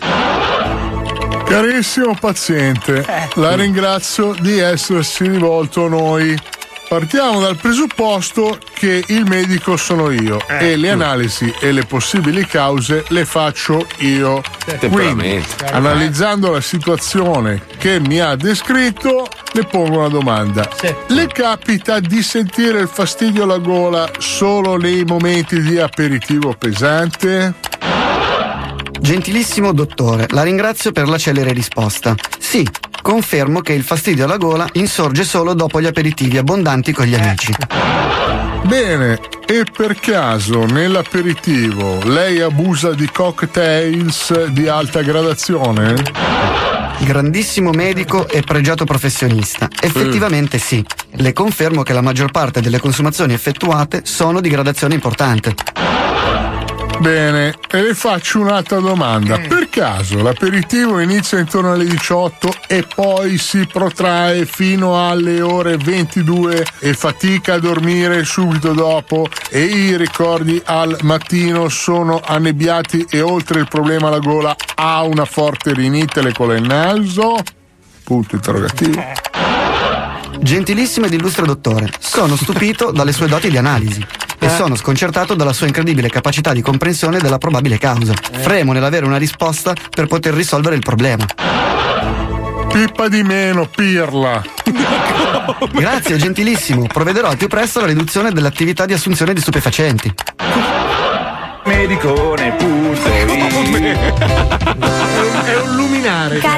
Speaker 22: Carissimo paziente, la ringrazio di essersi rivolto a noi. Partiamo dal presupposto che il medico sono io e le analisi e le possibili cause le faccio io. Quindi, analizzando la situazione che mi ha descritto, le pongo una domanda. Le capita di sentire il fastidio alla gola solo nei momenti di aperitivo pesante?
Speaker 20: Gentilissimo dottore, la ringrazio per la celere risposta. Sì, confermo che il fastidio alla gola insorge solo dopo gli aperitivi abbondanti con gli amici.
Speaker 22: Bene, e per caso nell'aperitivo lei abusa di cocktails di alta gradazione?
Speaker 20: Grandissimo medico e pregiato professionista. Effettivamente sì. Le confermo che la maggior parte delle consumazioni effettuate sono di gradazione importante.
Speaker 22: Bene, e le faccio un'altra domanda. Per caso l'aperitivo inizia intorno alle 18 e poi si protrae fino alle ore 22 e fatica a dormire subito dopo e i ricordi al mattino sono annebbiati e oltre il problema alla gola ha una forte rinite le con il naso? Punto interrogativo.
Speaker 20: Gentilissimo ed illustre dottore, sono stupito dalle sue doti di analisi e sono sconcertato dalla sua incredibile capacità di comprensione della probabile causa. Fremo nell'avere una risposta per poter risolvere il problema.
Speaker 22: Pippa di meno, pirla.
Speaker 20: Grazie, gentilissimo. Provvederò al più presto alla riduzione dell'attività di assunzione di stupefacenti.
Speaker 18: Medicone.it.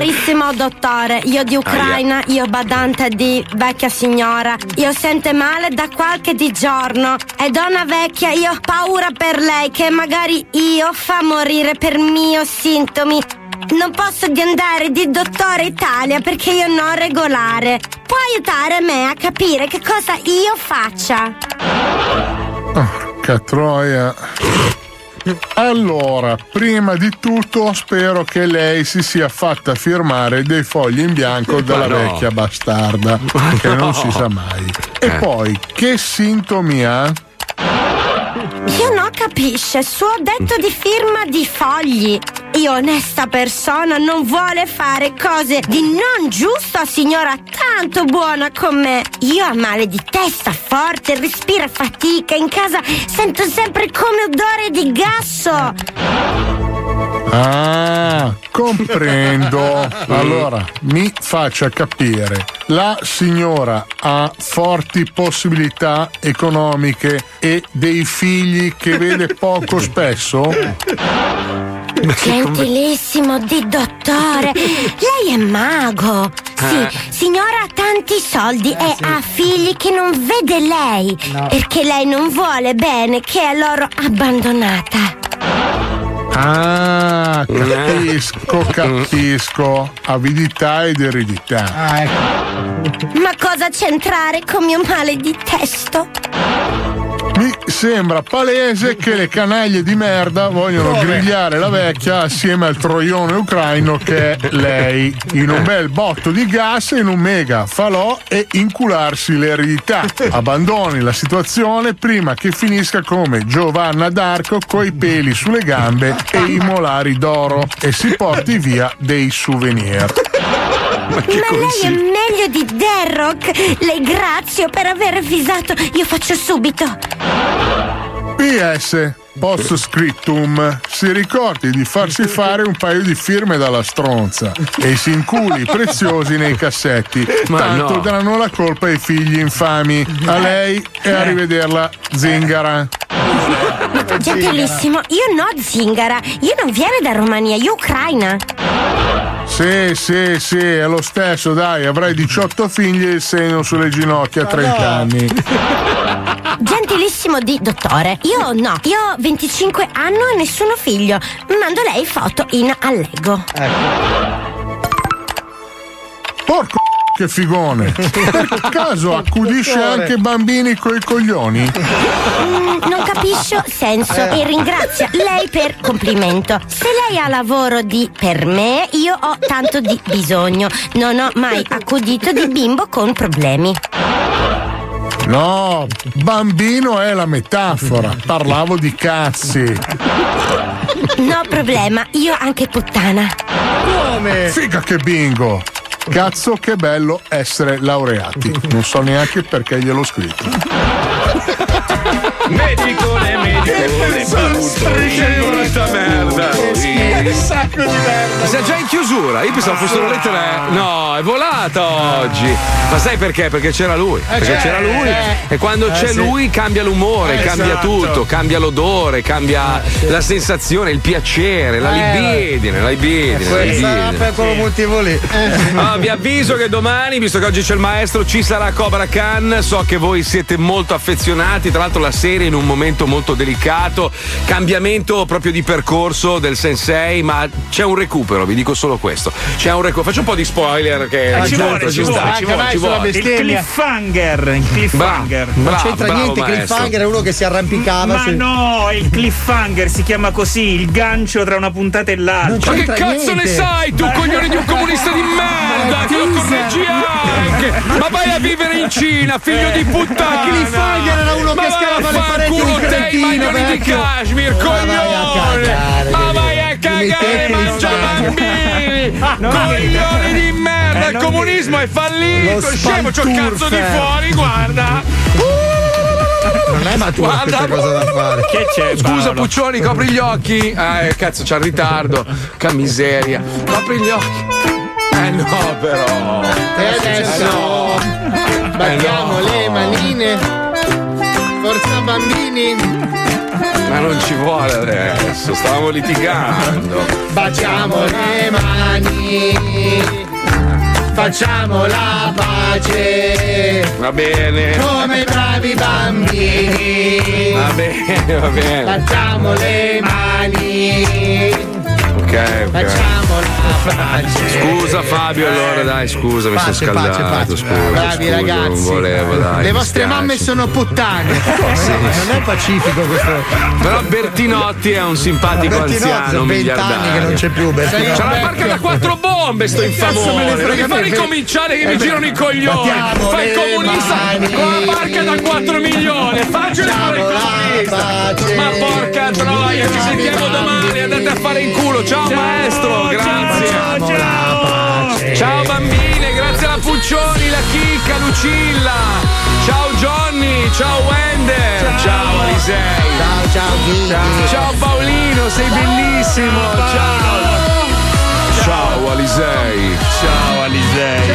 Speaker 10: Carissimo dottore, io di Ucraina, io badante di vecchia signora, io sente male da qualche di giorno e donna vecchia, io ho paura per lei che magari io fa morire per mio sintomi. Non posso di andare di dottore Italia perché io non regolare. Può aiutare me a capire che cosa io faccia?
Speaker 22: Porca troia. Allora, prima di tutto spero che lei si sia fatta firmare dei fogli in bianco dalla vecchia bastarda, che non si sa mai. E poi, che sintomi ha?
Speaker 10: Io non capisce, suo detto di firma di fogli. Io onesta persona non vuole fare cose di non giusto a signora tanto buona con me. Io ho male di testa forte, respira fatica, in casa sento sempre come odore di gasso.
Speaker 22: Ah, comprendo. Allora, mi faccia capire. La signora ha forti possibilità economiche e dei figli che vede poco spesso?
Speaker 10: Gentilissimo di dottore, lei è mago. Sì, signora ha tanti soldi e ha figli che non vede lei, perché lei non vuole bene, che è loro abbandonata.
Speaker 22: Ah, capisco. Avidità ed eredità.
Speaker 10: Ma cosa c'entrare con mio male di testo?
Speaker 22: Mi sembra palese che le canaglie di merda vogliono grigliare la vecchia assieme al troione ucraino che è lei, in un bel botto di gas, in un mega falò e incularsi l'eredità. Abbandoni la situazione prima che finisca come Giovanna d'Arco coi peli sulle gambe e i molari d'oro e si porti via dei souvenir.
Speaker 10: Ma lei è meglio di Derrock. Lei grazie per aver avvisato. Io faccio subito.
Speaker 22: PS, post scriptum, si ricordi di farsi fare un paio di firme dalla stronza e si inculi preziosi nei cassetti. Tanto daranno la colpa ai figli infami. A lei e arrivederla, zingara.
Speaker 10: Gentilissimo, io no zingara. Io non viene da Romania, io Ucraina.
Speaker 22: Sì, è lo stesso, dai, avrai 18 figli e il seno sulle ginocchia a 30 anni.
Speaker 10: Gentilissimo di dottore, io no, io ho 25 anni e nessuno figlio. Mando lei foto in allego.
Speaker 22: Porco che figone! Per caso accudisce anche bambini coi coglioni?
Speaker 10: Non capisco senso e ringrazia lei per complimento. Se lei ha lavoro di per me, io ho tanto di bisogno. Non ho mai accudito di bimbo con problemi.
Speaker 22: No, bambino è la metafora. Parlavo di cazzi.
Speaker 10: No problema, io anche puttana.
Speaker 22: Come? Figa che bingo! Cazzo che bello essere laureati. Non so neanche perché gliel'ho scritto.
Speaker 2: Medico, brutta merda.
Speaker 22: Che sacco di merda.
Speaker 2: Sei già in chiusura. Io pensavo fossero le 3. No, è volata oggi. Ma sai perché? Perché c'era lui. Perché c'era lui. E quando c'è lui cambia l'umore, cambia tutto, cambia l'odore, cambia la sensazione, il piacere, la libidine.
Speaker 4: Sarà per quello motivo lì.
Speaker 2: Vi avviso che domani, visto che oggi c'è il maestro, ci sarà Cobra Khan. So che voi siete molto affezionati. Tra l'altro la serie in un momento molto delicato, cambiamento proprio di percorso del sensei, ma c'è un recupero, vi dico solo questo. C'è un recupero. Faccio un po' di spoiler che
Speaker 3: ci vuole. Il cliffhanger.
Speaker 4: Non c'entra niente, cliffhanger è uno che si arrampicava.
Speaker 3: Ma no, il cliffhanger si chiama così, il gancio tra una puntata e l'altra.
Speaker 2: Ma che cazzo ne sai tu, coglione di un comunista di merda, che lo correggi anche. Ma vai a vivere in Cina, figlio di puttana.
Speaker 4: Il cliffhanger era uno che scalava le pareti di Trentino,
Speaker 2: di Kashmir, coglione. Ma vai a cagare, mangia bambini. Coglione di merda, il comunismo è fallito. Scemo, c'ho il cazzo di fuori, guarda.
Speaker 4: Non è matura questa cosa da fare.
Speaker 2: Che c'è? Scusa Puccioni, copri gli occhi. Cazzo, c'ha il ritardo. Che miseria. Copri gli occhi. No, però.
Speaker 6: E adesso battiamo le manine. Forza bambini.
Speaker 2: Ma non ci vuole adesso, stavamo litigando.
Speaker 6: Baciamo le mani, facciamo la pace.
Speaker 2: Va bene.
Speaker 6: Come bravi bambini.
Speaker 2: Va bene, va bene.
Speaker 6: Facciamo le mani.
Speaker 2: Ok.
Speaker 6: Facciamo la pace.
Speaker 2: Scusa Fabio, allora dai, scusa, mi sono
Speaker 6: Pace,
Speaker 2: scaldato.
Speaker 6: pace.
Speaker 2: Scusa,
Speaker 6: Bravi
Speaker 2: scusa,
Speaker 6: ragazzi.
Speaker 2: non volevo, dai.
Speaker 6: Le
Speaker 2: mi
Speaker 6: vostre
Speaker 2: spiace.
Speaker 6: mamme sono puttane.
Speaker 4: Non è pacifico questo.
Speaker 2: Però Bertinotti è un simpatico anziano,
Speaker 4: sono 20 anni che non c'è più Bertinotti.
Speaker 2: C'ha la barca da 4 bombe sto infamone. Perché fa ricominciare che mi girano i coglioni. Fa il comunista con la barca da 4 milioni. Facile fare il comunista. Ma porca troia, ci sentiamo domani, andate a fare in culo. Ciao maestro, grazie. Ciao bambine, grazie alla Puccioni, la Chicca, Lucilla. Ciao Johnny, ciao Wender. Ciao Alisei. Ciao Paolino, sei bellissimo. Ciao Alisei. Ciao Alisei.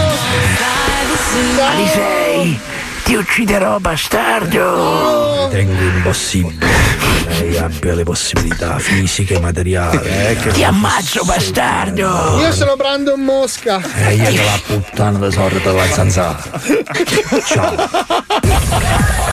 Speaker 11: Alisei, ti ucciderò, bastardo!
Speaker 13: Ritengo impossibile che lei abbia le possibilità fisiche e materiali.
Speaker 11: Ti ammazzo, bastardo!
Speaker 6: Io sono Brandon Mosca.
Speaker 13: Io che la puttana tesoro della zanzara. Ciao.